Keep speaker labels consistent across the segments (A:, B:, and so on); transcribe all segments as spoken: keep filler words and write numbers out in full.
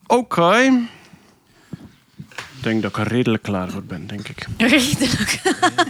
A: Oké. Okay. Ik denk dat ik er redelijk klaar voor ben, denk ik.
B: Redelijk.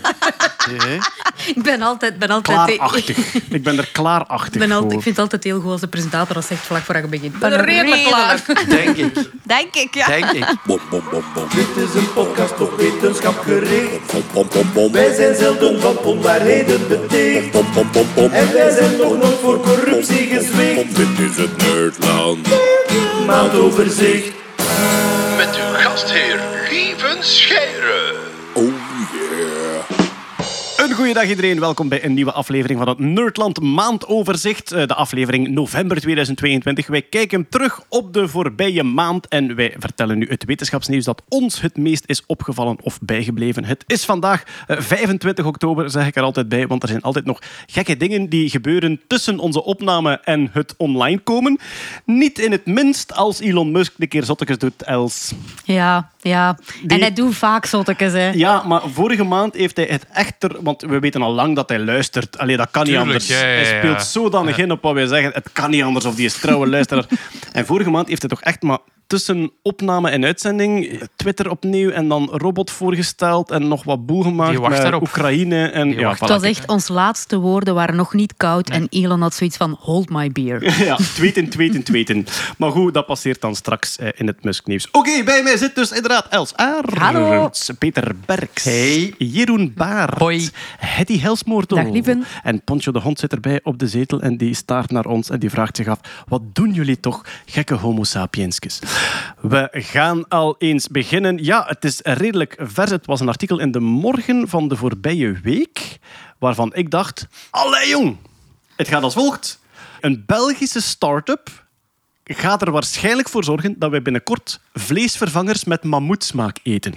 B: Nee. Ik ben altijd... Ben altijd
A: klaarachtig. Ik ben er klaarachtig
B: ben
A: voor.
B: altijd, ik vind het altijd heel goed als de presentator dat zegt vlak voor je begint. Ik ben
C: er redelijk klaar.
D: Denk ik.
B: Denk ik, ja.
D: Denk ik.
E: Bom, bom, bom, bom. Dit is een podcast op wetenschap gericht. Bom, bom, bom, bom. Wij zijn zelden van onwaarheden beticht. Bom, bom, bom, bom. En wij zijn nog nooit voor corruptie gezwicht. Dit is het Nerdland. Maandoverzicht.
F: Met uw gastheer Lieven Scheire.
E: Oh yeah.
A: Een goeiedag iedereen, welkom bij een nieuwe aflevering van het Nerdland Maandoverzicht. De aflevering november tweeduizend tweeëntwintig. Wij kijken terug op de voorbije maand en wij vertellen nu het wetenschapsnieuws dat ons het meest is opgevallen of bijgebleven. Het is vandaag vijfentwintig oktober, zeg ik er altijd bij, want er zijn altijd nog gekke dingen die gebeuren tussen onze opname en het online komen. Niet in het minst als Elon Musk een keer zottekes doet, Els.
B: Ja, ja. Die... En hij doet vaak zottekes, hè.
A: Ja, maar vorige maand heeft hij het echter... Want we weten al lang dat hij luistert. Allee, dat kan
C: Tuurlijk,
A: niet anders.
C: ja, ja, ja.
A: Hij speelt zodanig ja. in op wat wij zeggen. Het kan niet anders of die is trouwe luisteraar. En vorige maand heeft hij toch echt maar tussen opname en uitzending Twitter opnieuw en dan Robot voorgesteld en nog wat boel gemaakt met
C: daarop.
A: Oekraïne. En, ja,
B: het was echt, ons laatste woorden waren nog niet koud nee. en Elon had zoiets van hold my beer.
A: Ja, tweeten, tweeten, tweeten. Maar goed, dat passeert dan straks eh, in het Musk-nieuws. Oké, okay, bij mij zit dus inderdaad Els Aerts,
B: hallo.
A: Peter Berks,
D: hey.
A: Jeroen Baert,
C: hoi,
A: Hetty Helsmoortel.
B: Dag, lieven.
A: En Poncho de Hond zit erbij op de zetel en die staart naar ons en die vraagt zich af, wat doen jullie toch, gekke homo sapienskes? We gaan al eens beginnen. Ja, het is redelijk vers. Het was een artikel in De Morgen van de voorbije week, waarvan ik dacht, allee jong, het gaat als volgt. Een Belgische start-up gaat er waarschijnlijk voor zorgen dat wij binnenkort vleesvervangers met mammoetsmaak eten.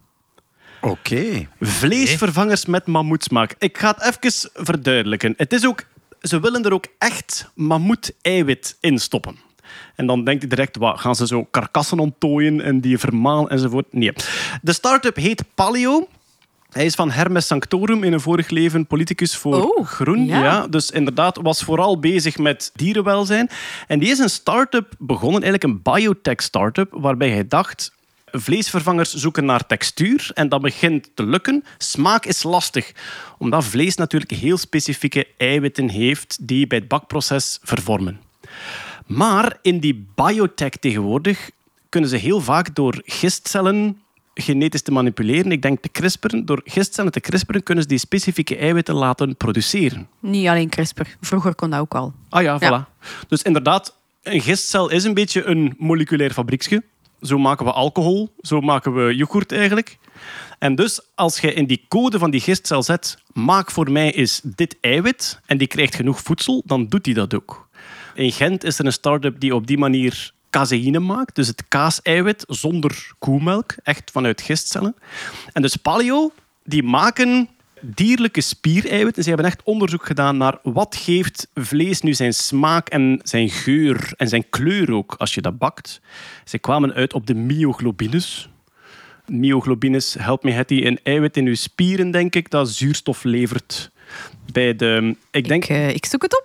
D: Oké. Okay.
A: Vleesvervangers met mammoetsmaak. Ik ga het even verduidelijken. Het is ook, ze willen er ook echt mammoet-eiwit in stoppen. En dan denkt je direct, wat, gaan ze zo karkassen onttooien en die vermalen enzovoort? Nee. De start-up heet Paleo. Hij is van Hermes Sanctorum, in een vorig leven politicus voor
B: oh,
A: Groen.
B: Ja.
A: Ja, dus inderdaad was vooral bezig met dierenwelzijn. En die is een start-up begonnen, eigenlijk een biotech-start-up, waarbij hij dacht, vleesvervangers zoeken naar textuur en dat begint te lukken. Smaak is lastig, omdat vlees natuurlijk heel specifieke eiwitten heeft die bij het bakproces vervormen. Maar in die biotech tegenwoordig kunnen ze heel vaak door gistcellen genetisch te manipuleren, ik denk te crisperen, door gistcellen te crisperen kunnen ze die specifieke eiwitten laten produceren.
B: Niet alleen CRISPR. Vroeger kon dat ook al.
A: Ah ja, voilà.
B: Ja.
A: Dus inderdaad, een gistcel is een beetje een moleculair fabrieksje. Zo maken we alcohol, zo maken we yoghurt eigenlijk. En dus als je in die code van die gistcel zet, maak voor mij is dit eiwit en die krijgt genoeg voedsel, dan doet hij dat ook. In Gent is er een start-up die op die manier caseïne maakt, dus het kaaseiwit zonder koemelk, echt vanuit gistcellen. En dus Paleo, die maken dierlijke spiereiwitten. Ze hebben echt onderzoek gedaan naar wat geeft vlees nu zijn smaak en zijn geur en zijn kleur ook als je dat bakt. Ze kwamen uit op de myoglobines. Myoglobines, help me Hetty, een eiwit in uw spieren, denk ik, dat zuurstof levert. Bij de, ik, denk,
B: ik, uh, ik zoek het op.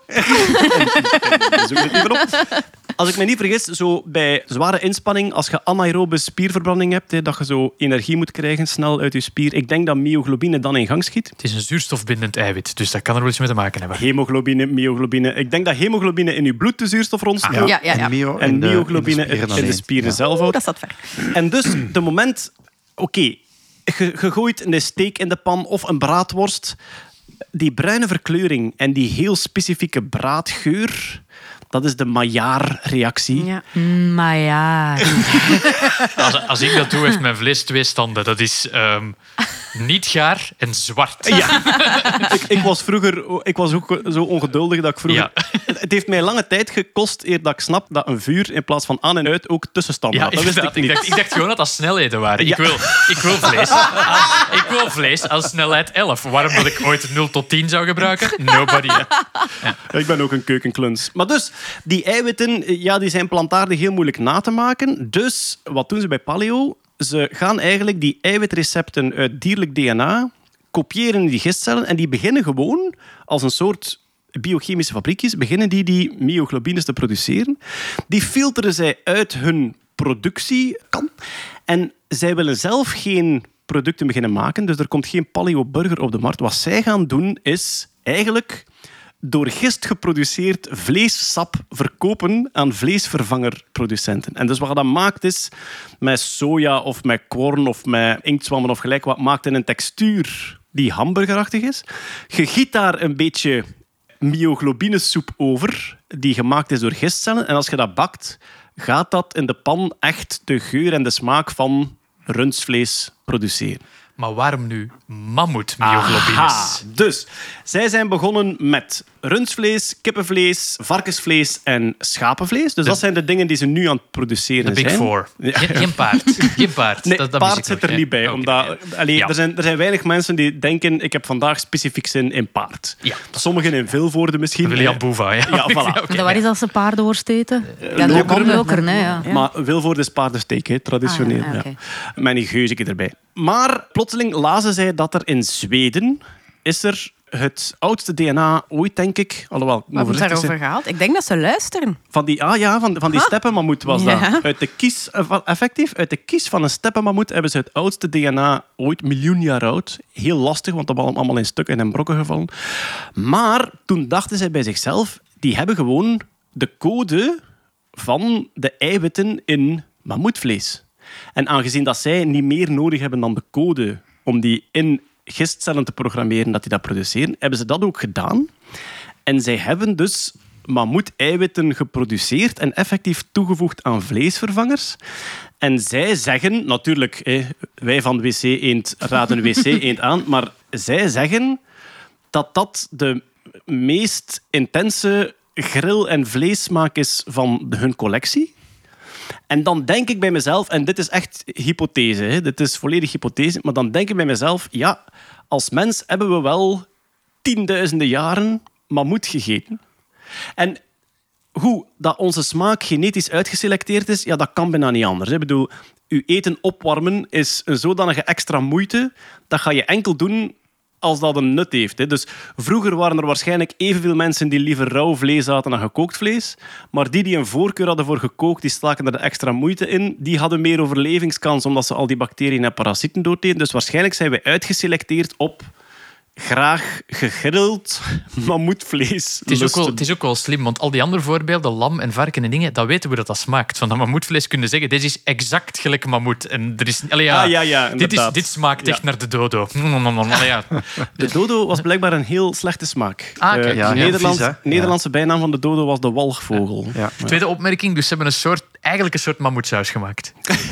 A: zoek het even op. Als ik me niet vergis, zo bij zware inspanning, als je anaerobe spierverbranding hebt, hè, dat je zo energie moet krijgen snel uit je spier, ik denk dat myoglobine dan in gang schiet.
C: Het is een zuurstofbindend eiwit, dus dat kan er wel iets mee te maken hebben.
A: Hemoglobine, myoglobine. Ik denk dat hemoglobine in je bloed de zuurstof rondstroomt.
B: Ah, ja, ja, ja.
D: En, myo
A: En myoglobine in de spieren, in de spieren
D: ja.
A: zelf
B: Oh,
A: ook.
B: dat staat ver.
A: En dus, de moment... Oké, okay, je, je gooit een steak in de pan of een braadworst. Die bruine verkleuring en die heel specifieke braadgeur, dat is de Maillard-reactie.
B: Ja. Maillard.
C: Als, als ik dat doe, heeft mijn vlees twee standen. Dat is um, niet gaar en zwart.
A: Ja. ik, ik was vroeger ik was ook zo ongeduldig dat ik vroeger... Ja. Het heeft mij lange tijd gekost eer dat ik snap dat een vuur in plaats van aan en uit ook tussenstanden
C: Ja,
A: had. Dat wist ik niet.
C: Ik dacht, ik dacht gewoon dat dat snelheden waren.
A: Ja.
C: Ik, wil, ik, wil vlees aan, ik wil vlees aan snelheid elf. Waarom dat ik ooit nul tot tien zou gebruiken? Nobody. Ja.
A: Ik ben ook een keukenkluns. Maar dus, die eiwitten ja, die zijn plantaardig heel moeilijk na te maken. Dus, wat doen ze bij Paleo? Ze gaan eigenlijk die eiwitrecepten uit dierlijk D N A kopiëren in die gistcellen en die beginnen gewoon als een soort biochemische fabriekjes, beginnen die die myoglobines te produceren. Die filteren zij uit hun productie kan. En zij willen zelf geen producten beginnen maken, dus er komt geen paleo-burger op de markt. Wat zij gaan doen, is eigenlijk door gist geproduceerd vleessap verkopen aan vleesvervangerproducenten. En dus wat dat maakt is, met soja of met korn of met inktzwammen of gelijk wat, maakt in een textuur die hamburgerachtig is. Je giet daar een beetje myoglobinesoep over, die gemaakt is door gistcellen. En als je dat bakt, gaat dat in de pan echt de geur en de smaak van rundsvlees produceren.
C: Maar waarom nu mammoetmyoglobines?
A: Aha. Dus, zij zijn begonnen met rundsvlees, kippenvlees, varkensvlees en schapenvlees. Dus dat zijn de dingen die ze nu aan het produceren
C: De Big
A: zijn.
C: Four.
A: Ja.
C: Geen, geen paard. Geen paard.
A: Nee,
C: dat, dat mis
A: paard
C: ik
A: zit
C: nog,
A: er
C: hè.
A: niet bij.
C: Oké.
A: Omdat, allee,
C: Ja.
A: er, zijn, er zijn weinig mensen die denken, ik heb vandaag specifiek zin in paard.
C: Ja.
A: Sommigen in Vilvoorde misschien.
C: William Boeva, ja.
A: Ja, voilà.
C: Oké.
B: Dat waar is als ze paardenworst eten? Ja,
A: lokeren.
B: lokeren, hè, ja.
A: Maar Vilvoorde is paardensteak, hè, traditioneel.
B: Ah, ja, oké.
A: Ja. Met een geuzeke erbij. Maar plotseling lazen zij dat er in Zweden is er het oudste D N A ooit, denk ik. Alhoewel, ik moet
G: Wat wordt
A: voorzichtig
G: daarover
A: zijn.
G: gehaald? Ik denk dat ze luisteren.
A: Van die, ah ja, van, van die
G: Huh?
A: steppenmammoet was
G: Ja.
A: dat. Uit de kies, eh, van- effectief, uit de kies van een steppenmammoet hebben ze het oudste D N A ooit, miljoen jaar oud. Heel lastig, want dat was allemaal in stukken en brokken gevallen. Maar toen dachten zij bij zichzelf, die hebben gewoon de code van de eiwitten in mammoetvlees. En aangezien dat zij niet meer nodig hebben dan de code om die in gistcellen te programmeren dat die dat produceren, hebben ze dat ook gedaan. En zij hebben dus mammoet-eiwitten geproduceerd en effectief toegevoegd aan vleesvervangers. En zij zeggen, natuurlijk, hè, wij van W C Eend raden W C Eend aan, maar zij zeggen dat dat de meest intense grill- en vleessmaak is van hun collectie. En dan denk ik bij mezelf, en dit is echt hypothese, hè, dit is volledig hypothese, maar dan denk ik bij mezelf, ja, als mens hebben we wel tienduizenden jaren mammoet gegeten. En hoe dat onze smaak genetisch uitgeselecteerd is, ja, dat kan bijna niet anders. Ik bedoel, je eten opwarmen is een zodanige extra moeite, dat ga je enkel doen als dat een nut heeft. Hè. Dus vroeger waren er waarschijnlijk evenveel mensen die liever rauw vlees aten dan gekookt vlees. Maar die die een voorkeur hadden voor gekookt, die staken er de extra moeite in. Die hadden meer overlevingskans omdat ze al die bacteriën en parasieten doodeten. Dus waarschijnlijk zijn wij uitgeselecteerd op graag gegrild mammoetvlees.
C: Het is, ook wel,
A: lusten.
C: het is ook wel slim, want al die andere voorbeelden, lam en varken en dingen, dat weten we dat dat smaakt. Van dat mammoetvlees kunnen zeggen, dit is exact gelijk mammoet. En er is, allee, ja,
A: Ah, ja, ja,
C: dit, is,
A: inderdaad.
C: dit smaakt echt
A: Ja.
C: naar de dodo. Allee, ja.
A: De dodo was blijkbaar een heel slechte smaak.
C: Ah,
A: De
C: kijk.
D: Ja, heel
A: Nederlands-
D: vies, hè?
A: Nederlandse bijnaam van de dodo was de walgvogel.
D: Ja.
C: Tweede opmerking, dus ze hebben een soort, eigenlijk een soort mammoetsaus gemaakt.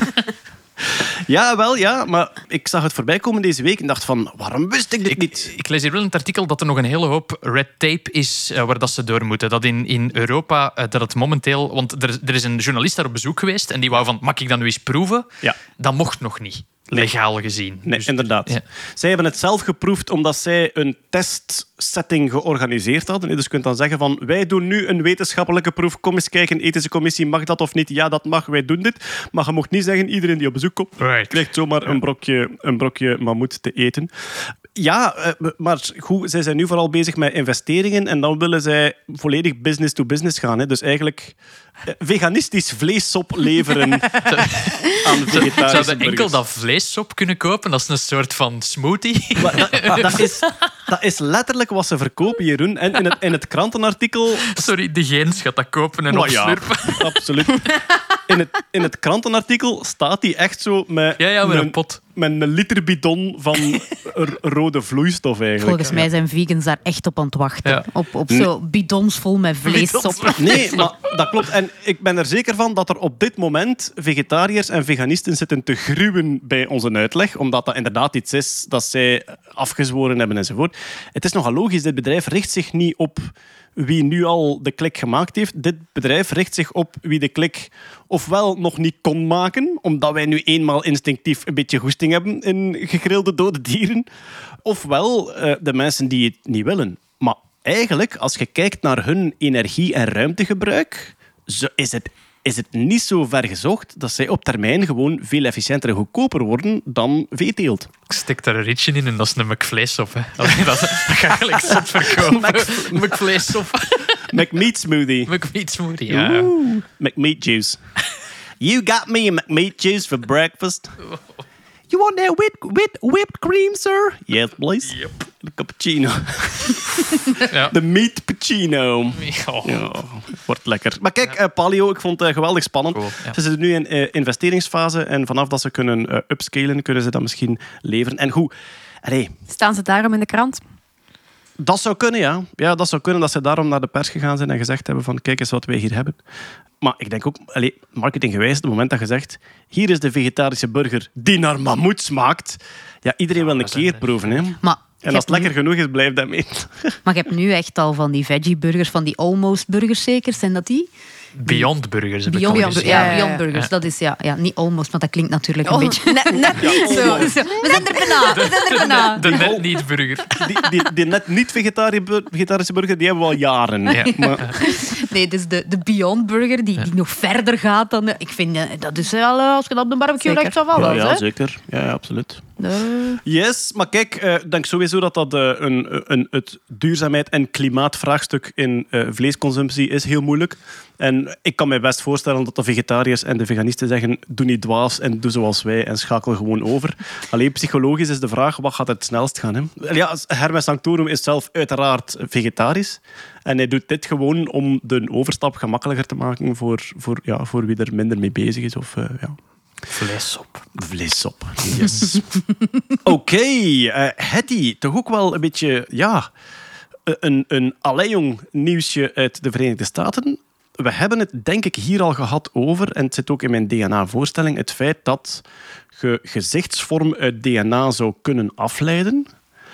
A: Ja, wel, ja. Maar ik zag het voorbij komen deze week en dacht van, waarom wist ik dit
C: Ik,
A: niet?
C: ik lees hier wel in het artikel dat er nog een hele hoop red tape is uh, waar dat ze door moeten. Dat in, in Europa, uh, dat het momenteel... Want er, er is een journalist daar op bezoek geweest en die wou van, mag ik dat nu eens proeven?
A: Ja.
C: Dat mocht nog niet, legaal gezien.
A: Nee,
C: Dus-
A: inderdaad.
C: ja.
A: Zij hebben het zelf geproefd omdat zij een testsetting georganiseerd hadden. Dus je kunt dan zeggen van, wij doen nu een wetenschappelijke proef. Kom eens kijken, ethische commissie, mag dat of niet? Ja, dat mag, wij doen dit. Maar je mocht niet zeggen, iedereen die op bezoek komt,
C: Right.
A: krijgt zomaar een brokje, een brokje mammoet te eten. Ja, eh, maar goed, zij zijn nu vooral bezig met investeringen en dan willen zij volledig business to business gaan. Hè. Dus eigenlijk eh, veganistisch vleessop leveren aan vegetarische
C: Zouden enkel
A: burgers.
C: dat vleessop kunnen kopen? Dat is een soort van smoothie.
A: Maar dat, dat, is, dat is letterlijk wat ze verkopen, Jeroen. En in het, in het krantenartikel...
C: Sorry, de gens gaat dat kopen en
A: Nou ja,
C: opslurpen.
A: absoluut. In het, in het krantenartikel staat hij echt zo met,
C: Ja, ja, met een pot.
A: met een liter bidon van r- rode vloeistof eigenlijk.
B: Volgens mij zijn vegans daar echt op aan het wachten.
C: Ja.
B: Op, op zo bidons vol met vleessop.
A: Nee, maar dat klopt. En ik ben er zeker van dat er op dit moment vegetariërs en veganisten zitten te gruwen bij onze uitleg, omdat dat inderdaad iets is dat zij afgezworen hebben enzovoort. Het is nogal logisch, dit bedrijf richt zich niet op wie nu al de klik gemaakt heeft. Dit bedrijf richt zich op wie de klik ofwel nog niet kon maken, omdat wij nu eenmaal instinctief een beetje goesting hebben in gegrilde dode dieren, ofwel uh, de mensen die het niet willen. Maar eigenlijk, als je kijkt naar hun energie- en ruimtegebruik, zo is het, is het niet zo ver gezocht dat zij op termijn gewoon veel efficiënter en goedkoper worden dan veeteelt.
C: Ik stek daar een ritje in en dat is een McVleessop. Hè. Allee, dat, dat ga je gelijk zot verkopen. McVleessop.
A: McMeat smoothie.
C: McMeat smoothie, ja.
A: Oeh, McMeat juice. You got me a McMeat juice for breakfast. You want that whipped, whipped, whipped cream, sir? Yes, please.
C: Yep.
A: De cappuccino.
C: Ja.
A: De meat puccino.
C: Oh.
A: Ja, wordt lekker. Maar kijk, uh, Paleo, ik vond het uh, geweldig spannend.
C: Cool, ja.
A: Ze zitten nu in uh, investeringsfase en vanaf dat ze kunnen uh, upscalen, kunnen ze dat misschien leveren. En goed, allee,
G: Staan ze daarom in de krant?
A: dat zou kunnen, ja. Ja, dat zou kunnen dat ze daarom naar de pers gegaan zijn en gezegd hebben van kijk eens wat wij hier hebben. Maar ik denk ook, allee, marketinggewijs, het moment dat je zegt hier is de vegetarische burger die naar mammoet smaakt, ja, iedereen wil een
C: dat zijn
A: keer
C: de-
A: proeven. Hè.
B: Maar
A: En
B: je
A: als het
B: hebt
A: lekker genoeg is, blijf dat mee.
B: Maar je hebt nu echt al van die veggie-burgers, van die almost-burgers zeker. Zijn dat die?
C: Beyond Burgers. heb ik
B: Beyond,
C: al
B: Beyond,
C: gezien.
B: ja,
G: ja, ja.
B: Beyond Burgers,
C: Ja.
B: dat is ja, ja, niet almost, maar dat klinkt natuurlijk een
G: Oh,
B: beetje...
G: net, net niet zo.
B: Zo, we zijn er bijna, we zijn er bijna.
C: De net niet burger.
A: Die, die, die net niet vegetari- vegetarische burger, die hebben we al jaren.
C: Ja.
A: Maar,
B: Nee, dus de, de Beyond Burger, die, die nog verder gaat dan... de- ik vind, eh, dat is wel, eh, als je dat op de barbecue
G: Zeker.
B: legt, zo wel
A: ja,
B: wel,
A: ja,
B: hè?
A: zeker. Ja, ja, absoluut.
B: De-
A: Yes, maar kijk, eh, ik denk sowieso dat dat eh, een, een, het duurzaamheid- en klimaatvraagstuk in eh, vleesconsumptie is heel moeilijk. En ik kan me best voorstellen dat de vegetariërs en de veganisten zeggen doe niet dwaas en doe zoals wij en schakel gewoon over. Alleen psychologisch is de vraag, wat gaat het snelst gaan? Hè? Ja, Hermes Sanctorum is zelf uiteraard vegetarisch. En hij doet dit gewoon om de overstap gemakkelijker te maken voor, voor, ja, voor wie er minder mee bezig is. Of, uh, ja.
C: Vleesop.
A: Vleesop, yes. Oké, okay, uh, Hetty, toch ook wel een beetje, ja, een, een allee-jong nieuwsje uit de Verenigde Staten. We hebben het denk ik hier al gehad over, en het zit ook in mijn D N A-voorstelling, het feit dat je gezichtsvorm uit D N A zou kunnen afleiden.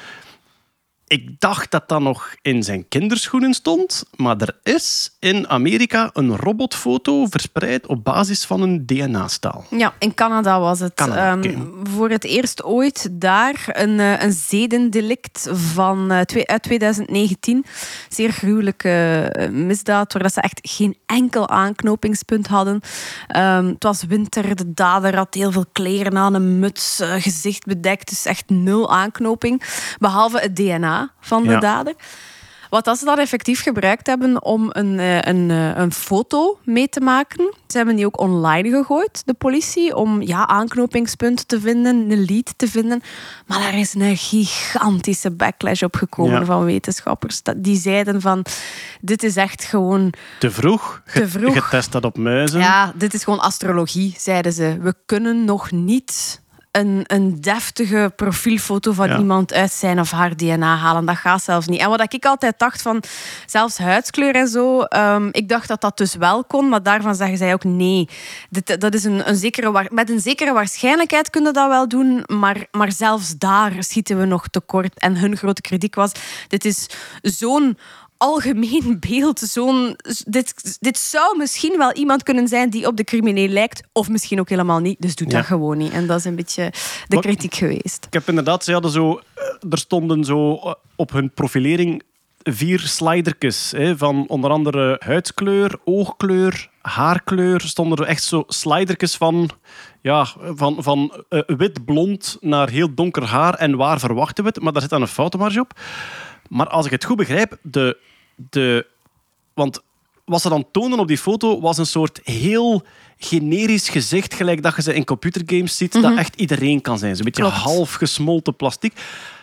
A: Ik dacht dat dat nog in zijn kinderschoenen stond, maar er is in Amerika een robotfoto verspreid op basis van een D N A-staal.
G: Ja, in Canada was het.
A: Canada,
G: Ehm,
A: oké.
G: Voor het eerst ooit daar een, eh, een zedendelict van, eh, twee- uit twintig negentien. Zeer gruwelijke eh, misdaad, waar dat ze echt geen enkel aanknopingspunt hadden. Ehm, het was winter, de dader had heel veel kleren aan, een muts, eh, gezicht bedekt. Dus echt nul aanknoping. Behalve het D N A van de
A: Ja.
G: dader. Wat dat ze dan effectief gebruikt hebben om een, eh, een, eh, een foto mee te maken. Ze hebben die ook online gegooid, de politie, om ja, aanknopingspunten te vinden, een lead te vinden. Maar daar is een gigantische backlash op gekomen
A: Ja.
G: van wetenschappers. Dat- Die zeiden van, dit is echt gewoon...
A: Te vroeg,
G: Te
A: Ge-
G: vroeg.
A: getest dat op muizen.
G: Ja, dit is gewoon astrologie, zeiden ze. We kunnen nog niet een, een deftige profielfoto van
A: Ja.
G: iemand uit zijn of haar D N A halen. Dat gaat zelfs niet. En wat ik altijd dacht van, zelfs huidskleur en zo, um, ik dacht dat dat dus wel kon, maar daarvan zeggen zij ook nee. Dit, dat is een, een zekere, wa- met een zekere waarschijnlijkheid kunnen dat wel doen, maar, maar zelfs daar schieten we nog tekort. En hun grote kritiek was, dit is zo'n algemeen beeld. Zo'n, dit, dit zou misschien wel iemand kunnen zijn die op de crimineel lijkt, of misschien ook helemaal niet. Dus doe
A: Ja.
G: dat gewoon niet. En dat is een beetje de
A: Wat-
G: kritiek geweest.
A: Ik heb inderdaad, ze hadden zo, eh, er stonden zo eh, op hun profilering vier slidertjes hè, van onder andere huidskleur, oogkleur, haarkleur. Stonden er echt zo slidertjes van, ja, van, van eh, wit-blond naar heel donker haar en waar verwachten we het. Maar daar zit dan een foutenmarge op. Maar als ik het goed begrijp, de, de, want wat ze dan tonen op die foto was een soort heel generisch gezicht, gelijk dat je ze in computergames ziet, dat echt iedereen kan zijn. Zo'n beetje
G: Klopt.
A: half gesmolten plastic.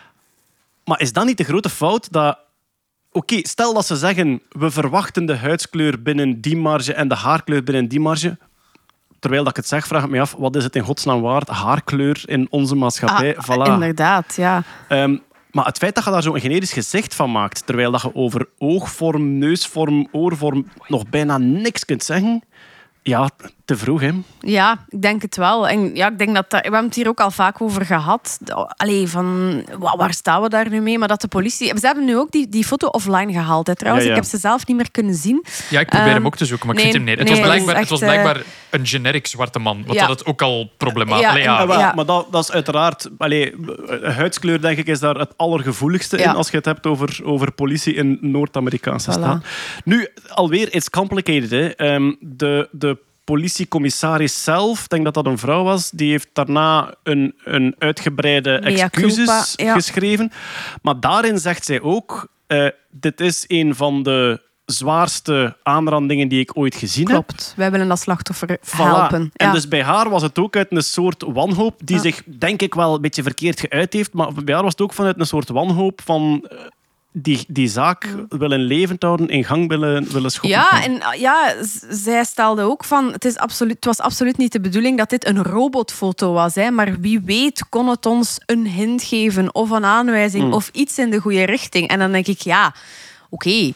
A: Maar is dat niet de grote fout dat... Oké, stel dat ze zeggen, we verwachten de huidskleur binnen die marge en de haarkleur binnen die marge. Terwijl dat ik het zeg, vraag ik me af, wat is het in godsnaam waard? Haarkleur in onze maatschappij,
G: Ah,
A: voilà.
G: Inderdaad, ja.
A: Ehm, maar het feit dat je daar zo'n generisch gezicht van maakt, terwijl dat je over oogvorm, neusvorm, oorvorm nog bijna niks kunt zeggen, ja, te vroeg, hè.
G: Ja, ik denk het wel. En ja, ik denk dat dat, we hebben het hier ook al vaak over gehad. Allee, van wa- waar staan we daar nu mee? Maar dat de politie... Ze hebben nu ook die, die foto offline gehaald, hè, trouwens.
A: Ja, ja.
G: Ik heb ze zelf niet meer kunnen zien.
C: Ja, ik probeer
G: Ehm,
C: hem ook te zoeken, maar ik
G: nee,
C: vind hem niet. Het
G: nee,
C: was
G: dat
C: blijkbaar,
G: is
C: het was
G: echt, eh,
C: blijkbaar een generic zwarte man. Wat
G: Ja.
C: dat het ook al problematisch...
G: Ja,
C: Allee, ja.
G: en-
A: Ah, wel,
G: Ja.
A: Maar dat, dat is uiteraard... Allee, huidskleur, denk ik, is daar het allergevoeligste
G: Ja.
A: in als je het hebt over, over politie in Noord-Amerikaanse
G: Voilà.
A: staat. Nu, alweer, it's complicated. Hè. Ehm, de, de politiecommissaris zelf, ik denk dat dat een vrouw was, die heeft daarna een, een uitgebreide
G: Mea
A: excuses
G: culpa, ja.
A: geschreven. Maar daarin zegt zij ook, eh, dit is een van de zwaarste aanrandingen die ik ooit gezien heb.
G: Klopt. Wij willen dat slachtoffer
A: Voilà.
G: helpen.
A: En
G: Ja.
A: dus bij haar was het ook uit een soort wanhoop, die
G: Ja.
A: zich denk ik wel een beetje verkeerd geuit heeft, maar bij haar was het ook vanuit een soort wanhoop van uh, die, die zaak willen levend houden, in gang willen, willen schoppen.
G: Ja, en uh, ja, z- zij stelde ook van... Het, is absoluut, het was absoluut niet de bedoeling dat dit een robotfoto was. Hè, maar wie weet kon het ons een hint geven of een aanwijzing
A: Mm.
G: of iets in de goede richting. En dan denk ik, ja, oké, okay,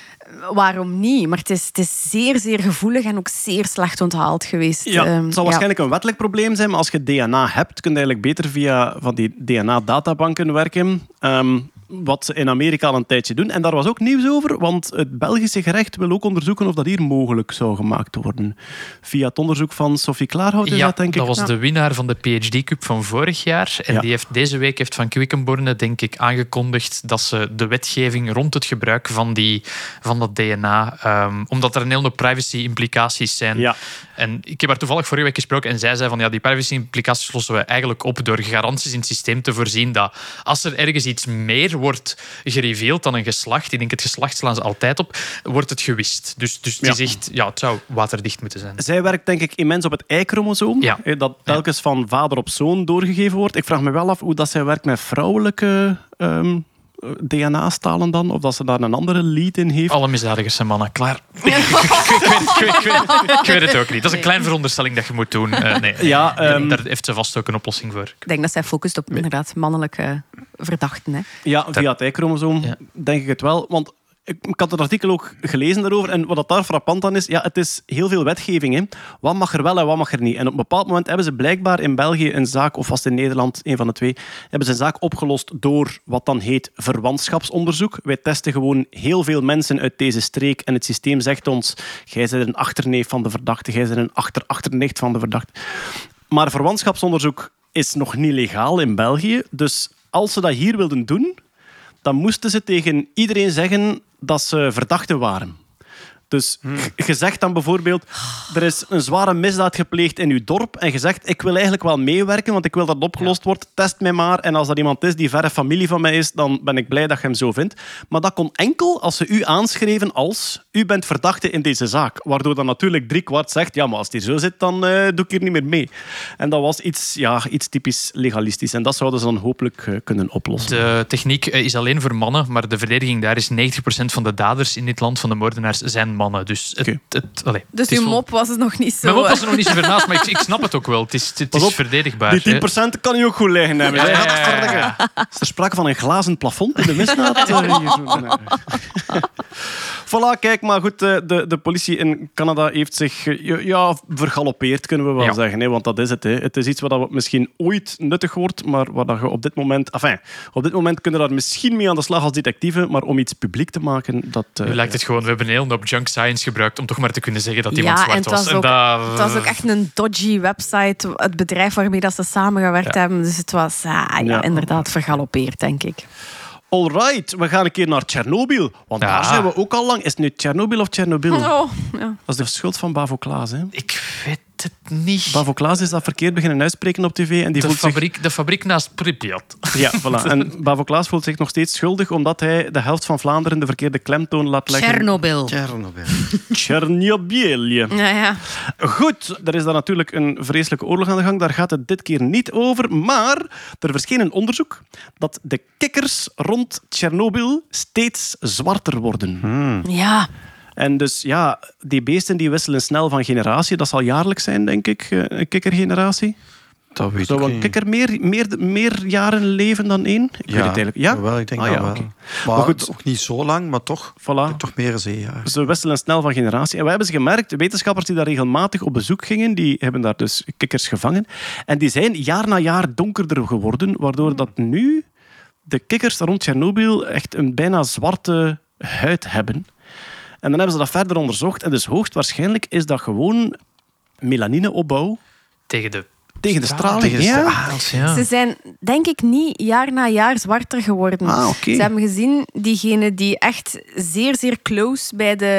G: waarom niet? Maar het is, het is zeer, zeer gevoelig en ook zeer slecht onthaald geweest.
A: Ja,
G: Ehm,
A: het zal
G: ja.
A: waarschijnlijk een wettelijk probleem zijn, maar als je D N A hebt, kun je eigenlijk beter via van die D N A-databanken werken. Um, wat ze in Amerika al een tijdje doen. En daar was ook nieuws over, want het Belgische gerecht wil ook onderzoeken of dat hier mogelijk zou gemaakt worden. Via het onderzoek van Sophie Klaarhout is
C: Ja,
A: dat, denk ik.
C: dat was
G: Ja.
C: de winnaar van de P H D Cup van vorig jaar. En
A: Ja.
C: die heeft deze week heeft Van Quickenborne, denk ik, aangekondigd dat ze de wetgeving rond het gebruik van, die, van dat D N A... Um, omdat er een hele hoop privacy-implicaties zijn.
A: Ja.
C: En ik heb haar toevallig vorige week gesproken en zij zei van ja, die privacy-implicaties lossen we eigenlijk op door garanties in het systeem te voorzien dat als er ergens iets meer wordt gereveeld dan een geslacht, ik denk het geslacht slaan ze altijd op, wordt het gewist. Dus, dus die
A: Ja.
C: zegt, ja, het zou waterdicht moeten zijn.
A: Zij werkt denk ik immens op het Y-chromosoom,
C: Ja.
A: eh, dat telkens van vader op zoon doorgegeven wordt. Ik vraag me wel af hoe dat zij werkt met vrouwelijke um, D N A-stalen dan, of dat ze daar een andere lead in heeft.
C: Alle misdadigers zijn mannen, klaar. ik, weet, ik, weet, ik, weet, ik, weet, ik weet het ook niet. Dat is een kleine veronderstelling dat je moet doen. Uh, nee, nee.
A: Ja, um,
C: daar heeft ze vast ook een oplossing voor.
G: Ik denk dat zij focust op inderdaad mannelijke verdachten. Hè.
A: Ja, via het Y-chromosoom
C: Ja.
A: denk ik het wel. Want ik, ik had het artikel ook gelezen daarover. En wat dat daar frappant aan is, ja, het is heel veel wetgeving. Hè. Wat mag er wel en wat mag er niet? En op een bepaald moment hebben ze blijkbaar in België een zaak, of was het in Nederland, een van de twee, hebben ze een zaak opgelost door wat dan heet verwantschapsonderzoek. Wij testen gewoon heel veel mensen uit deze streek en het systeem zegt ons, jij bent een achterneef van de verdachte, jij bent een achter-achternicht van de verdachte. Maar verwantschapsonderzoek is nog niet legaal in België. Dus als ze dat hier wilden doen, dan moesten ze tegen iedereen zeggen dat ze verdachten waren. Dus g- je zegt dan bijvoorbeeld, er is een zware misdaad gepleegd in uw dorp en je zegt, ik wil eigenlijk wel meewerken, want ik wil dat het opgelost wordt, test mij maar. En als dat iemand is die verre familie van mij is, dan ben ik blij dat je hem zo vindt. Maar dat kon enkel als ze u aanschreven als, u bent verdachte in deze zaak. Waardoor dan natuurlijk driekwart zegt, ja, maar als die zo zit, dan uh, doe ik hier niet meer mee. En dat was iets, ja, iets typisch legalistisch. En dat zouden ze dan hopelijk uh, kunnen oplossen.
C: De techniek uh, is alleen voor mannen, maar de verdediging daar is negentig procent van de daders in dit land, van de moordenaars, zijn mannen. Dus het,
A: Oké.
C: het, allee,
G: Dus
C: het is
G: uw
C: wel-
G: mop was het nog niet zo...
C: Mijn mop
G: eh,
C: was er nog niet zo ver naast, maar ik, ik snap het ook wel. Het is, het
A: Pas
C: is
A: op,
C: verdedigbaar.
A: Die tien
C: hè.
A: procent kan je ook goed liggen hebben.
C: Ja,
A: Zeg.
C: ja, ja, ja.
A: Gadverdikke. Is er sprake van een glazen plafond in de misdaad? Eh, hier zo. Nee. Voilà, kijk, maar goed, eh, de, de politie in Canada heeft zich eh, ja, vergalopeerd, kunnen we wel
C: Ja.
A: zeggen. Hè, want dat is het. Hè. Het is iets wat misschien ooit nuttig wordt, maar waar dat je op dit moment... Enfin, op dit moment kunnen we daar misschien mee aan de slag als detective, maar om iets publiek te maken, dat... eh,
C: Nu lijkt het gewoon, we hebben een hele hoop junk science gebruikt om toch maar te kunnen zeggen dat iemand
G: Ja,
C: zwart
G: en het
C: was.
G: was, ook,
C: dat...
G: het was ook echt een dodgy website, het bedrijf waarmee dat ze samengewerkt
C: Ja.
G: hebben. Dus het was ah, ja,
A: Ja.
G: inderdaad vergalopeerd, denk ik.
A: Alright, we gaan een keer naar Tsjernobyl. Want
C: Ja.
A: daar zijn we ook al lang. Is het nu Tsjernobyl of Tsjernobyl?
G: Oh, ja.
A: Dat is de schuld van Bavo Klaas, hè?
C: Ik weet het niet.
A: Bavo Klaas is dat verkeerd beginnen uitspreken op tv en die
C: De
A: voelt zich...
C: fabriek, de fabriek naast Pripyat.
A: Ja, voilà. En Bavo Klaas voelt zich nog steeds schuldig omdat hij de helft van Vlaanderen de verkeerde klemtoon laat leggen.
B: Chernobyl.
D: Chernobyl.
A: Tsjernobyl.
G: Ja, ja.
A: Goed, er is dan natuurlijk een vreselijke oorlog aan de gang. Daar gaat het dit keer niet over. Maar er verscheen een onderzoek dat de kikkers rond Tsjernobyl steeds zwarter worden.
G: ja.
A: En dus ja, die beesten die wisselen snel van generatie. Dat zal jaarlijks zijn, denk ik, eh, een kikkergeneratie.
D: Dat weet
A: Zou
D: ik
A: een
D: niet.
A: kikker meer, meer, meer jaren leven dan één? Ik weet het eigenlijk. Ja?
D: Wel, ik denk
A: Ah,
D: dat
A: ja,
D: wel.
A: oké.
D: Maar,
A: Maar goed.
D: ook niet zo lang, maar toch,
A: Voilà.
D: toch meer dan zeven jaar.
A: Ze wisselen snel van generatie. En we hebben ze gemerkt, wetenschappers die daar regelmatig op bezoek gingen, die hebben daar dus kikkers gevangen. En die zijn jaar na jaar donkerder geworden, waardoor dat nu de kikkers rond Tsjernobyl echt een bijna zwarte huid hebben. En dan hebben ze dat verder onderzocht. En dus hoogstwaarschijnlijk is dat gewoon melanineopbouw
C: Tegen de
A: tegen de straling.
D: Tegen de
A: ja.
C: straals, ja.
G: Ze zijn, denk ik, niet jaar na jaar zwarter geworden.
A: Ah, oké.
G: Ze hebben gezien, diegenen die echt zeer, zeer close bij de,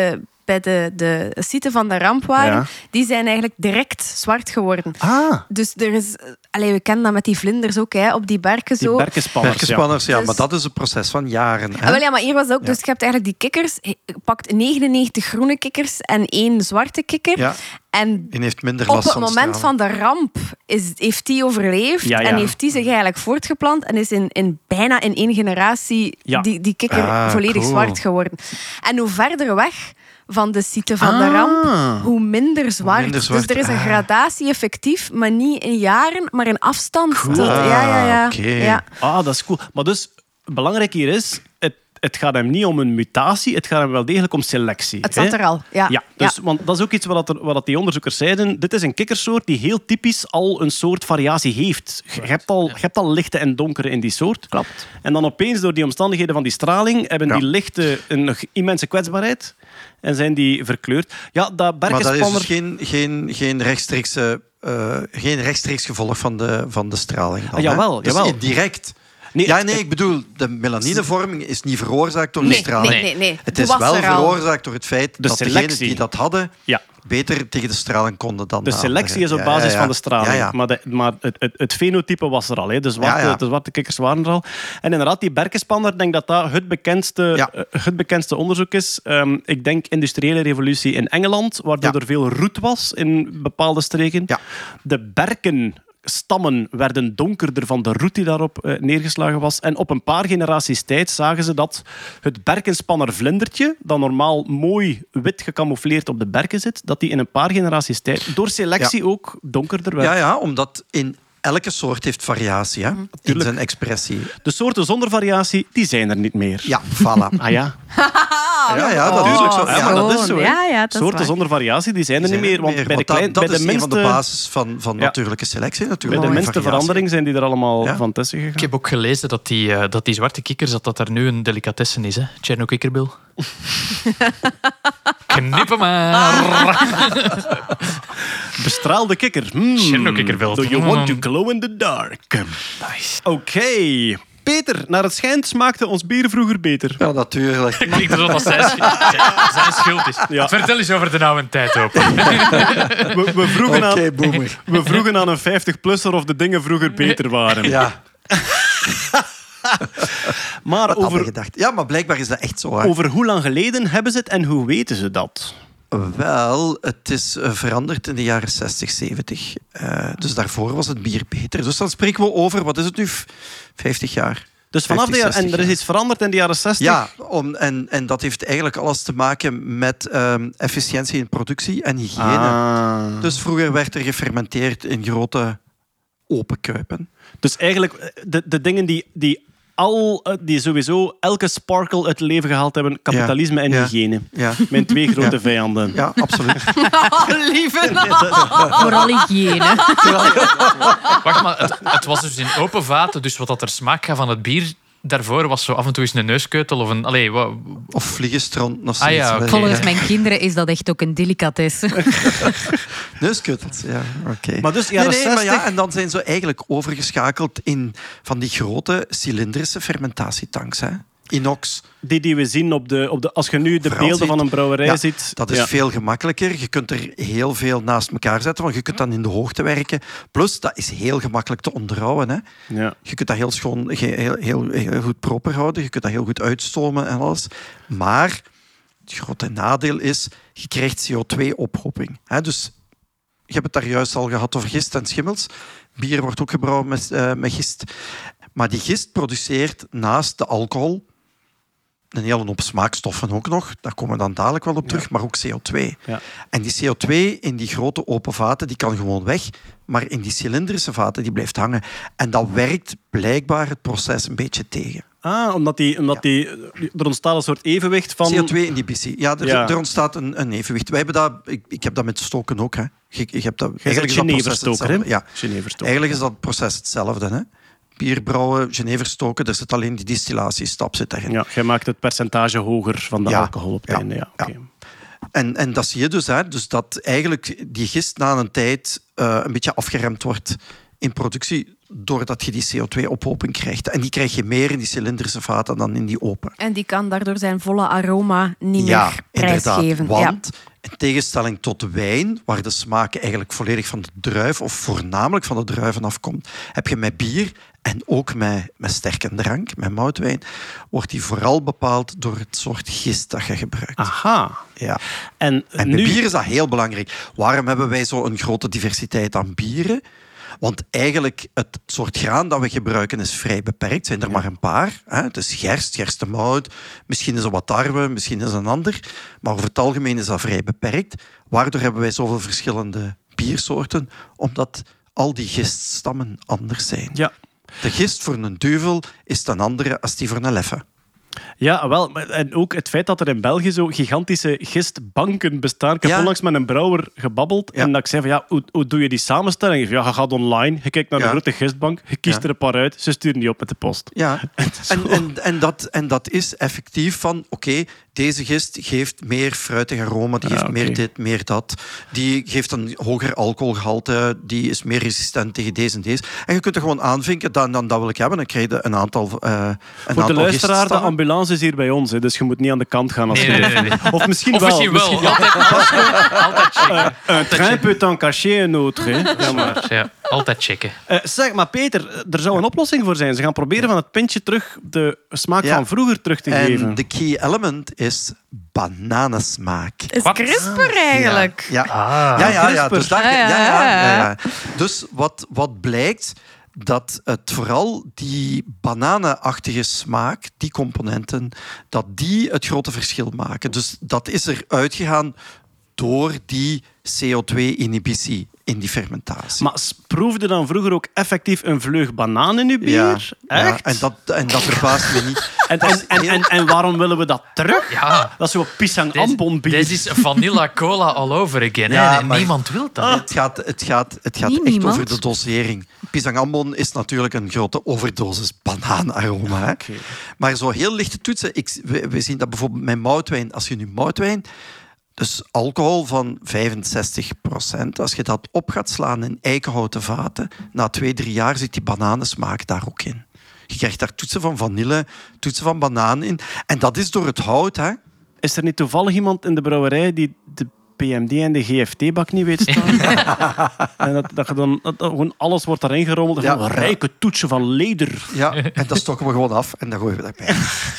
G: bij de, de site van de ramp waren,
A: Ja.
G: die zijn eigenlijk direct zwart geworden.
A: Ah,
G: Dus er is... Allee, we kennen dat met die vlinders ook, hè, op die berken
A: die
G: zo.
A: berkenspanners.
D: Berkenspanners, ja,
G: Dus-
D: maar dat is een proces van jaren. Hè?
G: Ah, wel, ja, maar hier was ook...
D: Ja.
G: Dus je hebt eigenlijk die kikkers. Je pakt negenennegentig groene kikkers en één zwarte kikker.
D: Ja,
G: En
D: en heeft minder
G: op
D: last
G: het
D: van
G: moment
D: stralen.
G: van de ramp is, heeft die overleefd
A: Ja, ja.
G: en heeft die zich eigenlijk voortgeplant en is in, in bijna in één generatie
A: Ja.
G: die, die kikker
D: Ah,
G: volledig
D: cool.
G: zwart geworden. En hoe verder weg van de site van de
A: Ah.
G: ramp, hoe minder zwart.
D: minder zwart.
G: Dus er is een
D: Ah.
G: gradatie effectief, maar niet in jaren, maar in afstand.
A: Cool.
G: Tot, ja, ja, ja.
D: Ah, oké.
G: ja.
A: Ah, dat is cool. Maar dus, belangrijk hier is, het, het gaat hem niet om een mutatie, het gaat hem wel degelijk om selectie.
G: Het
A: hè?
G: zat er al. Ja.
A: Ja, dus, want dat is ook iets wat, dat er, wat dat die onderzoekers zeiden. Dit is een kikkersoort die heel typisch al een soort variatie heeft. Je hebt al, je hebt al lichte en donkere in die soort.
G: Klopt.
A: En dan opeens, door die omstandigheden van die straling, hebben
D: Ja.
A: die lichten een immense kwetsbaarheid en zijn die verkleurd. Ja, dat
D: Maar dat is
A: berkenspanner...
D: dus geen, geen, geen, rechtstreekse, uh, geen rechtstreeks gevolg van de, van de straling. Dan,
A: Ah, jawel,
D: hè? Dus
A: jawel.
D: indirect.
A: Nee,
D: ja,
A: het-
D: nee, ik bedoel, de melaninevorming is niet veroorzaakt door de
G: Nee,
D: straling.
G: nee, nee, nee.
D: Het
G: Die
D: is
G: was
D: wel
G: er al.
D: veroorzaakt door het feit
A: De
D: dat
A: selectie.
D: degenen die dat hadden,
A: Ja.
D: beter tegen de straling konden dan
A: De
D: de
A: selectie is op
D: anderen.
A: basis
D: Ja, ja,
A: van de
D: ja.
A: straling.
D: Ja, ja.
A: Maar, de, maar het, het, het fenotype was er al. Hè. De, zwarte,
D: Ja, ja.
A: de zwarte kikkers waren er al. En inderdaad, die berkenspanner, ik denk dat dat het bekendste,
D: Ja.
A: eh, het bekendste onderzoek is. Um, ik denk industriële revolutie in Engeland, waardoor
D: Ja.
A: er veel roet was in bepaalde streken.
D: Ja.
A: De berken... Stammen werden donkerder van de roet die daarop eh, neergeslagen was. En op een paar generaties tijd zagen ze dat het berkenspannervlindertje, dat normaal mooi wit gecamoufleerd op de berken zit, dat die in een paar generaties tijd door selectie ook donkerder werd.
D: Ja, ja, omdat in elke soort heeft variatie hè, in
A: Tuurlijk.
D: zijn expressie.
A: De soorten zonder variatie, die zijn er niet meer.
D: Ja, voilà.
A: Ah ja,
D: Ja, ja, dat is ook zo.
A: ja,
D: Ja,
A: maar dat is
G: schoon.
A: zo. hè.
G: Ja, ja, dat is
A: soorten
G: waar.
A: zonder variatie, die zijn er
D: Die
A: niet
D: zijn
A: meer.
D: er
A: Want bij de,
D: want
A: klein,
D: dat,
A: bij
D: dat
A: de
D: is een van
A: minste,
D: de basis van, van
A: Ja.
D: natuurlijke selectie.
A: bij
D: Natuurlijk.
A: de
D: Die
A: minste
D: variatie.
A: verandering zijn die er allemaal
D: Ja.
A: van tussen gegaan.
C: Ik heb ook gelezen dat die, uh, dat die zwarte kikkers dat dat er nu een delicatessen is. Hè? Cherno kikkerbil. Knip hem maar.
A: Bestraalde kikker. Hmm.
C: Cherno kikkerbil.
A: Do you want to glow in the dark?
C: Nice.
A: Oké. Peter, naar het schijnt smaakte ons bier vroeger beter.
D: Ja, natuurlijk.
C: Klinkt alsof dat zijn, zijn, zijn schuld is.
A: Ja.
C: Vertel eens over de oude tijd, op.
A: We, we, vroegen
D: Oké,
A: aan,
D: boomer.
A: we vroegen aan een vijftig-plusser of de dingen vroeger beter waren.
D: Ja,
A: Maar
D: wat hadden we
A: over,
D: gedacht. Ja, maar blijkbaar is dat echt zo. Hè.
A: over hoe lang geleden hebben ze het en hoe weten ze dat?
D: Wel, het is eh, veranderd in de jaren zestig, zeventig. Uh, dus daarvoor was het bier beter. Dus dan spreken we over, wat is het nu? V- vijftig jaar.
A: Dus vanaf de
D: vijftig,
A: jaren, en er is
D: zestig
A: iets veranderd in de jaren zestig?
D: Ja, om, en, en dat heeft eigenlijk alles te maken met ehm, efficiëntie in productie en hygiëne.
A: Ah.
D: Dus vroeger werd er gefermenteerd in grote open kuipen.
A: Dus eigenlijk de, de dingen die, die, al, eh, die sowieso elke sparkle uit het leven gehaald hebben, kapitalisme en
D: Ja.
A: hygiëne.
D: Ja,
A: Mijn twee grote
D: Ja.
A: vijanden.
D: ja absoluut.
G: Oh, lieve.
B: Vooral hygiëne.
C: Wacht, maar het, het was dus in open vaten. Dus wat dat er smaak gaf van het bier daarvoor was zo af en toe eens een neuskeutel of een... Allee, wat,
D: Of vliegenstront nog
C: Ah,
D: zoiets.
C: ja, oké.
B: Volgens mijn kinderen is dat echt ook een delicatesse.
D: Neuskeutels, ja, oké.
A: Maar dus
D: Nee,
A: jaren
D: nee, maar
A: zestig...
D: ja, en dan zijn ze eigenlijk overgeschakeld in van die grote cilindrische fermentatietanks. Hè. Inox.
A: Die, die we zien op de, op de... Als je nu de
D: Vooral
A: beelden
D: ziet-
A: van een brouwerij
D: Ja,
A: ziet...
D: Dat is
A: ja.
D: veel gemakkelijker. Je kunt er heel veel naast elkaar zetten, want je kunt dan in de hoogte werken. Plus, dat is heel gemakkelijk te onderhouden. Hè.
A: Ja.
D: Je kunt dat heel schoon, ge- heel, heel, heel goed proper houden. Je kunt dat heel goed uitstomen en alles. Maar het grote nadeel is, je krijgt C O twee ophoping. Hè. Dus je hebt het daar juist al gehad over gist en schimmels. Bier wordt ook gebrouwen met, uh, met gist. Maar die gist produceert naast de alcohol een hele hoop smaakstoffen ook nog. Daar komen we dan dadelijk wel op terug. Ja. Maar ook C O twee.
A: Ja.
D: En die C O twee in die grote open vaten, die kan gewoon weg. Maar in die cilindrische vaten, die blijft hangen. En dat werkt blijkbaar het proces een beetje tegen.
A: Ah, omdat, die, omdat
D: Ja.
A: die... Er ontstaat een soort evenwicht van...
D: C O twee-inhibitie. Ja, er,
A: Ja.
D: er ontstaat een, een evenwicht. Wij hebben dat... Ik, ik heb dat met stoken ook. Hè. Je, je hebt dat,
A: Jij bent
D: is dat proces
A: Geneverstoker, hè?
D: hetzelfde. Ja.
A: Geneverstoker.
D: Eigenlijk is dat proces hetzelfde. Hè. Bier brouwen, Geneverstoken, er zit alleen die distillatiestap zit daarin.
A: Ja, jij maakt het percentage hoger van de
D: Ja.
A: alcohol op het
D: Ja.
A: einde. Ja,
D: Ja.
A: oké.
D: En, en dat zie je dus, hè, dus dat eigenlijk die gist na een tijd uh, een beetje afgeremd wordt in productie doordat je die C O twee ophoping krijgt. En die krijg je meer in die cilindrische vaten dan in die open.
G: En die kan daardoor zijn volle aroma niet
D: Ja,
G: meer prijsgeven.
D: inderdaad.
G: Ja.
D: Want in tegenstelling tot de wijn, waar de smaak eigenlijk volledig van de druif, of voornamelijk van de druiven afkomt, heb je met bier en ook met, met sterke drank, met moutwijn, wordt die vooral bepaald door het soort gist dat je gebruikt.
A: Aha.
D: Ja.
A: En,
D: En bij
A: nu...
D: bier is dat heel belangrijk. Waarom hebben wij zo'n grote diversiteit aan bieren? Want eigenlijk het soort graan dat we gebruiken is vrij beperkt. Zijn er maar een paar. Hè? Het is gerst, gerstemout. Misschien is er wat tarwe, misschien is een ander. Maar over het algemeen is dat vrij beperkt. Waardoor hebben wij zoveel verschillende biersoorten? Omdat al die giststammen anders zijn.
A: Ja.
D: De gist voor een duvel is ten andere als die voor een leffe.
A: Ja, wel. maar- En ook het feit dat er in België zo gigantische gistbanken bestaan. Ik heb
D: Ja.
A: onlangs met een brouwer gebabbeld.
D: Ja.
A: En dat ik zei van, ja, hoe, hoe doe je die samenstelling? Ja, je gaat online, je kijkt naar de
D: Ja.
A: grote gistbank, je kiest
D: Ja.
A: er een paar uit, ze sturen die op met de post.
D: Ja, en, en, en, dat, en dat is effectief van, oké, deze gist geeft meer fruitig aroma, die
A: Ja,
D: geeft
A: oké.
D: meer dit, meer dat. Die geeft een hoger alcoholgehalte, die is meer resistent tegen deze en deze. En je kunt er gewoon aanvinken, dan, dan dat wil ik hebben. Dan krijg je een aantal uh, een
A: Voor de
D: aantal
A: luisteraar, de
D: giststammen.
A: ambulance is hier bij ons, hè, dus je moet niet aan de kant gaan. Als
C: Nee,
A: je
C: nee, nee, nee.
A: Of misschien
C: Of
A: wel.
C: misschien wel.
A: ja.
C: Altijd, altijd checken.
A: Un train peut en cacher un autre. Hè. Ja, maar.
C: Ja, altijd checken.
A: Eh, zeg, maar Peter, er zou een oplossing voor zijn. Ze gaan proberen van het pintje terug de smaak
D: Ja.
A: van vroeger terug te
D: En
A: geven.
D: de key element is bananensmaak.
G: Is
C: Wat?
G: CRISPR eigenlijk?
D: Ja, ja, ja, ja, ja.
A: CRISPR.
D: Dus, daar,
G: Ja,
D: ja,
G: ja,
D: ja, ja,
G: ja.
D: ja. Dus wat, wat blijkt, dat het vooral die bananenachtige smaak, die componenten, dat die het grote verschil maken. Dus dat is er uitgegaan door die C O twee inhibitie in die fermentatie.
A: Maar proefde dan vroeger ook effectief een vleug banaan in uw bier?
D: ja,
A: Echt?
D: ja, en, dat, en dat verbaast me niet.
A: En,
D: Dat
A: en,
D: is
A: en,
D: heel-
A: en, en waarom willen we dat terug?
C: Ja.
A: Dat is zo'n pisang ambon bier.
C: Dit is vanilla cola all over again.
D: Ja,
C: hè. En
D: maar-
C: niemand wil dat.
D: Het gaat, het gaat, het gaat
G: Niet
D: echt
G: niemand.
D: over de dosering. Pisangambon is natuurlijk een grote overdosis banaanaroma. Hè? Maar zo heel lichte toetsen. Ik, we, we zien dat bijvoorbeeld met moutwijn. Als je nu moutwijn, dus alcohol van vijfenzestig procent, als je dat op gaat slaan in eikenhouten vaten, na twee, drie jaar zit die bananensmaak daar ook in. Je krijgt daar toetsen van vanille, toetsen van banaan in. En dat is door het hout, hè?
A: Is er niet toevallig iemand in de brouwerij die de P M D en de G F T-bak niet weet staan? En dat, dat, je dan, dat, dat gewoon alles wordt daarin gerommeld.
D: Ja,
A: Van een
D: ja.
A: rijke toetsen van leder.
D: Ja, en dat stokken we gewoon af en dan gooien we daarbij.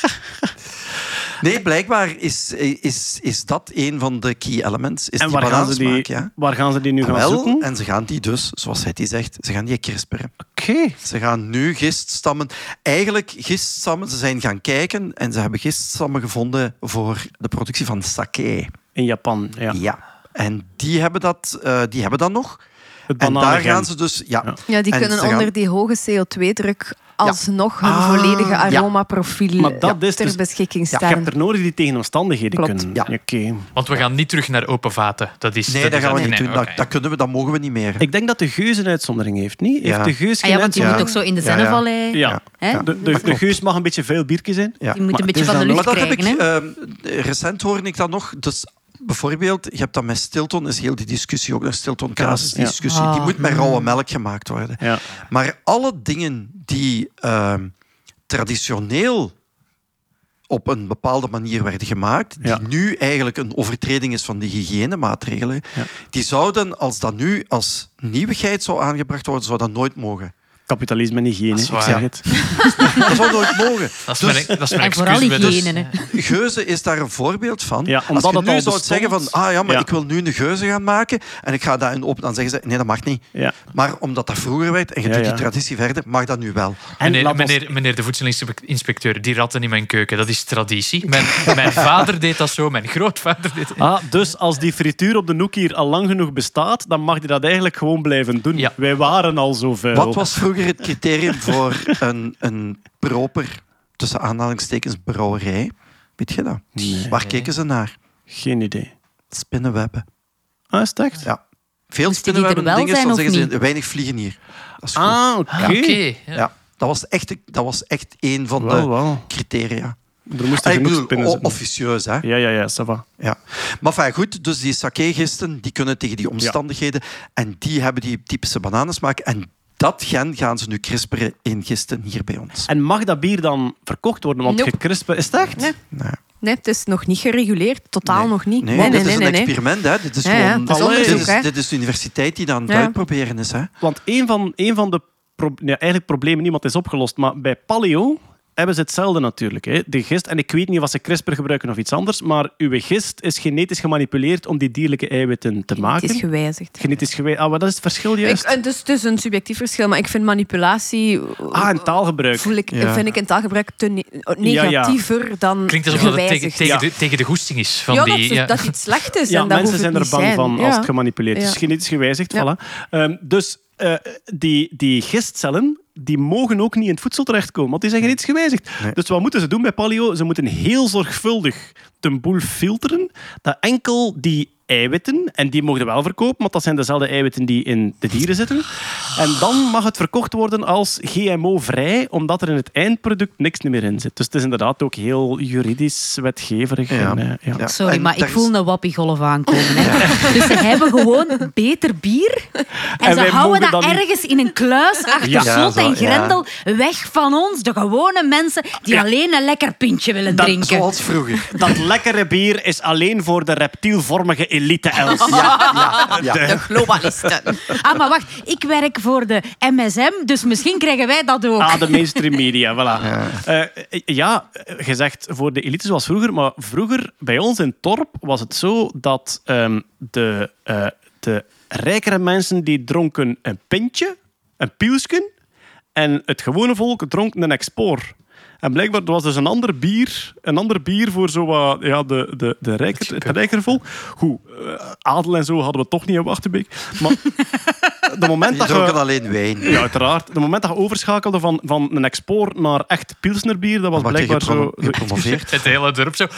D: Nee, blijkbaar is, is, is dat een van de key elements. Is
A: En
D: die
A: waar gaan, ze die,
D: banaansmaak, ja.
A: waar gaan ze die nu gaan
D: Wel,
A: zoeken?
D: en ze gaan die dus, zoals hij die zegt, ze gaan die crisperen.
A: Oké.
D: Ze gaan nu giststammen, eigenlijk giststammen, ze zijn gaan kijken en ze hebben giststammen gevonden voor de productie van sake.
A: In Japan, ja.
D: Ja. En die hebben dat, uh, die hebben dat nog.
A: Het
D: En daar
A: bananengen.
D: gaan ze dus... Ja,
A: Ja.
G: Ja, die
D: En
G: kunnen
D: ze gaan-
G: onder die hoge C O twee druk alsnog hun
D: Ah,
G: volledige
D: ja.
G: aromaprofiel
A: Maar dat is
G: ter
A: dus-
G: beschikking
A: Je
G: stellen.
A: hebt er nodig die tegen omstandigheden
G: Klopt.
A: kunnen.
D: Ja.
A: Oké.
C: Want we gaan niet terug naar open vaten. Dat is,
D: nee,
C: dat
D: dat
C: is
D: gaan we
C: nee,
D: niet
C: nee,
D: doen. Dat,
C: oké.
D: dat kunnen we, dat mogen we niet meer.
A: Ik denk dat de Geus een uitzondering heeft, niet?
D: Ja.
A: Heeft de Geus
B: Ah ja, want die
A: geen
B: moet
D: Ja.
B: ook zo in de
D: Ja, ja.
B: Zennevallei.
A: Ja.
B: Hè?
A: De, de, de Geus mag een beetje veel biertje zijn.
D: Ja.
B: Die moet
A: Maar
B: een beetje
A: het is
B: van de
A: dan
B: lucht
D: Maar dat heb
B: krijgen.
D: ik...
B: hè?
D: ehm, recent hoorde ik dat nog. Dus bijvoorbeeld, je hebt dat met Stilton, is heel die discussie, ook een Stilton kaas, is die
A: Ja.
D: discussie. Die
B: Ah.
D: moet met rauwe melk gemaakt worden.
A: Ja.
D: Maar alle dingen die ehm, traditioneel op een bepaalde manier werden gemaakt, die
A: Ja.
D: nu eigenlijk een overtreding is van die hygiënemaatregelen,
A: Ja.
D: die zouden, als dat nu als nieuwigheid zou aangebracht worden, zou dat nooit mogen.
A: Kapitalisme en hygiëne,
C: Dat is
A: ik
C: waar.
A: zeg het.
D: Dat zou nooit mogen.
C: Dat is
D: Dus-
C: mijn, dat is mijn
B: En vooral
C: excuus. bij de-
B: hygiëne. hè.
D: Geuze is daar een voorbeeld van.
A: Ja,
D: Als
A: omdat
D: je
A: het
D: nu
A: al
D: zou
A: bestond.
D: zeggen van, ah ja, maar
A: Ja.
D: ik wil nu een geuze gaan maken en ik ga dat in open, dan zeggen ze, nee, dat mag niet.
A: Ja.
D: Maar omdat dat vroeger werd en je
A: Ja,
D: doet
A: ja.
D: die traditie verder, mag dat nu wel.
A: En
C: Meneer,
A: laat ons-
C: meneer, meneer de voedselinspecteur, die ratten in mijn keuken, dat is traditie. Mijn, mijn vader deed dat zo, mijn grootvader deed dat.
A: Ah, dus als die frituur op de Noek hier al lang genoeg bestaat, dan mag die dat eigenlijk gewoon blijven doen.
C: Ja.
A: Wij waren al zo vuil.
D: Wat was vroeger het criterium voor een, een proper, tussen aanhalingstekens, brouwerij? Weet je dat?
A: Nee.
D: Waar keken ze naar?
A: Geen idee.
D: Spinnenwebben.
A: Ah, is het echt?
D: Ja. Veel
B: Moesten die er
D: spinnenwebben
B: wel
D: dingen,
B: zijn
D: dan
B: of
D: zeggen ze,
B: niet?
D: weinig vliegen hier. Dat is goed.
A: Ah, oké.
C: Ah, Oké. ja.
D: Ja, dat was echt, dat was echt een van
A: Wel,
D: de
A: wel.
D: criteria.
A: Er moesten
D: Ah, ik
A: genoeg
D: bedoel,
A: spinnen
D: o-
A: zitten.
D: officieus, hè?
A: Ja, ja, ja, ça va.
D: Ja. Maar enfin, goed, dus die sake-gisten die kunnen tegen die omstandigheden en die hebben die typische bananensmaak en dat gen gaan ze nu crisperen in gisten hier bij ons.
A: En mag dat bier dan verkocht worden? Want
G: Nope.
A: gecrispen... Is het echt?
G: Nee.
D: Nee.
G: Nee, het is nog niet gereguleerd. Totaal
D: Nee.
G: nog niet.
D: Nee,
G: nee,
D: dit
G: nee,
D: is
G: nee,
D: een
G: nee.
D: experiment. Hè. Dit is
G: Ja, ja,
D: gewoon...
G: het is
A: Allee.
D: dit,
G: onderzoek,
D: is,
G: hè.
D: dit is de universiteit die dat aan het
G: Ja.
D: uitproberen is. Hè.
A: Want een van, een van de... Pro- ja, eigenlijk problemen, niemand is opgelost. Maar bij paleo hebben ze hetzelfde natuurlijk. Hè. De gist, en ik weet niet of ze CRISPR gebruiken of iets anders, maar uw gist is genetisch gemanipuleerd om die dierlijke eiwitten te maken.
G: Het is gewijzigd.
A: Genetisch gewijzigd. Ah, wat is het verschil juist?
G: Ik, eh, dus het is een subjectief verschil, maar ik vind manipulatie...
A: Ah, en taalgebruik.
G: Voel ik,
D: Ja.
G: vind ik in taalgebruik te ne-
A: ja.
G: negatiever dan
C: Klinkt alsof dat het tegen,
G: gewijzigd.
C: tegen,
A: Ja.
C: de, tegen de goesting is. Van
G: Ja,
C: die,
G: dat, is-
C: ja.
G: dat iets slecht is.
A: Ja,
G: en dat
A: mensen
G: hoeft
A: zijn
G: het
A: er bang
G: niet
A: van
G: zijn.
A: als
G: Ja.
A: het gemanipuleerd is.
G: Ja.
A: Het is genetisch gewijzigd,
G: Ja.
A: voilà. Ehm, dus eh, die, die gistcellen die mogen ook niet in het voedsel terechtkomen, want die zijn genetisch gewijzigd.
D: Nee.
A: Dus wat moeten ze doen bij paleo? Ze moeten heel zorgvuldig de boel filteren, dat enkel die eiwitten, en die mogen wel verkopen, want dat zijn dezelfde eiwitten die in de dieren zitten. En dan mag het verkocht worden als G M O-vrij, omdat er in het eindproduct niks meer in zit. Dus het is inderdaad ook heel juridisch, wetgeverig.
D: Ja.
A: En, eh, ja.
D: Ja.
B: Sorry,
D: En
B: maar ik
D: daar is-
B: voel een wappiegolf aankomen. Hè. Dus ze hebben gewoon beter bier. En,
A: En
B: ze
A: wij
B: houden
A: mogen
B: dat
A: dan niet-
B: ergens in een kluis achter
A: Ja.
B: slot
D: Ja,
B: en
D: zo, ja.
B: grendel. Weg van ons, de gewone mensen die
A: Ja.
B: alleen een lekker pintje willen
A: Dat-
B: drinken.
D: Zoals vroeger.
A: Dat lekkere bier is alleen voor de reptielvormige elite, Els.
D: Ja, ja, ja.
G: De globalisten.
B: Ah, maar wacht. Ik werk voor de M S M, dus misschien krijgen wij dat ook.
A: Ah, de mainstream media, voilà. Ja, ja je zegt voor de elite zoals vroeger, maar vroeger bij ons in Torp was het zo dat ehm, de, eh, de rijkere mensen die dronken een pintje, een pielsken, en het gewone volk dronk een Expor. En blijkbaar was dus een ander bier, een ander bier voor zo wat, ja, de, de, de rijker, het rijkere volk. Goed, eh, adel en zo hadden we toch niet in Wachtenbeek. Maar de moment
D: Die
A: dat
D: dronken
A: je...
D: alleen wijn.
A: Ja, uiteraard. De moment dat je overschakelde van, van een export naar echt pilsnerbier, dat was
D: Wat je
A: blijkbaar zo...
D: gepro- gepromoveerd.
C: Het hele dorp zo...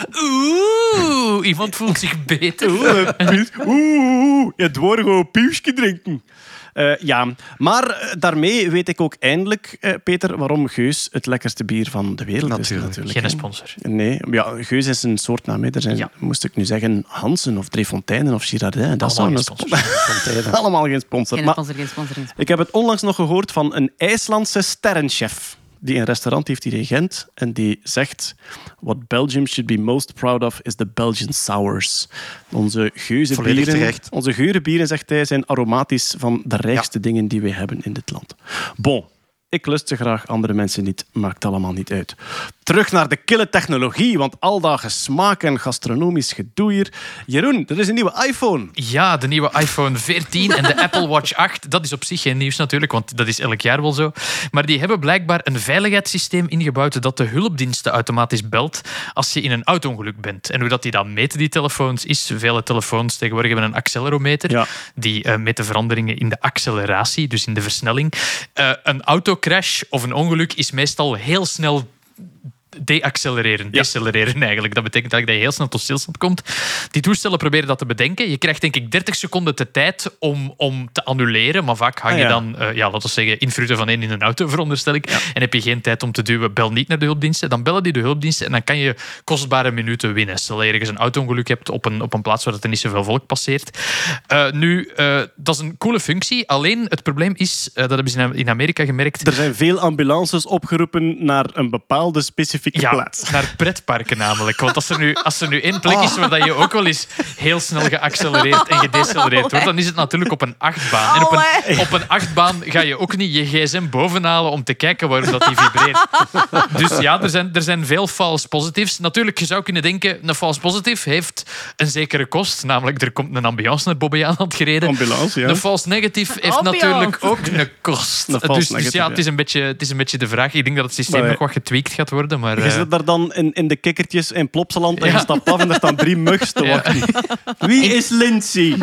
C: Oeh, iemand voelt zich beter.
A: Oeh, een pils- oeh, het wordt gewoon pieuwsje drinken. Eh, ja, maar eh, daarmee weet ik ook eindelijk, eh, Peter, waarom Geus het lekkerste bier van de wereld
D: Natuurlijk.
A: is. Natuurlijk.
C: Geen
A: hè.
C: sponsor.
A: Nee, ja, Geus is een soort naam. hè. Er zijn,
C: Ja.
A: moest ik nu zeggen, Hansen of Drefonteinen of Girardin. Dat
C: Allemaal
A: zou
C: geen
A: een
C: sponsor.
A: Allemaal geen sponsor.
B: Geen
A: Maar
B: sponsor, geen sponsor, geen sponsor.
A: ik heb het onlangs nog gehoord van een IJslandse sterrenchef die een restaurant heeft hier in Gent en die zegt: What Belgium should be most proud of is the Belgian sours. Onze geuze
D: Volledig
A: bieren,
D: terecht.
A: onze geure bieren, zegt hij, zijn aromatisch van de rijkste dingen die wij hebben in dit land. Bon, ik lust ze graag, andere mensen niet, maakt allemaal niet uit. Terug naar de kille technologie, want al dat gesmaak en gastronomisch gedoe hier. Jeroen, er is een nieuwe iPhone.
C: Ja, de nieuwe iPhone veertien en de Apple Watch acht. Dat is op zich geen nieuws natuurlijk, want dat is elk jaar wel zo. Maar die hebben blijkbaar een veiligheidssysteem ingebouwd dat de hulpdiensten automatisch belt als je in een auto-ongeluk bent. En hoe dat die dan meten, die telefoons, is... Vele telefoons tegenwoordig hebben een accelerometer.
A: Ja.
C: Die uh, meet de veranderingen in de acceleratie, dus in de versnelling. Uh, een autocrash of een ongeluk is meestal heel snel deaccelereren, decelereren eigenlijk. Dat betekent eigenlijk dat je heel snel tot stilstand komt. Die toestellen proberen dat te bedenken. Je krijgt denk ik dertig seconden de tijd om, om te annuleren, maar vaak hang je
A: Ah, ja.
C: dan, uh, ja, laten we zeggen, in fruiten van één in een auto, veronderstel ik. En heb je geen tijd om te duwen, bel niet naar de hulpdiensten. Dan bellen die de hulpdiensten en dan kan je kostbare minuten winnen. Stel je ergens een auto-ongeluk hebt op een, op een plaats waar er niet zoveel volk passeert. Uh, nu, uh, dat is een coole functie. Alleen het probleem is, uh, dat hebben ze in Amerika gemerkt.
A: Er zijn veel ambulances opgeroepen naar een bepaalde specifieke
C: Ja,
A: plaats.
C: naar pretparken namelijk. Want als er nu, als er nu één plek is waar dat je ook wel eens heel snel geaccelereerd en gedecelereerd wordt, dan is het natuurlijk op een achtbaan. En op een, op een achtbaan ga je ook niet je gsm bovenhalen om te kijken waarom dat die vibreert. Dus ja, er zijn, er zijn veel false positives. Natuurlijk, je zou kunnen denken, een false positive heeft een zekere kost. Namelijk, er komt een ambulance naar Bobbejaanland aan het gereden.
A: Ambulance, ja.
C: Een false negative heeft
B: Ambulance.
C: natuurlijk ook een kost.
A: Een false
C: Dus, dus
A: negative,
C: ja,
A: ja.
C: het is, een beetje, het is een beetje de vraag. Ik denk dat het systeem
A: Maar,
C: nog wat getweakt gaat worden. Maar,
A: Je
C: eh,
A: zit daar dan in, in de kikkertjes in Plopsaland en
C: Ja.
A: je stapt af en er staan drie mugs te wachten. Wie is Lindsay?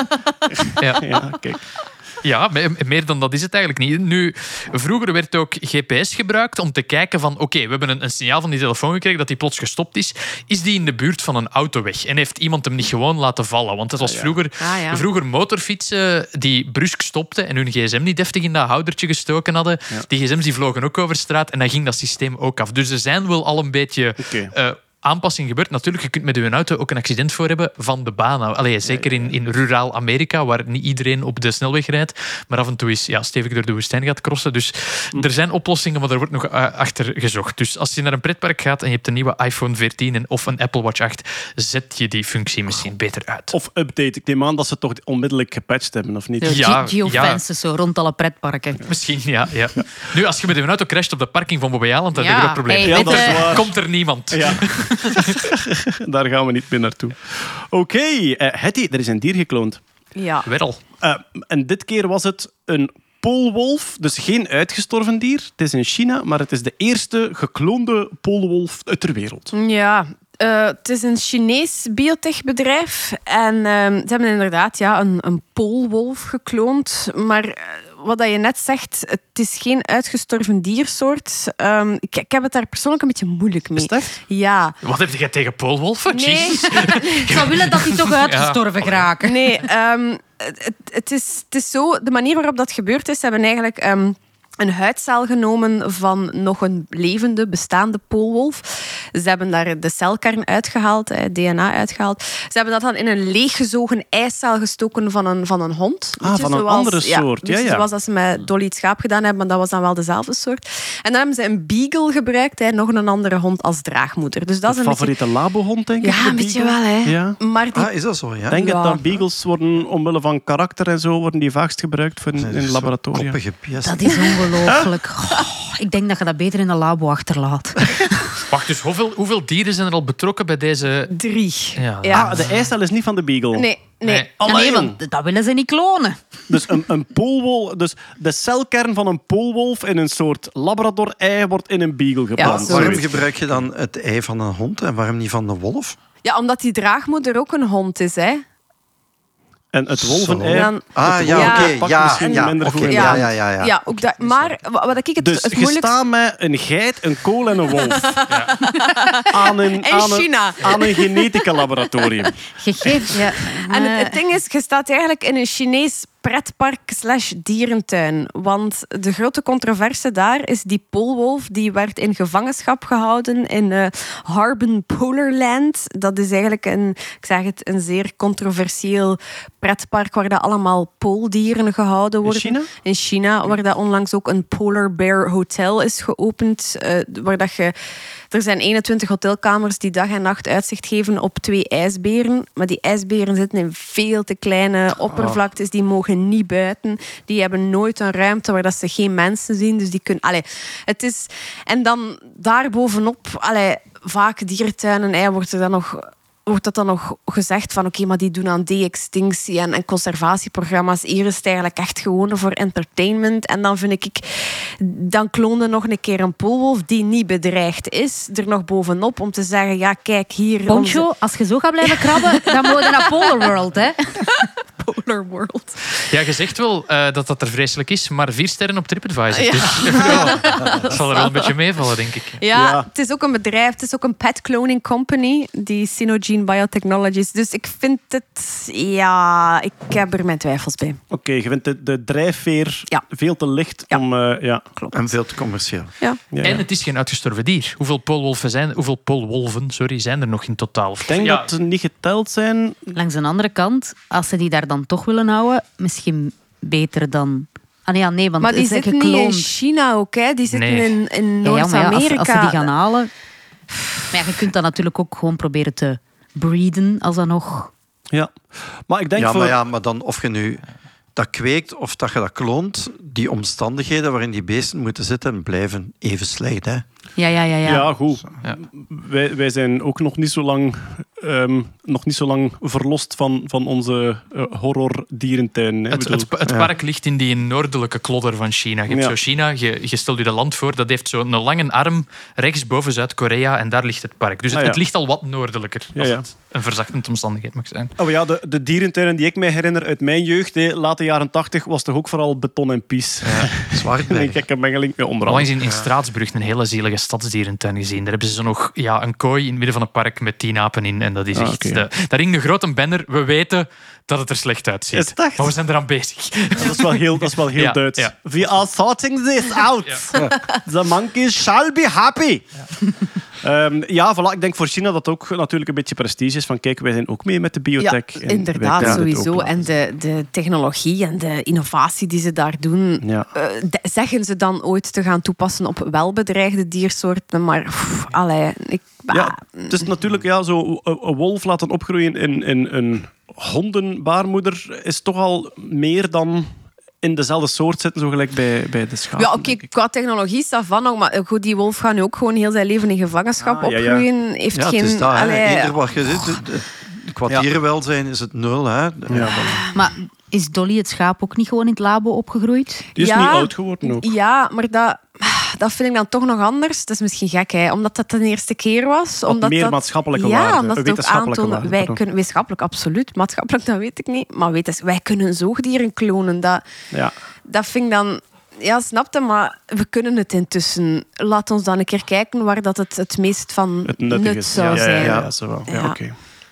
C: ja.
A: Ja, kijk.
C: Ja, me- meer dan dat is het eigenlijk niet. Nu, vroeger werd ook G P S gebruikt om te kijken van oké, we hebben een, een signaal van die telefoon gekregen dat die plots gestopt is. Is die in de buurt van een autoweg? En heeft iemand hem niet gewoon laten vallen? Want het was
A: Ah, ja.
C: vroeger,
G: Ah, ja.
C: vroeger motorfietsen die brusk stopten en hun gsm niet deftig in dat houdertje gestoken hadden.
A: Ja.
C: Die gsm's die vlogen ook over straat en dan ging dat systeem ook af. Dus er zijn wel al een beetje...
A: Oké.
C: eh, aanpassing gebeurt. Natuurlijk, je kunt met je auto ook een accident voor hebben van de baan. Allee, zeker in, in ruraal Amerika, waar niet iedereen op de snelweg rijdt, maar af en toe is ja, stevig door de woestijn gaat crossen. Dus er zijn oplossingen, maar er wordt nog uh, achter gezocht. Dus als je naar een pretpark gaat en je hebt een nieuwe iPhone veertien en, of een Apple Watch acht, zet je die functie misschien beter uit.
A: Of update. Ik neem aan dat ze toch onmiddellijk gepatcht hebben, of niet?
B: Zo,
C: Ja,
B: ge- geofences zo rond alle pretparken.
C: Misschien, ja, ja. Nu, als je met je auto crasht op de parking van Bobby Island, dan
B: Ja,
C: heb je een probleem.
B: hey,
A: Ja,
B: weet
A: dat is
B: je-
A: waar.
C: Komt er niemand.
A: Ja. Daar gaan we niet meer naartoe. Oké, okay. uh, Hetty, er is een dier gekloond.
G: Ja.
C: Wel.
A: Uh, en dit keer was het een poolwolf, dus geen uitgestorven dier. Het is in China, maar het is de eerste gekloonde poolwolf ter wereld.
G: Ja, uh, het is een Chinees biotechbedrijf. En uh, ze hebben inderdaad ja, een, een poolwolf gekloond. Maar uh, wat je net zegt, het is geen uitgestorven diersoort. Um, ik, ik heb het daar persoonlijk een beetje moeilijk mee.
A: Is het echt?
G: Ja.
C: Wat heb je tegen poolwolven?
G: Nee.
C: Jezus.
B: Ik zou willen dat die toch uitgestorven geraken.
G: Nee, um, het, het, is, het is zo... De manier waarop dat gebeurd is, ze hebben eigenlijk... Um, een huidcel genomen van nog een levende, bestaande poolwolf. Ze hebben daar de celkern uitgehaald, D N A uitgehaald. Ze hebben dat dan in een leeggezogen eicel gestoken van een, van een hond.
A: Ah,
G: Weet je,
A: van een
G: zoals-
A: andere soort.
G: dus
A: Ja, ja.
G: Zoals dat ze met Dolly het schaap gedaan hebben, maar dat was dan wel dezelfde soort. En dan hebben ze een beagle gebruikt, hè, nog een andere hond als draagmoeder. Dus dat is
A: De
G: een beetje...
A: favoriete labohond, denk ik?
G: Ja,
A: de
G: een beetje
A: beagle?
G: wel, hè.
A: Ja.
G: Maar die...
D: Ah, is dat zo? Ja.
A: Ik denk
G: Ja.
A: dat beagles worden, omwille van karakter en zo, worden die vaakst gebruikt voor in,
D: Zijn
A: in
D: zo
A: laboratoria.
D: koppige beesten.
B: Dat is ongelooflijk. Oh, ik denk dat je dat beter in een labo achterlaat.
C: Wacht, dus hoeveel, hoeveel dieren zijn er al betrokken bij deze...
G: Drie.
C: Ja.
G: Ja.
A: Ah, de eicel is niet van de beagle.
G: Nee, nee.
C: Nee.
B: Ja,
A: Allee,
B: nee,
A: jong.
B: want dat willen ze niet klonen.
A: Dus een, een poolwolf, dus de celkern van een poolwolf in een soort labrador-ei wordt in een beagle geplant.
G: zo.
D: Waarom
A: Zoiets.
D: gebruik je dan het ei van een hond en waarom niet van de wolf?
G: Ja, omdat die draagmoeder ook een hond is, hè.
A: En het wolvenei...
G: Dan-
D: Ah, ja,
G: Ja.
D: oké.
A: Pakt
D: Ja,
A: misschien
D: ja,
A: minder
D: oké,
A: goed in
D: ja,
A: de
D: ja,
A: hand.
D: ja, ja.
G: Ja, ook dat. Maar wa- wat ik het,
A: Dus
G: het
A: je
G: moeilijkste...
A: staat met een geit, een kool en een wolf. Aan een,
G: In
A: aan een,
G: China.
A: aan een genetica-laboratorium.
B: Gegeven, ja.
G: En
B: Nee.
G: het, het ding is, je staat eigenlijk in een Chinees pretpark slash dierentuin. Want de grote controverse daar is die poolwolf, die werd in gevangenschap gehouden in uh, Harbin Polarland. Dat is eigenlijk een, ik zeg het, een zeer controversieel pretpark waar dat allemaal pooldieren gehouden worden.
A: China?
G: In China, waar dat onlangs ook een Polar Bear Hotel is geopend. Uh, waar dat je... Er zijn eenentwintig hotelkamers die dag en nacht uitzicht geven op twee ijsberen. Maar die ijsberen zitten in veel te kleine oppervlaktes. Die mogen niet buiten. Die hebben nooit een ruimte waar dat ze geen mensen zien. Dus die kunnen... Allee, het is... En dan daarbovenop... Allee, vaak dierentuinen hey, wordt er dan nog... wordt dat dan nog gezegd van oké, okay, maar die doen aan de-extinctie en, en conservatieprogramma's. Hier is het eigenlijk echt gewoon voor entertainment. En dan vind ik, dan kloonde nog een keer een poolwolf die niet bedreigd is, er nog bovenop om te zeggen, ja kijk hier...
B: Poncho,
G: onze...
B: als je zo gaat blijven krabben, dan moet je naar Polar World, hè.
G: Polar World.
C: Ja, je zegt wel uh, dat dat er vreselijk is, maar vier sterren op TripAdvisor.
G: Ja.
C: Dus ja, dat zal er wel een beetje meevallen, denk ik.
G: Ja,
A: Ja.
G: het is ook een bedrijf, het is ook een pet cloning company, die Sinogene Biotechnologies. Dus ik vind het... Ja, ik heb er mijn twijfels bij.
A: Oké, okay, je vindt de, de drijfveer
G: Ja.
A: veel te licht
G: Ja.
A: om... Uh, ja.
D: En veel te commercieel.
G: Ja.
A: Ja,
C: En
A: ja.
C: het is geen uitgestorven dier. Hoeveel poolwolven zijn, hoeveel poolwolven, sorry, zijn er nog in totaal?
A: Ik denk
C: Ja,
A: dat ze niet geteld zijn.
B: Langs de andere kant, als ze die daar dan toch willen houden, misschien beter dan... Ah nee, ja, nee want
G: Maar die
B: het is
G: zitten niet
B: gekloond.
G: in China ook, hè. Die zitten
C: Nee.
G: in, in
B: Ja, ja, maar ja, als,
G: Noord-Amerika.
B: als ze die gaan halen... Maar ja, je kunt dat natuurlijk ook gewoon proberen te breeden, als dat nog...
A: Ja. Maar ik denk
D: Ja,
A: voor...
D: maar ja, maar dan of je nu dat kweekt of dat je dat kloont, die omstandigheden waarin die beesten moeten zitten, blijven even slecht, hè?
B: Ja, ja, ja. ja.
A: Ja, goed.
C: Ja.
A: Wij, wij zijn ook nog niet zo lang, ehm, nog niet zo lang verlost van, van onze uh, horror-dierentuin. Hè.
C: Het,
A: Ik bedoel,
C: het, het park ligt in die noordelijke klodder van China. Je hebt
A: Ja.
C: zo China, je, je stelt je dat land voor, dat heeft zo'n lange arm rechts boven Zuid-Korea en daar ligt het park. Dus het,
A: Ah, ja.
C: het ligt al wat noordelijker,
A: Ja,
C: als
A: ja.
C: het een verzachtend omstandigheid mag zijn.
A: Oh ja, de, de dierentuinen die ik mij herinner uit mijn jeugd, hè, late jaren tachtig, was toch ook vooral beton en pies.
D: Zwaar
A: Een gekke mengeling met onder
C: Onlangs
A: andere.
C: in, in Straatsburg een hele zielige stadsdierentuin gezien. Daar hebben ze zo nog ja, een kooi in het midden van een park met tien apen in. En dat is
A: Ah,
C: echt...
A: oké.
C: de, daar hing een grote banner. We weten dat het er slecht uitziet.
A: Is het echt?
C: Maar we zijn eraan bezig.
A: Dat is wel heel, dat is wel heel
C: Ja,
A: Duits.
C: ja.
A: We are sorting this out. The monkeys shall be happy. Um, ja, voilà, ik denk voor China dat ook natuurlijk een beetje prestige is. Van kijk, wij zijn ook mee met de biotech.
G: Ja,
A: en
G: inderdaad,
A: wij kunnen dit
G: sowieso.
A: ook laten
G: En de, de technologie en de innovatie die ze daar doen,
A: Ja.
G: uh, de- zeggen ze dan ooit te gaan toepassen op welbedreigde diersoorten. Maar, pff, allee, ik...
A: Ja, het is natuurlijk ja, zo een, een wolf laten opgroeien in, in een hondenbaarmoeder is toch al meer dan in dezelfde soort zitten, zo gelijk bij, bij de schapen.
G: Ja, oké,
A: denk ik.
G: qua technologie is dat van nog, maar goed, die wolf gaat nu ook gewoon heel zijn leven in gevangenschap
A: Ah, ja, ja.
G: opgroeien. Heeft
D: Ja,
G: geen...
D: het is dat. hè.
G: allee,
D: Eender wat je zit, de- de- qua
A: Ja.
D: dierenwelzijn is het nul. Hè.
A: Ja, voilà.
B: Maar is Dolly het schaap ook niet gewoon in het labo opgegroeid?
A: Die is
G: Ja.
A: niet oud geworden ook.
G: Ja, maar dat, dat vind ik dan toch nog anders. Dat is misschien gek, hè? Omdat dat de eerste keer was.
A: Wat
G: Omdat
A: meer
G: dat,
A: maatschappelijke
G: ja,
A: waarde,
G: omdat het ook
A: wetenschappelijke
G: aantoont,
A: waarde,
G: wij
A: pardon.
G: kunnen, wetenschappelijk, absoluut. Maatschappelijk, dat weet ik niet. Maar wetens, wij kunnen zoogdieren klonen. Dat,
A: Ja.
G: dat vind ik dan... Ja, snapte, maar we kunnen het intussen. Laat ons dan een keer kijken waar dat het het meest van
A: Het nuttig
G: nut
A: is.
G: zou
A: ja, ja,
G: zijn.
A: Ja, ja, zo wel. Ja,
G: Ja.
A: oké.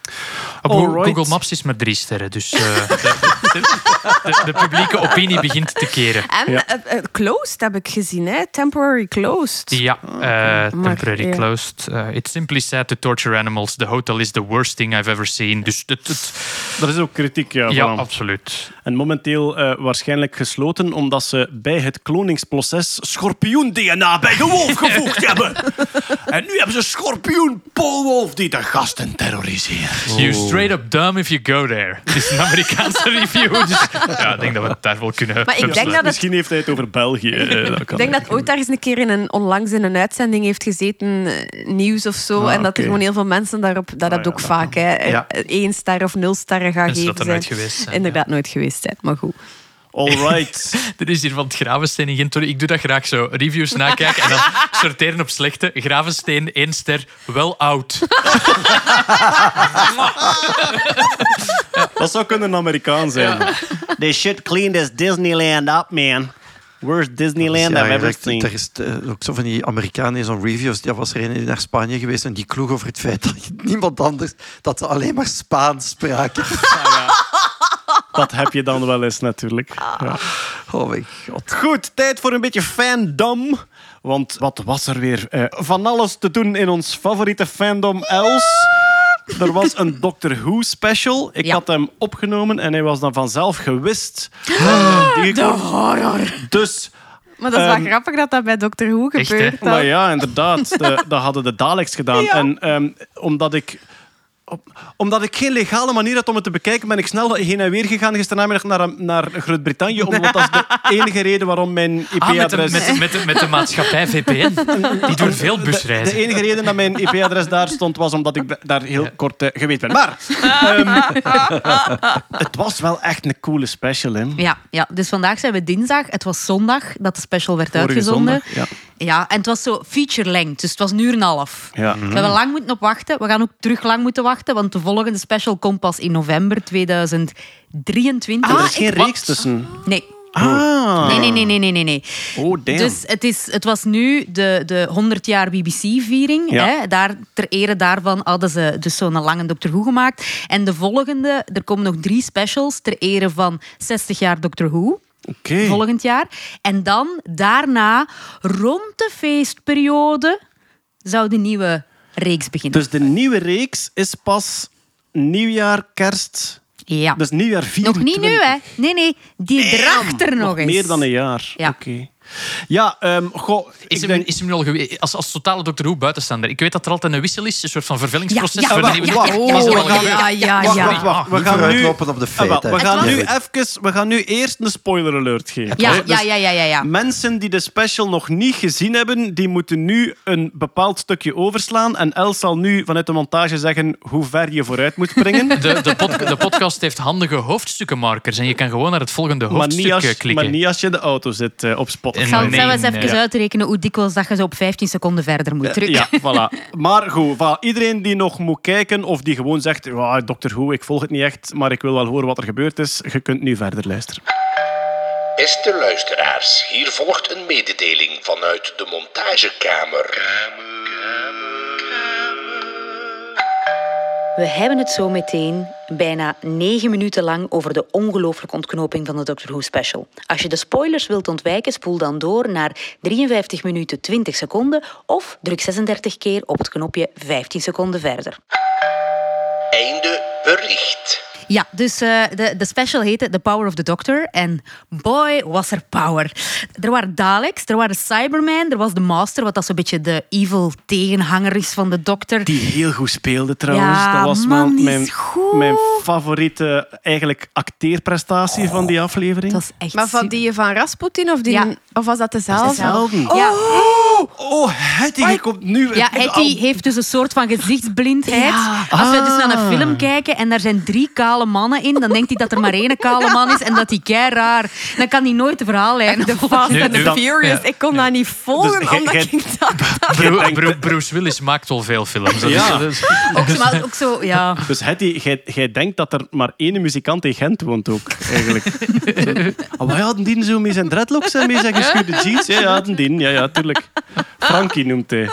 C: Op Go-
A: Alright.
C: Google Maps is maar drie sterren, dus eh, de, de, de, de publieke opinie begint te keren.
G: En
A: Ja.
G: eh, eh, closed heb ik gezien, hè? Temporary closed.
C: Ja, eh, temporary
G: ja.
C: closed. Uh, it's simply sad to torture animals. The hotel is the worst thing I've ever seen. Dus het, het-
A: Dat is ook kritiek, ja.
C: ja,
A: voilà.
C: absoluut.
A: En momenteel eh, waarschijnlijk gesloten omdat ze bij het kloningsproces schorpioen-D N A bij de wolf gevoegd hebben. En nu hebben ze schorpioen-poolwolf die de gasten terroriseert.
C: You straight up dumb if you go there. Het is een Amerikaanse review, dus ja, ik denk dat we het daar wel kunnen
G: Maar ik denk
C: besluiten.
G: dat het-
A: Misschien heeft hij het over België. eh, dat kan
G: Ik denk dat ooit daar eens een keer in een, onlangs in een uitzending heeft gezeten, eh, nieuws of zo.
A: Ah,
G: en dat
A: oké.
G: er gewoon heel veel mensen daarop, dat
A: Ah,
G: heb je
A: ja,
G: ook
A: dat
G: vaak, hè,
D: Ja.
G: één ster of nul sterren gaan
C: Mensen
G: geven
C: dat er nooit
G: zijn.
C: geweest zijn.
G: Inderdaad, nooit geweest zijn, maar goed.
A: All right.
C: Er is hier van het Gravensteen in Gent. Sorry, ik doe dat graag zo. Reviews nakijken en dan sorteren op slechte. Gravensteen, één ster, wel oud.
A: Dat zou kunnen een Amerikaan zijn. They should clean this Disneyland up, man. Worst Disneyland
D: Ja,
A: I've ever
D: direct,
A: seen.
D: er is eh, ook zo van die Amerikanen in zo'n reviews. Die was er een die naar Spanje geweest en die kloeg over het feit dat niemand anders, dat ze alleen maar Spaans spraken.
A: Dat heb je dan wel eens natuurlijk. Ja.
D: Oh mijn god.
A: Goed, tijd voor een beetje fandom. Want wat was er weer? Eh, van alles te doen in ons favoriete fandom, Els. Er was een Doctor Who special. Ik
B: Ja.
A: had hem opgenomen en hij was dan vanzelf gewist. Uh, die horror. Dus,
G: Maar dat is wel
A: Ehm,
G: grappig dat dat bij Doctor Who
C: echt, hè?
G: gebeurt. dan.
A: maar ja, inderdaad. De, dat hadden de Daleks gedaan. En ehm, omdat ik... Op- omdat ik geen legale manier had om het te bekijken, ben ik snel heen en weer gegaan gisteravond naar, naar Groot-Brittannië. Omdat dat is de enige reden waarom mijn I
C: Ah, met de,
A: P-adres...
C: met, de, met, de, met de maatschappij V P N. Die doen veel
A: De,
C: busreizen.
A: de enige reden dat mijn I P-adres daar stond, was omdat ik daar heel kort uh, geweest ben. Maar ehm, het was wel echt een coole special, hè.
B: Ja, ja, dus vandaag zijn we dinsdag. Het was zondag dat de special werd
A: Vorige
B: uitgezonden.
A: zondag, ja.
B: Ja, en het was zo feature-length, dus het was een uur en een half.
A: Ja.
B: We hebben lang moeten op wachten. We gaan ook terug lang moeten wachten, want de volgende special komt pas in november tweeduizend drieëntwintig.
A: er is
B: ik-
A: geen reeks tussen.
B: Nee.
A: Ah.
B: Nee, nee, nee, nee, nee, nee, nee.
A: Oh, damn.
B: Dus het, is, het was nu de, de honderd jaar B B C-viering.
A: Ja.
B: Hè? Daar, ter ere daarvan hadden ze dus zo'n lange Doctor Who gemaakt. En de volgende, er komen nog drie specials ter ere van zestig jaar Doctor Who.
A: Oké.
B: Volgend jaar. En dan daarna, rond de feestperiode, zou de nieuwe reeks beginnen.
A: Dus de nieuwe reeks is pas nieuwjaar, kerst...
B: ja.
A: Dus nieuwjaar
B: Nog
A: vierentwintig.
B: niet nu, hè? Nee, nee. Die erachter nog eens.
A: Meer dan een jaar.
B: Ja.
A: Oké. Ja, ehm goh,
C: Is
A: ik
C: hem,
A: denk...
C: is hem nu al geweest, als, als totale Doctor Who buitenstaander? Ik weet dat er altijd een wissel is, een soort van vervellingsproces
B: Ja, ja,
C: voor de
B: ja,
C: nieuwe.
B: ja, ja, ja,
C: Is er
B: ja,
C: al
B: ja,
C: gebeurd?
B: ja, ja,
A: Wacht,
B: ja.
A: wacht, wacht. We
D: Niet
A: gaan nu...
D: vooruitlopen op de
A: Ah, wel,
D: feiten.
A: we, gaan
B: Het
A: nu
B: was-
A: even, we gaan nu eerst een spoiler alert geven.
B: Ja,
A: Hè?
B: ja,
A: Dus
B: ja, ja, ja, ja.
A: mensen die de special nog niet gezien hebben, die moeten nu een bepaald stukje overslaan. En Els zal nu vanuit de montage zeggen hoe ver je vooruit moet springen.
C: De, de, pod- de podcast heeft handige hoofdstukkenmarkers en je kan gewoon naar het volgende
A: maar,
C: hoofdstuk
A: niet als,
C: eh, klikken.
A: maar niet als je in de auto zit eh, op Spotify.
B: Ik zal het
C: Nee,
B: zelfs
C: nee,
B: even
C: ja.
B: uitrekenen hoe dikwijls dat je zo op vijftien seconden verder moet drukken.
A: Ja, voilà. Maar goed, voilà. Iedereen die nog moet kijken of die gewoon zegt, ja, Doctor Who, ik volg het niet echt, maar ik wil wel horen wat er gebeurd is, je kunt nu verder luisteren.
F: Beste luisteraars, hier volgt een mededeling vanuit de montagekamer.
B: We hebben het zo meteen bijna negen minuten lang over de ongelooflijke ontknoping van de Doctor Who special. Als je de spoilers wilt ontwijken, spoel dan door naar drieënvijftig minuten twintig seconden of druk zesendertig keer op het knopje vijftien seconden verder.
F: Einde bericht.
B: Ja, dus uh, de, de special heette The Power of the Doctor. En boy, was er power. Er waren Daleks, er waren Cybermen, er was de Master, wat dat zo'n beetje de evil tegenhanger is van de Dokter.
A: Die heel goed speelde trouwens.
B: Ja,
A: dat was
B: man, die
A: mijn,
B: is goed.
A: mijn favoriete eigenlijk acteerprestatie van die aflevering.
B: Dat was echt
G: Maar van
B: super.
G: die van Rasputin of, die
B: Ja.
G: of was dat dezelfde?
A: Dezelfde.
B: Ja.
A: Oh, Hetty, je komt nu...
B: Ja, Hetty heeft dus een soort van gezichtsblindheid.
G: Ja.
B: Als we dus naar
A: Ah.
B: een film kijken en daar zijn drie kale mannen in, dan denkt hij dat er maar één kale man is en dat hij kei raar. Dan kan hij nooit de verhaallijnen
G: De
B: volgen.
G: Fast
C: Nu-
G: and the
C: nu-
G: Furious.
C: ja.
G: Ik kon dat niet volgen,
A: Dus gij-
G: omdat
A: gij-
G: ik dacht... dat-
C: Bru-
A: denkt-
C: Bru- Bruce Willis maakt al veel films. Dat
A: Ja.
C: is- dat is-
B: Ook, zo- maar ook zo, ja.
A: Dus Hetty, jij, jij denkt dat er maar één muzikant in Gent woont ook, eigenlijk. Oh, maar ja, die zo met zijn dreadlocks en met zijn geschuurde jeans. Ja, ja, die, ja, ja, tuurlijk. Frankie noemt hij.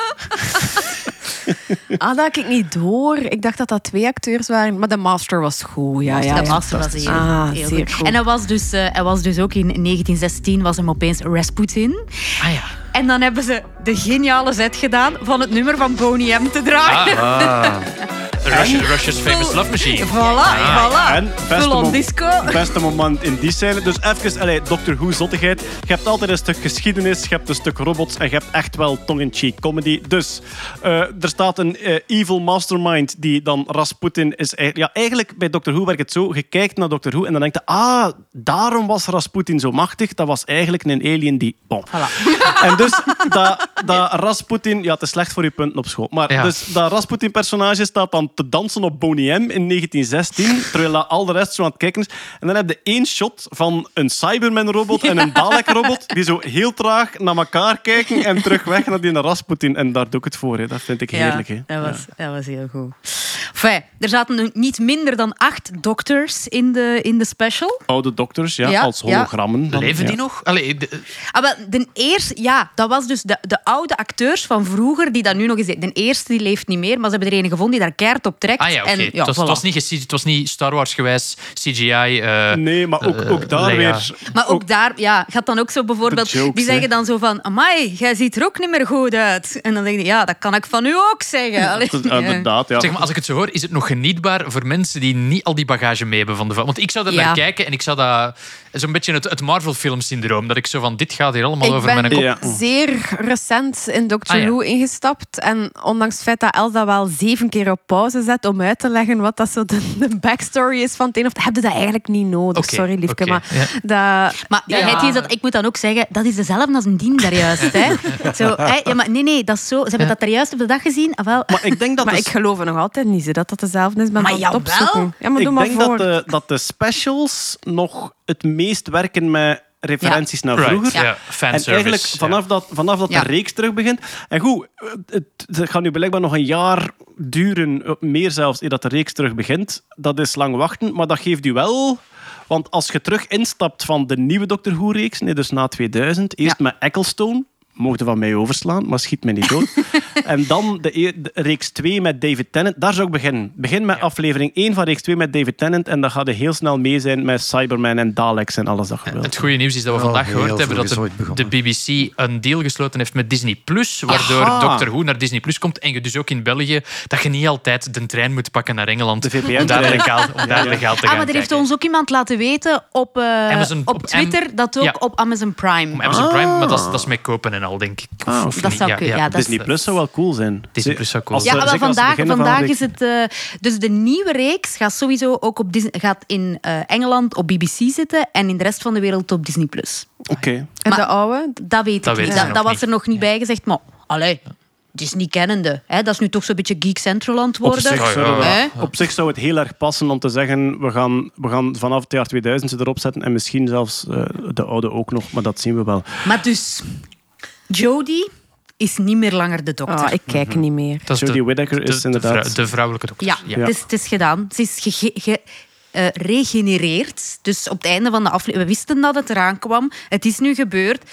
G: Ah, dat had ik niet door. Ik dacht dat dat twee acteurs waren. Maar de Master was goed. Ja, ja,
B: de
G: ja.
B: Master was heel,
G: Ah,
B: heel
G: zeer
B: goed.
G: goed.
B: En hij was, dus, uh, hij was dus ook in negentien zestien was hem opeens Rasputin.
C: Ah ja.
B: En dan hebben ze de geniale zet gedaan van het nummer van Boney M te draaien.
C: Ah. Russia, Russia's famous love machine.
B: Voilà, voilà.
A: En beste,
B: Full on
A: mom-
B: disco.
A: beste moment in die scène. Dus even, allee, Doctor Who zottigheid. Je hebt altijd een stuk geschiedenis, je hebt een stuk robots en je hebt echt wel tongue-in-cheek comedy. Dus uh, er staat een uh, evil mastermind die dan Rasputin is. Ja, eigenlijk bij Doctor Who werkt het zo. Je kijkt naar Doctor Who en dan denk je, ah, daarom was Rasputin zo machtig. Dat was eigenlijk een alien die... Bon.
B: Voilà.
A: En dus dat, dat Rasputin... Ja, het is slecht voor je punten op school. Maar
C: Ja.
A: dus dat Rasputin-personage staat dan te dansen op Boney M in negentien zestien, terwijl dat al de rest zo aan het kijken is. En dan heb je één shot van een Cyberman-robot en een Dalek-robot die zo heel traag naar elkaar kijken en terug weg naar die Rasputin. En daar doe ik het voor. Hè. Dat vind ik heerlijk. Hè.
B: Ja, dat was, dat was heel goed. Enfin, er zaten nu niet minder dan acht dokters in de, in de special.
A: Oude dokters, ja,
B: Ja,
A: als hologrammen. Dan,
C: Leven die
A: ja.
C: nog? Allee, de-
B: Ah, wel, de eerste, ja, dat was dus de, de oude acteurs van vroeger die dat nu nog eens... De eerste die leeft niet meer, maar ze hebben er een gevonden die daar keihard op trekt.
C: ah ja, oké.
B: En, ja,
C: het, was,
B: voilà.
C: het, was niet gesi- het was niet Star Wars-gewijs C G I. eh,
A: Nee, maar ook,
C: eh,
A: ook daar
C: Leia.
A: weer...
B: Maar ook daar, ja, gaat dan ook zo bijvoorbeeld...
A: De jokes,
B: die zeggen
A: hè.
B: dan zo van... Amai, jij ziet er ook niet meer goed uit. En dan denk je, ja, dat kan ik van u ook zeggen. Allee,
A: Dat is
B: ja.
A: inderdaad, ja.
C: Zeg maar, als ik het zo hoor, is het nog genietbaar voor mensen die niet al die bagage mee hebben van de film. Want ik zou daar
B: Ja.
C: naar kijken en ik zou dat... Zo'n beetje het, het Marvel-film-syndroom. Dat ik zo van, dit gaat hier allemaal
G: Ik
C: over
G: ben
C: mijn kop.
A: Ja.
G: zeer recent in Doctor
C: Ah, ja.
G: Who ingestapt. En ondanks het feit dat Elsa wel zeven keer op pauze zet om uit te leggen wat dat zo de, de backstory is van het een of het, heb je dat eigenlijk niet nodig.
C: Oké,
G: Sorry, liefke.
C: oké,
G: Maar,
C: ja.
G: dat,
B: Maar
G: Ja.
B: het is dat, ik moet dan ook zeggen, dat is dezelfde als een dien daar juist. Hè. Zo, hè, ja, maar nee, nee, dat is zo. Ze hebben dat daar juist op de dag gezien. Ah, wel.
A: Maar ik denk dat
G: maar
A: de
G: ik geloof er nog altijd niet zo, dat dat dezelfde is. Ben
B: Maar
G: aan het
B: jawel.
G: opzoeken. Ja, maar
A: ik
G: doe maar
A: denk
G: voor.
A: dat de, dat de specials nog het meest werken met referenties naar
C: Right,
A: vroeger.
C: ja.
B: Ja.
A: En
C: Fanservice.
A: eigenlijk
C: ja.
A: vanaf dat, vanaf dat
B: Ja.
A: de reeks terug begint. En goed, het, het gaat nu blijkbaar nog een jaar duren, meer zelfs, eer dat de reeks terug begint. Dat is lang wachten, maar dat geeft u wel... Want als je terug instapt van de nieuwe Doctor Who-reeks, nee, dus na tweeduizend, eerst
B: Ja.
A: met Ecclestone, mocht van mij overslaan, maar schiet me niet dood. En dan de, e- de reeks twee met David Tennant. Daar zou ik beginnen. Begin met aflevering één van reeks twee met David Tennant en dan gaat je heel snel mee zijn met Cyberman en Daleks en alles dat je wilt.
C: Het goede nieuws is dat we
D: Oh,
C: vandaag
D: heel
C: gehoord hebben
D: vroeg
C: dat
D: is ooit
C: de, de
D: begonnen.
C: B B C een deal gesloten heeft met Disney Plus, waardoor
A: Aha.
C: Doctor Who naar Disney Plus komt en je dus ook in België dat je niet altijd de trein moet pakken naar Engeland
A: De V P N
C: om daar
A: trein.
C: legaal, om daar
A: ja.
C: legaal te
B: Ah,
C: gaan
B: maar er heeft
C: kijken.
B: ons ook iemand laten weten op, eh,
C: Amazon-
B: op
C: op
B: Twitter
C: Am-
B: dat ook
C: Ja.
B: op Amazon Prime.
C: Om Amazon Prime, maar dat is, dat is met kopen en al, denk ik. Of-
A: Ah,
C: of
B: Dat
C: niet?
B: zou kunnen, ja, dat is-
A: Disney Plus zou wel cool zijn.
C: Disney Plus zou cool
A: Als
C: zijn.
A: ze-
B: Ja, maar
A: zeker als ze
B: vandaag,
A: beginnen van
B: vandaag
A: de
B: is het... eh, dus de nieuwe reeks gaat sowieso ook op Disney, gaat in eh, Engeland op B B C zitten en in de rest van de wereld op Disney+. Plus.
A: Oké.
G: En
B: Maar-
G: de oude?
B: Dat weet
C: Dat
B: ik
C: weten
B: niet.
C: ze
B: Dat,
C: nog
B: dat was
C: niet.
B: er nog niet bij gezegd, maar allee, Disney kennende. Hè? Dat is nu toch zo'n beetje Geek Central aan het
A: Op
B: worden.
A: zich,
C: Ja, ja, ja.
B: Hè?
A: op zich zou het heel erg passen om te zeggen, we gaan, we gaan vanaf het jaar tweeduizend ze erop zetten en misschien zelfs eh, de oude ook nog, maar dat zien we wel.
B: Maar dus, Jodie is niet meer langer de dokter.
G: Oh, ik kijk niet meer.
C: Dat is
A: Jodie
C: de,
A: Whittaker
C: de,
A: is
C: de
A: inderdaad-
C: vrou- de vrouwelijke dokter.
B: Ja,
C: Ja.
B: Het, is, het is gedaan. Ze is ge- ge- eh, regenereerd. Dus op het einde van de aflevering... We wisten dat het eraan kwam. Het is nu gebeurd.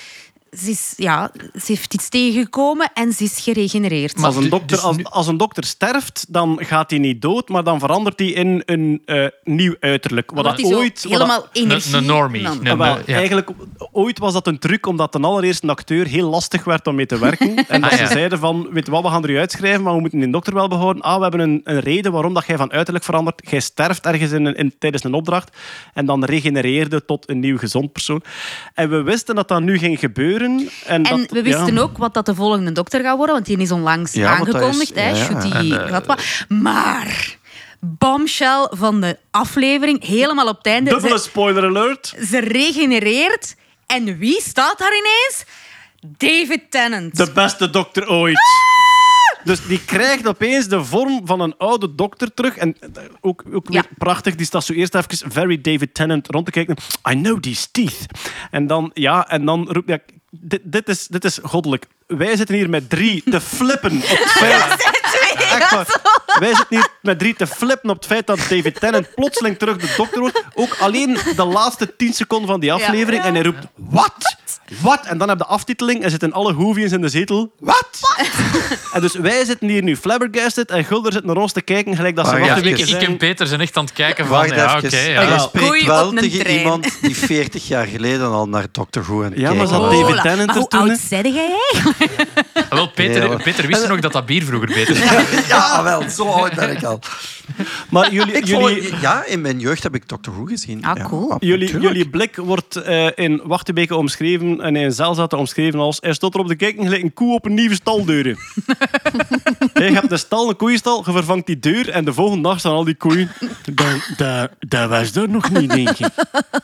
G: ze, is, ja, ze heeft iets tegengekomen en ze is geregenereerd.
C: Maar
A: Als een,
C: du-
A: dokter,
C: dus
A: als,
C: nu-
A: als een dokter sterft, dan gaat hij niet dood, maar dan verandert hij in een eh, nieuw uiterlijk. Wat
G: Omdat
A: dat
G: hij zo
A: ooit... wat
G: helemaal
A: dat-
G: energie...
C: Een- een normie.
G: dan-
C: Een-
A: Ah, wel,
C: ja.
A: Eigenlijk, ooit was dat een truc, omdat de allereerste acteur heel lastig werd om mee te werken. En dat
C: Ah,
A: ze
C: ja.
A: zeiden van, weet je wat, we gaan er u uitschrijven, maar we moeten een dokter wel behouden. Ah, we hebben een, een reden waarom dat jij van uiterlijk verandert. Jij sterft ergens in, een- in, tijdens een opdracht en dan regenereerde tot een nieuw gezond persoon. En we wisten dat dat nu ging gebeuren. En,
G: En
A: dat,
G: we wisten
A: ja.
G: ook wat dat de volgende dokter gaat worden, want die is onlangs
D: Ja, want dat
G: aangekondigd.
D: is-
G: hè,
D: ja, ja.
G: shoot die
C: En, eh,
G: gaat wat. Maar, bombshell van de aflevering, helemaal op het einde.
A: Dubbele
G: Ze,
A: spoiler alert.
G: ze regenereert. En wie staat daar ineens? David Tennant.
A: De beste dokter ooit. Dus die krijgt opeens de vorm van een oude dokter terug. En ook, ook weer
G: Ja.
A: prachtig. Die staat zo eerst even very David Tennant rond te kijken. I know these teeth. En dan, ja, en dan roept ja, dit, dit, is, dit is goddelijk. Wij zitten hier met drie te flippen op het feit... Echt waar. Wij zitten hier met drie te flippen op het feit dat David Tennant plotseling terug de dokter wordt. Ook alleen de laatste tien seconden van die aflevering.
G: Ja.
A: En hij roept, wat? Wat? En dan heb je de aftiteling en zitten alle Whovians in de zetel. Wat? En dus wij zitten hier nu flabbergasted en Gulder zit naar ons te kijken gelijk dat ze
D: Maar
A: wat
C: Ja,
A: de
C: ik,
A: weken
C: ik
A: zijn.
C: en Peter zijn echt aan het kijken van...
D: Wacht
C: Ja,
D: even.
C: oké.
D: En
C: ja.
D: je
A: Wel.
D: spreekt
G: Koei
D: wel
G: op een
D: tegen
G: trein.
D: iemand die veertig jaar geleden al naar Doctor Who aan het
A: Ja, maar
D: kijken
A: zat
D: was.
A: David
G: Hola.
A: Tennant
G: Maar
A: er
G: hoe
A: toen,
G: oud
A: hè?
G: zei jij eigenlijk?
C: Wel, Peter,
D: Ja.
C: Peter wist nog dat dat bier vroeger beter was.
D: Ja, wel, zo oud ben ik al.
A: Maar jullie,
D: Ik
A: jullie,
D: vond, ja, in mijn jeugd heb ik Doctor Who gezien.
G: Ah,
D: Ja,
G: cool.
A: jullie,
D: natuurlijk.
A: jullie blik wordt eh, in Wachtebeke omschreven en in Zelzate omschreven als hij stond er op de kijken gelijk een koe op een nieuwe staldeur. Je hebt een stal, een koeienstal, je vervangt die deur en de volgende dag staan al die koeien. Dat, dat, dat was er nog niet, denk ik.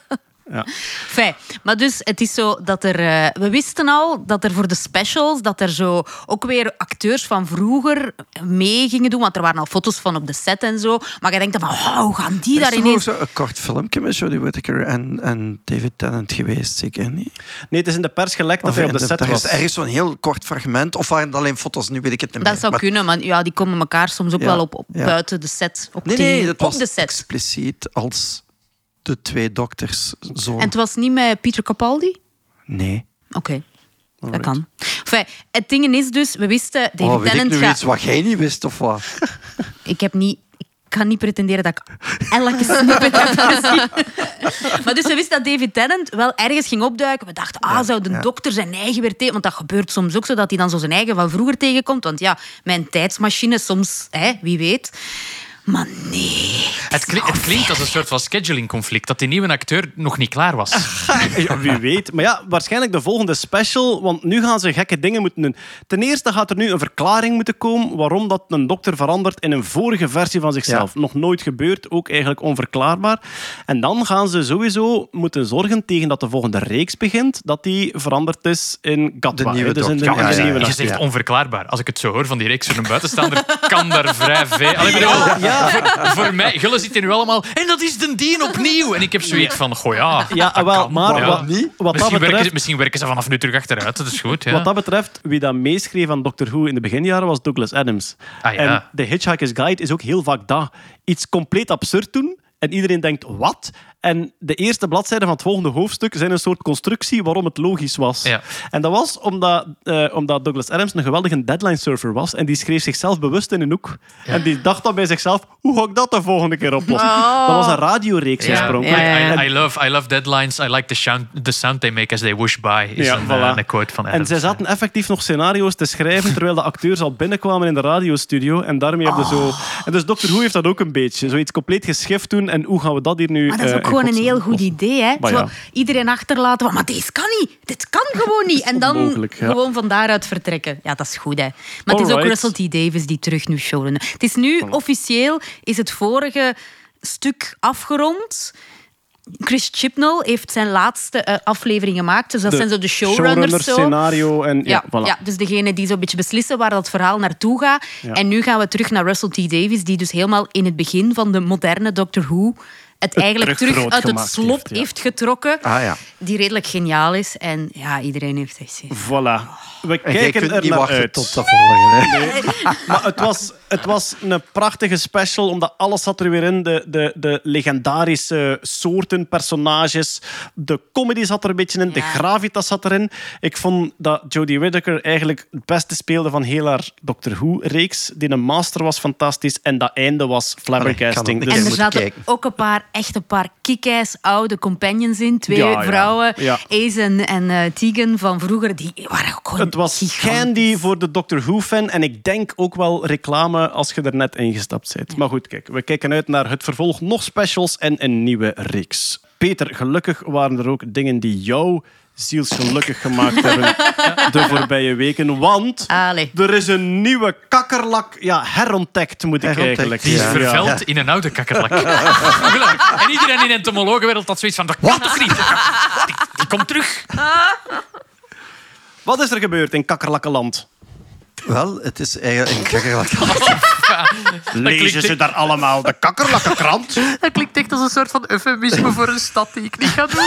G: Fijn. Maar dus, het is zo dat er... eh, we wisten al dat er voor de specials, dat er zo ook weer acteurs van vroeger mee gingen doen, want er waren al foto's van op de set en zo. Maar je denkt dan van, oh, hoe gaan die
D: Er
G: daar
D: is toch ook
G: ineens...
D: zo een kort filmpje met Jodie Whittaker en, en David Tennant geweest, zeker niet?
A: Nee, het is in de pers gelekt dat
D: Of
A: hij op de
D: er-
A: set
D: er
A: was.
D: is ergens zo'n heel kort fragment, of waren het alleen foto's, nu weet ik het niet meer.
G: Dat zou
D: Maar-
G: kunnen, maar ja, die komen elkaar soms ook
D: Ja,
G: wel op, op
D: ja.
G: buiten de set. Op,
D: Nee,
G: tegen-
D: nee, dat
G: op
D: was
G: de set.
D: expliciet als de twee dokters zo.
G: En het was niet met Peter Capaldi?
D: Nee.
G: Oké. Dat kan. Enfin, het ding is dus, we wisten... David
D: Oh, weet ik
G: Tennant
D: nu
G: gaat-
D: iets wat jij niet wist, of wat?
G: Ik heb niet... Ik kan niet pretenderen dat ik elke snippet heb gezien. Maar dus we wisten dat David Tennant wel ergens ging opduiken. We dachten, ah, zou de
D: ja.
G: dokter zijn eigen weer tegen... Want dat gebeurt soms ook zo, dat hij dan zo zijn eigen van vroeger tegenkomt. Want ja, mijn tijdsmachine, soms, hè, wie weet... Maar nee.
C: Het, kli- het klinkt als een soort van schedulingconflict, dat die nieuwe acteur nog niet klaar was.
A: Ja, wie weet. Maar ja, waarschijnlijk de volgende special, want nu gaan ze gekke dingen moeten doen. Ten eerste gaat er nu een verklaring moeten komen waarom dat een dokter verandert in een vorige versie van zichzelf. Nog nooit gebeurd, ook eigenlijk onverklaarbaar. En dan gaan ze sowieso moeten zorgen tegen dat de volgende reeks begint, dat die veranderd is in Gatwa.
D: De nieuwe
A: hè. Dus in de,
D: dokter.
A: in de
D: Ja, ja,
A: nieuwe
C: Je
A: acteur.
C: zegt onverklaarbaar. Als ik het zo hoor van die reeks voor een buitenstaander, kan daar vrij veel... Allee, bedoel, voor, voor mij, Gulle zit hier nu allemaal... En dat is de dien opnieuw. En ik heb zoiets van, goh ja...
A: Ja,
C: dat
A: wel,
C: kan.
A: maar
C: Ja.
A: wat,
D: niet?
A: wat dat
C: Misschien, werken,
A: betreft...
C: ze- misschien werken ze vanaf nu terug achteruit. Dat is goed, ja.
A: Wat dat betreft, wie dat meeschreef aan Doctor Who in de beginjaren was Douglas Adams.
C: Ah, ja.
A: En The Hitchhiker's Guide is ook heel vaak dat. Iets compleet absurd doen en iedereen denkt, wat? En de eerste bladzijden van het volgende hoofdstuk zijn een soort constructie waarom het logisch was.
C: Ja.
A: En dat was omdat, eh, omdat Douglas Adams een geweldige deadline surfer was en die schreef zichzelf bewust in een hoek. En die dacht dan bij zichzelf, hoe ga ik dat de volgende keer oplossen?
G: Oh.
A: Dat was een radioreeks
C: Ja,
A: oorspronkelijk.
G: Ja, ja, ja.
C: I, I, love, I love deadlines. I like the sound, the sound they make as they whoosh by. Is
A: Ja,
C: een,
A: voilà.
C: eh, een quote van
A: En
C: Adams.
A: zij zaten effectief nog scenario's te schrijven terwijl de acteurs al binnenkwamen in de radiostudio. En daarmee hebben ze zo... En dus Doctor Who heeft dat ook een beetje. Zoiets compleet geschift doen. En hoe gaan we dat hier nu...
G: Maar dat is
A: eh,
G: ook
A: in
G: gewoon een
A: godsnaam
G: heel goed
A: oplossen?
G: idee. Hè?
A: Maar
G: Zo,
A: ja.
G: iedereen achterlaten. van, Maar deze kan niet. Dit kan gewoon niet. En dan
A: onmogelijk, ja.
G: gewoon van daaruit vertrekken. Ja, dat is goed. Hè. Maar het is ook
A: Alright.
G: Russell T. Davies die terug nu showrunner. Het is nu officieel is het vorige stuk afgerond. Chris Chibnall heeft zijn laatste eh, aflevering gemaakt. Dus dat
A: De
G: zijn zo de showrunners.
A: showrunners,
G: zo.
A: scenario en... Ja,
G: Ja,
A: voilà.
G: ja, dus degene die zo'n beetje beslissen waar dat verhaal naartoe gaat.
A: Ja.
G: En nu gaan we terug naar Russell T. Davies, die dus helemaal in het begin van de moderne Doctor Who het eigenlijk
A: terug
G: terug,
A: groot
G: uit het
A: gemaakt
G: slop heeft,
A: heeft, ja.
G: getrokken.
D: Ah ja.
G: Die redelijk geniaal is. En ja, iedereen heeft echt zin.
A: Voilà. We
D: En jij
A: kijken
D: kunt
A: er
D: niet
A: naar
D: wachten
A: uit.
D: tot de volgende. Hè?
A: Maar het was, het was een prachtige special, omdat alles zat er weer in. De, de, de legendarische soorten, personages. De comedy zat er een beetje in. De
G: Ja.
A: gravitas zat erin. Ik vond dat Jodie Whittaker eigenlijk het beste speelde van heel haar Doctor Who-reeks. Die een master was fantastisch. En dat einde was flabbergasting.
D: Allee, ik kan het
A: Dus-
G: En er
D: moet
G: zaten
D: kijken.
G: ook een paar, echt een paar kick-ass oude companions in. Twee
A: Ja, ja.
G: vrouwen,
A: Ja.
G: Ace en, en eh, Tegan van vroeger. Die waren ook gewoon
A: Het was
G: gigantisch.
A: candy voor de Doctor Who-fan. En ik denk ook wel reclame als je er net ingestapt bent. Maar goed, kijk, we kijken uit naar het vervolg. Nog specials en een nieuwe reeks. Peter, gelukkig waren er ook dingen die jou zielsgelukkig gemaakt hebben de voorbije weken. Want
G: Allee.
A: er is een nieuwe kakkerlak ja, herontdekt, moet ik
D: Herontdekt,
A: eigenlijk
C: Die is
D: Ja.
C: vervuild in een oude kakkerlak. Ongelooflijk. En iedereen in de entomologenwereld had zoiets van... Dat kan toch niet? Die, die komt terug.
A: Wat is er gebeurd in kakkerlakkenland?
D: Wel, het is eigenlijk een kakkerlak.
A: Lezen ze daar allemaal de kakkerlakkenkrant?
C: Dat klinkt echt als een soort van eufemisme voor een stad die ik niet ga doen.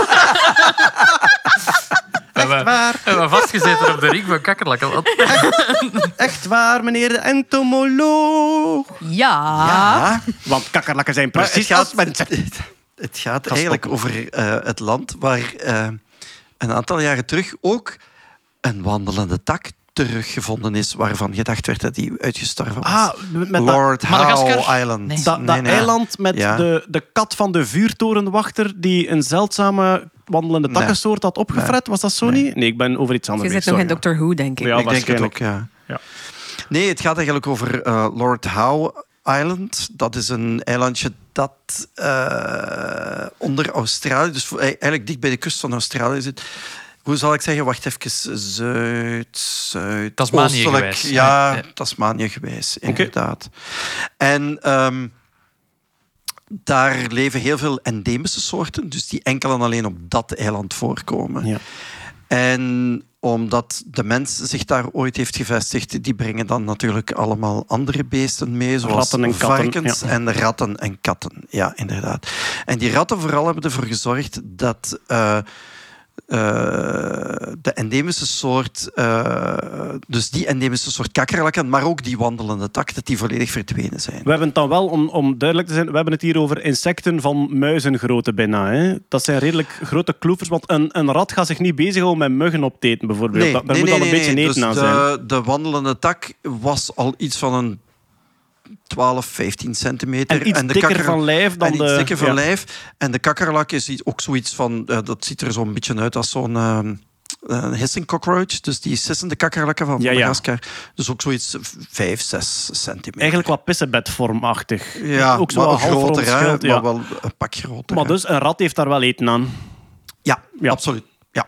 C: Echt
A: waar?
C: We hebben vastgezeten op de ring van kakkerlakken.
A: Echt waar, meneer de entomoloog?
G: Ja.
D: Ja,
A: Want kakkerlakken zijn
D: maar
A: precies
D: het
A: als
D: gaat,
A: mensen.
D: het, het gaat eigenlijk over uh, het land waar uh, een aantal jaren terug ook een wandelende tak teruggevonden is, waarvan gedacht werd dat die uitgestorven was.
A: Ah, met dat,
D: Lord
C: Madagaskar?
D: Howe Island.
C: Nee.
A: dat, dat eiland met
D: Ja.
A: de, de kat van de vuurtorenwachter die een zeldzame wandelende
D: Nee.
A: takkensoort had opgefret. Was dat zo
D: Nee.
A: niet? Nee, ik ben over iets
G: Je
A: anders
G: zit nog in Doctor Who, denk ik.
A: Ja,
D: Ik denk het ook,
A: waarschijnlijk.
D: ja.
A: Ja.
D: Nee, het gaat eigenlijk over uh, Lord Howe Island. Dat is een eilandje dat uh, onder Australië, dus voor- eigenlijk dicht bij de kust van Australië zit. Hoe zal ik zeggen? Wacht even. Zuid, Zuid...
C: Tasmanië
D: oostelijk.
C: gewijs.
D: Ja,
C: Ja.
D: Tasmanië gewijs, inderdaad. En ehm, daar leven heel veel endemische soorten, dus die enkel en alleen op dat eiland voorkomen.
A: Ja.
D: En omdat de mens zich daar ooit heeft gevestigd, die brengen dan natuurlijk allemaal andere beesten mee, zoals
A: Ratten en katten,
D: varkens
A: ja.
D: en ratten en katten. Ja, inderdaad. En die ratten vooral hebben ervoor gezorgd dat uh, uh, de endemische soort, uh, dus die endemische soort kakkerlakken, maar ook die wandelende tak, dat die volledig verdwenen zijn.
A: We hebben het dan wel, om, om duidelijk te zijn, we hebben het hier over insecten van muizengrootte bijna. Hè? Dat zijn redelijk grote kloevers, want een, een rat gaat zich niet bezighouden met muggen opteten, bijvoorbeeld. Dat, daar moet al een beetje eten
D: dus
A: aan
D: de,
A: zijn.
D: De wandelende tak was al iets van een twaalf, vijftien centimeter.
A: En iets
D: de
A: dikker
D: kakker-
A: van lijf dan
D: en
A: de...
D: iets dikker van
A: ja.
D: lijf. En de kakkerlak is iets- ook zoiets van... Uh, dat ziet er zo'n beetje uit als zo'n... Uh, een hissing cockroach, dus die sissende kakkerlakken van
A: Ja, ja.
D: Madagaskar. Dus ook zoiets vijf, zes centimeter.
A: Eigenlijk wat pissebedvormachtig.
D: ja,
A: ook zo
D: maar
A: wat half
D: groter, hè,
A: rondschild, ja.
D: maar wel een pak groter.
A: Maar
D: hè.
A: dus, een rat heeft daar wel eten aan.
D: Ja,
A: Ja.
D: absoluut. Ja.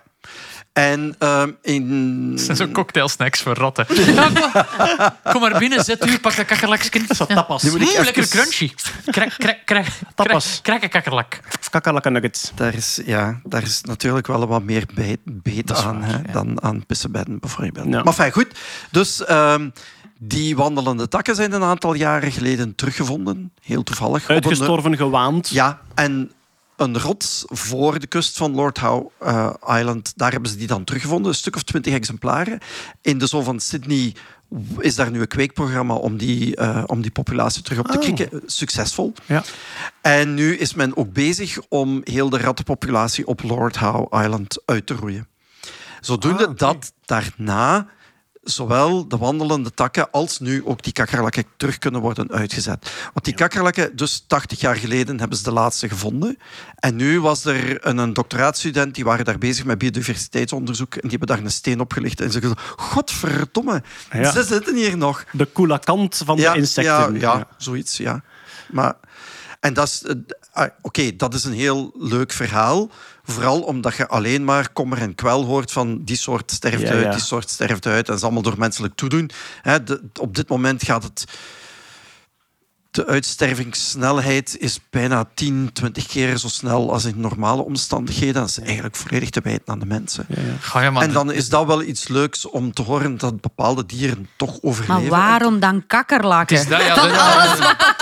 D: En um, in...
C: Dat zijn zo cocktailsnacks voor ratten. Ja, kom, kom maar binnen, zet u, pak dat kakkerlaksken.
A: Zo tapas.
D: Nu moet ik
C: Mm,
D: even-
C: lekker crunchy. Krak, krak, krak,
A: Tapas.
C: krak, krak, kakkerlak.
A: Kakkerlakkennuggets.
D: Daar is, ja, daar is natuurlijk wel wat meer beet, beet
C: is
D: aan
C: waar,
D: hè,
C: ja.
D: dan aan pissebedden, bijvoorbeeld.
A: Ja.
D: Maar fijn, goed. Dus ehm, die wandelende takken zijn een aantal jaren geleden teruggevonden. Heel toevallig. op een-
A: Uitgestorven, gewaand.
D: ja, en een rots voor de kust van Lord Howe uh, Island, daar hebben ze die dan teruggevonden. Een stuk of twintig exemplaren. In de zone van Sydney is daar nu een kweekprogramma om die, uh, om die populatie terug op te
A: Oh.
D: krikken. Succesvol.
A: Ja.
D: En nu is men ook bezig om heel de rattenpopulatie op Lord Howe Island uit te roeien. Zodoende
A: Ah, oké.
D: dat daarna zowel de wandelende takken als nu ook die kakkerlakken terug kunnen worden uitgezet. Want die kakkerlakken, dus tachtig jaar geleden, hebben ze de laatste gevonden. En nu was er een, een doctoraatstudent, die waren daar bezig met biodiversiteitsonderzoek en die hebben daar een steen opgelicht en ze zeiden, godverdomme,
A: Ja.
D: ze zitten hier nog.
A: De koele kant van de insecten.
D: Ja, ja, zoiets, ja. Maar, en dat is... eh, ah, Oké, okay, dat is een heel leuk verhaal. Vooral omdat je alleen maar kommer en kwel hoort van die soort sterft
A: Ja,
D: uit,
A: ja.
D: die soort sterft uit. En dat is allemaal door menselijk toedoen. Hè, de, op dit moment gaat het... De uitstervingssnelheid is bijna tien, twintig keer zo snel als in normale omstandigheden. Dat is eigenlijk volledig te wijten aan de mensen.
A: Ja, ja.
C: Ga je maar
D: En dan is dat wel iets leuks om te horen dat bepaalde dieren toch overleven.
G: Maar waarom dan kakkerlakken?
C: Het is dat, ja,
G: Dan
C: dat-
G: alles wat dat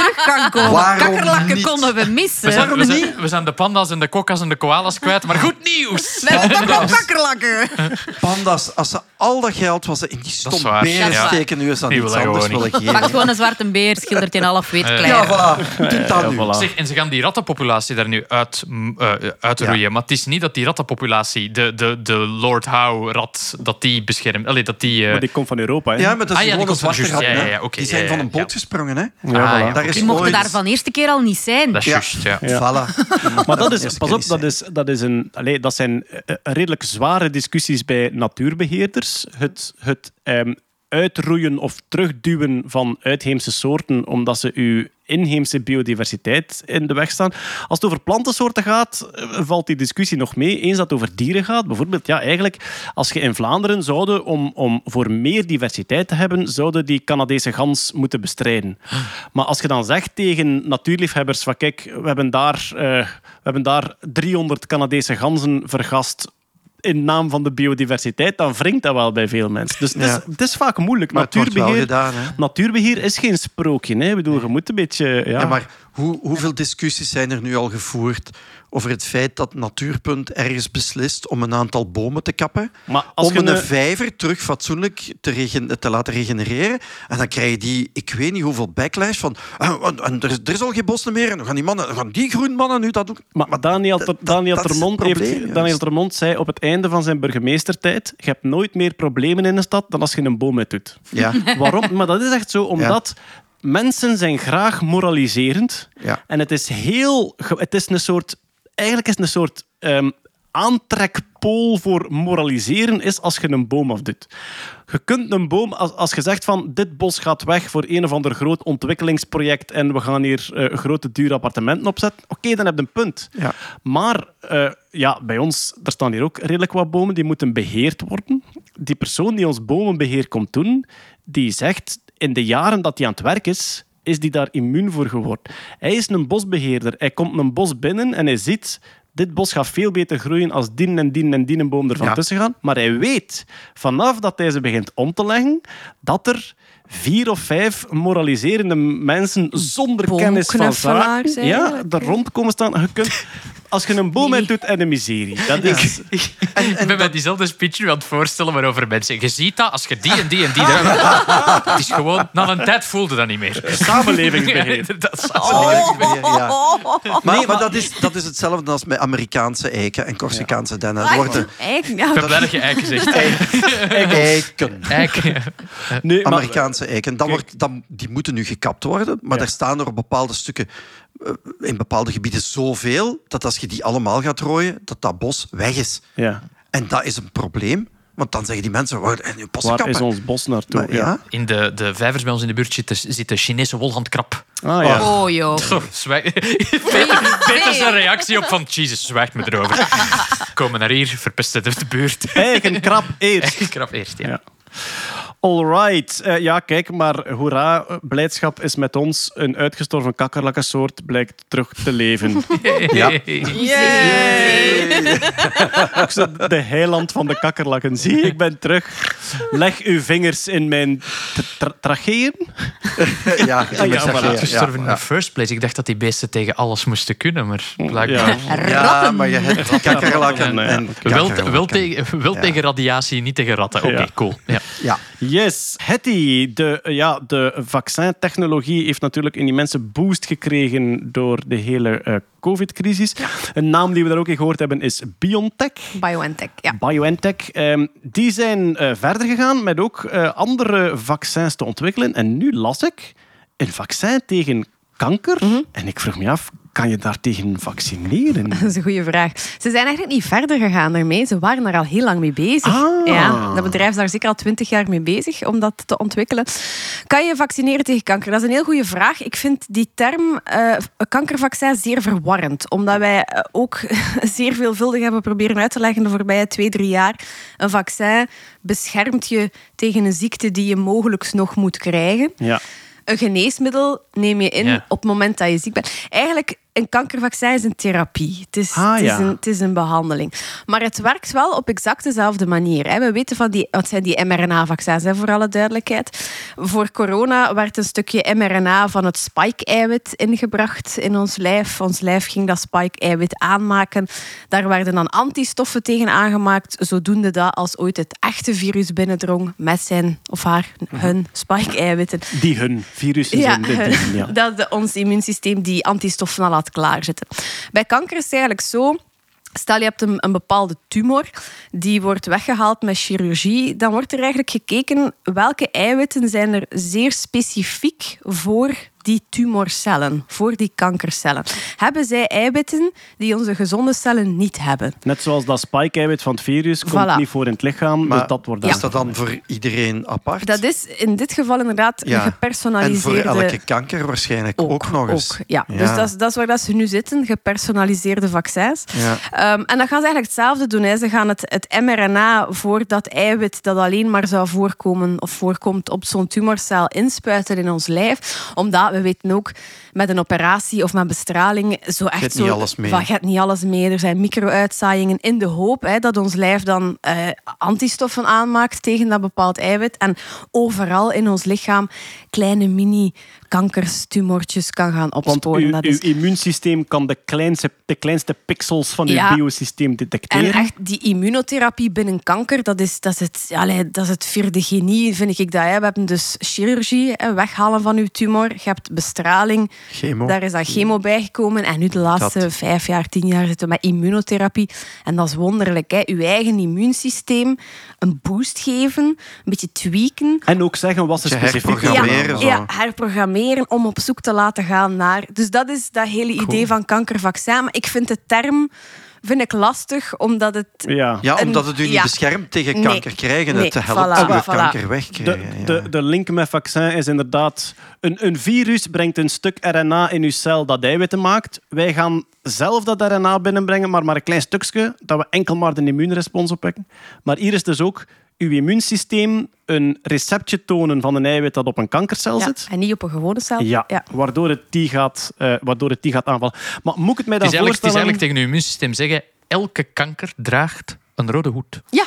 G: terug kan komen.
D: Waarom
B: Kakkerlakken
D: niet?
B: konden we missen.
C: We zijn, we,
D: Waarom
C: zijn, we zijn de panda's en de kokka's en de koalas kwijt, maar goed nieuws!
G: We hebben toch wel kakkerlakken.
D: Panda's, als ze al dat geld was ze in die
C: Dat is
D: stom
C: waar.
D: beren
B: Ja.
D: steken, nu is dat
C: Die
D: iets
C: wil dat
D: anders
C: gewoon
D: wil ik
B: Pak
D: geven.
B: gewoon een zwarte beer, schildert je in half wit
C: Eh,
B: klein.
D: Ja, voilà. Doe dat
A: Ja,
D: nu.
A: voilà.
C: Zeg, en ze gaan die rattenpopulatie daar nu uit, mm, eh, uitroeien.
D: Ja.
C: Maar het is niet dat die rattenpopulatie, de, de, de Lord Howe-rat, dat die beschermt. Allee, dat die... eh,
A: Maar die komt van Europa, hè?
D: Ja, maar dat is
C: Ah, ja,
D: gewoon
C: die
D: een
C: komt van
D: zwarte
C: juist.
D: rat.
C: Ja,
D: hè.
C: ja, ja, oké,
D: Die zijn
C: ja,
D: van
C: ja,
D: een boot
C: ja.
D: gesprongen. Hè.
A: Ja,
C: Ah,
A: voilà.
C: ja,
D: Daar
C: oké.
D: is
B: Die mochten
D: ooit-
B: daar van eerste keer al niet zijn.
C: Dat is
D: Ja.
C: juist, ja.
A: Ja.
D: Voilà.
A: Maar dat is,
D: Eerste
A: pas
D: keer
A: op, dat, is, dat, is een, allee, dat zijn eh, redelijk zware discussies bij natuurbeheerders. Het, het ehm, uitroeien of terugduwen van uitheemse soorten omdat ze uw inheemse biodiversiteit in de weg staan. Als het over plantensoorten gaat, eh, valt die discussie nog mee. Eens dat het over dieren gaat, bijvoorbeeld, ja, eigenlijk, als je in Vlaanderen zouden, om, om voor meer diversiteit te hebben, zouden die Canadese gans moeten bestrijden. Maar als je dan zegt tegen natuurliefhebbers van kijk, we hebben daar, eh, we hebben daar driehonderd Canadese ganzen vergast in naam van de biodiversiteit, dan wringt dat wel bij veel mensen. Dus het is,
D: Ja.
A: het is vaak moeilijk.
D: Maar het wordt wel
A: Natuurbeheer,
D: gedaan. Hè.
A: natuurbeheer is geen sprookje. Hè. Ik bedoel, je moet een beetje... Ja.
D: Ja, maar hoe, hoeveel discussies zijn er nu al gevoerd over het feit dat Natuurpunt ergens beslist om een aantal bomen te kappen,
A: Maar als
D: om
A: je
D: een
A: een-
D: vijver terug fatsoenlijk te, regen, te laten regenereren. En dan krijg je die, ik weet niet hoeveel backlash van ah, en, en er, is, er is al geen bossen meer en dan gaan die, mannen, dan gaan die groenmannen nu dat doen.
A: Maar Daniel, Ter- Daniel,
D: dat is het
A: Termont,
D: probleem,
A: heeft,
D: juist.
A: Daniel Termont zei op het einde van zijn burgemeestertijd: je hebt nooit meer problemen in de stad dan als je een boom uit doet.
D: Ja,
A: Waarom? Maar dat is echt zo, omdat mensen zijn graag moraliserend.
D: ja.
A: En het is heel... ge- Het is een soort... Eigenlijk is het een soort ehm, aantrekpool voor moraliseren is als je een boom afdoet. Je kunt een boom... Als, als je zegt van dit bos gaat weg voor een of ander groot ontwikkelingsproject en we gaan hier eh, grote dure appartementen opzetten, oké, dan heb je een punt.
D: Ja.
A: Maar eh, ja, bij ons, er staan hier ook redelijk wat bomen die moeten beheerd worden. Die persoon die ons bomenbeheer komt doen, die zegt in de jaren dat hij aan het werk is, is die daar immuun voor geworden. Hij is een bosbeheerder. Hij komt een bos binnen en hij ziet dit bos gaat veel beter groeien als die en die en die een boom ervan
D: Ja.
A: tussen gaan. Maar hij weet, vanaf dat hij ze begint om te leggen, dat er vier of vijf moraliserende mensen zonder kennis van
G: Boomknuffelaars
A: zaken ja,
G: eigenlijk,
A: daar rond komen staan. Je kunt, als je een boom uit doet en een miserie. Dat is...
C: Ik ben mij diezelfde speech nu aan het voorstellen, maar over mensen. Je ziet dat, als je die en die en die... eruit- Het is gewoon... Na een tijd voelde dat niet meer.
A: Samenlevingsbeheer.
C: Dat is
D: Ja, ja. Maar, maar dat, is, dat is hetzelfde als met Amerikaanse eiken en Corsicaanse dennen. Er worden
G: Eigenlijk, ja.
C: Ik ben blij dat je eiken zegt.
D: eiken.
C: Eiken.
A: Nee, maar,
D: Amerikaanse eiken. Dat wordt, dat, die moeten nu gekapt worden, maar
A: Ja.
D: er staan er op bepaalde stukken, eh, in bepaalde gebieden zoveel, dat als je die allemaal gaat rooien, dat dat bos weg is.
A: ja.
D: En dat is een probleem, want dan zeggen die mensen, waar, en je bossen
A: Waar
D: kappen.
A: is ons bos naartoe?
D: Maar, ja.
C: In de, de vijvers bij ons in de buurt zit de, zit de Chinese wolhandkrab.
A: Ah, ja.
B: Oh, joh.
C: Oh, zwijg... Peter, Peter zijn reactie op van... Jesus, zwijgt me erover. Komen naar hier, verpesten de buurt.
A: Eigen krap eerst.
C: Krab eerst, ja.
A: Ja. Alright. Eh, ja, kijk, maar hoera, blijdschap is met ons. Een uitgestorven kakkerlakkensoort blijkt terug te leven.
D: Ja.
A: Ook zo de heiland van de kakkerlakken. Zie, ik ben terug. Leg uw vingers in mijn tra- tracheeën.
D: Ja,
A: ja,
D: ja,
A: voilà.
C: Uitgestorven in
D: ja.
C: the first place. Ik dacht dat die beesten tegen alles moesten kunnen, maar blijkbaar...
A: Ja.
D: Ja, maar je hebt kakkerlakken
A: Nee,
D: en
A: oké.
C: Wel,
D: kakkerlakken.
C: wel, tegen, wel
D: Ja.
C: tegen radiatie, niet tegen ratten. Oké,
A: Ja.
C: cool. Ja.
D: Ja.
A: Yes. Hetty, de, ja, de vaccintechnologie heeft natuurlijk een immense boost gekregen door de hele eh, COVID-crisis. Een naam die we daar ook in gehoord hebben is BioNTech.
G: BioNTech, ja.
A: BioNTech. Ehm, die zijn eh, verder gegaan met ook eh, andere vaccins te ontwikkelen. En nu las ik een vaccin tegen kanker. En ik vroeg me af, kan je daartegen vaccineren?
G: Dat is een goede vraag. Ze zijn eigenlijk niet verder gegaan daarmee. Ze waren er al heel lang mee bezig.
A: Ah.
G: Ja, dat bedrijf is daar zeker al twintig jaar mee bezig om dat te ontwikkelen. Kan je vaccineren tegen kanker? Dat is een heel goede vraag. Ik vind die term uh, kankervaccin zeer verwarrend. Omdat wij uh, ook zeer veelvuldig hebben proberen uit te leggen de voorbije twee, drie jaar. Een vaccin beschermt je tegen een ziekte die je mogelijk nog moet krijgen.
A: Ja.
G: Een geneesmiddel neem je in
C: Ja.
G: op het moment dat je ziek bent. Eigenlijk een kankervaccin is een therapie. Het is,
A: Ah,
G: het, is
A: ja.
G: een, het is een behandeling. Maar het werkt wel op exact dezelfde manier. Hè. We weten van die, wat zijn die mRNA-vaccins, hè, voor alle duidelijkheid. Voor corona werd een stukje mRNA van het spike-eiwit ingebracht in ons lijf. Ons lijf ging dat spike-eiwit aanmaken. Daar werden dan antistoffen tegen aangemaakt, zodoende dat als ooit het echte virus binnendrong met zijn of haar, hun spike-eiwitten,
A: Die hun virussen
G: ja,
A: zijn. Dit, dit, ja.
G: dat de, ons immuunsysteem die antistoffen al laat klaarzitten. Bij kanker is het eigenlijk zo. Stel je hebt een, een bepaalde tumor, die wordt weggehaald met chirurgie, dan wordt er eigenlijk gekeken welke eiwitten zijn er zeer specifiek voor die tumorcellen, voor die kankercellen. Hebben zij eiwitten die onze gezonde cellen niet hebben?
A: Net zoals dat spike-eiwit van het virus komt
G: Voilà.
A: niet voor in het lichaam,
D: Maar
A: dus dat wordt dan
D: is dat dan voor iedereen apart?
G: Dat is in dit geval inderdaad
D: Ja.
G: een gepersonaliseerde...
D: En voor elke kanker waarschijnlijk ook, nog eens.
G: Ook, ja. Dus dat is, dat is waar dat ze nu zitten, gepersonaliseerde vaccins.
D: Ja.
G: Um, en dan gaan ze eigenlijk hetzelfde doen. Hè. Ze gaan het, het mRNA voor dat eiwit dat alleen maar zou voorkomen of voorkomt op zo'n tumorcel inspuiten in ons lijf. Omdat, we weten ook, met een operatie of met bestraling zo echt
D: hebt
G: zo...
D: niet alles mee.
G: Van, je hebt niet alles mee. Er zijn micro-uitzaaiingen in de hoop hè, dat ons lijf dan uh, antistoffen aanmaakt tegen dat bepaald eiwit. En overal in ons lichaam kleine mini-kankers, tumortjes kan gaan
A: Want
G: opsporen.
A: uw,
G: Dat
A: uw
G: is...
A: immuunsysteem kan de kleinste, de kleinste pixels van uw
G: Ja.
A: biosysteem detecteren.
G: En echt, die immunotherapie binnen kanker, dat is, dat is, het, allee, dat is het vierde genie, vind ik dat. Hè. We hebben dus chirurgie, hè, weghalen van uw tumor. Je hebt bestraling,
D: Chemo.
G: daar is dan chemo bijgekomen. En nu de laatste
D: Dat.
G: vijf jaar, tien jaar zitten we met immunotherapie. En dat is wonderlijk. Hè. Uw eigen immuunsysteem een boost geven, een beetje tweaken.
A: En ook zeggen wat ze
D: Je
A: specifiek
D: herprogrammeren.
A: willen.
D: zo.
G: ja, herprogrammeren om op zoek te laten gaan naar... Dus dat is dat hele idee van kankervaccin. Maar ik vind de term vind ik lastig, omdat het...
A: Ja.
D: Ja,
G: En-
D: omdat het u niet
G: ja.
D: beschermt tegen
G: Nee.
D: kanker krijgen.
G: Nee,
D: Het helpt
G: voilà,
D: u
G: voilà.
D: kanker
A: De,
D: wegkrijgen.
A: de,
D: ja.
A: de link met vaccin is inderdaad... Een, een virus brengt een stuk R N A in uw cel dat eiwitten maakt. Wij gaan zelf dat R N A binnenbrengen, maar maar een klein stukje, dat we enkel maar de immuunrespons opwekken. Maar hier is dus ook uw immuunsysteem een receptje tonen van een eiwit dat op een kankercel
G: Ja,
A: zit.
G: en niet op een gewone cel.
A: Ja, Waardoor, het die gaat, uh, waardoor het die gaat aanvallen. Maar moet ik het mij
C: Het
A: dan
C: is, eigenlijk, het is
A: voorstellen...
C: eigenlijk tegen uw immuunsysteem zeggen, elke kanker draagt een rode hoed.
G: Ja,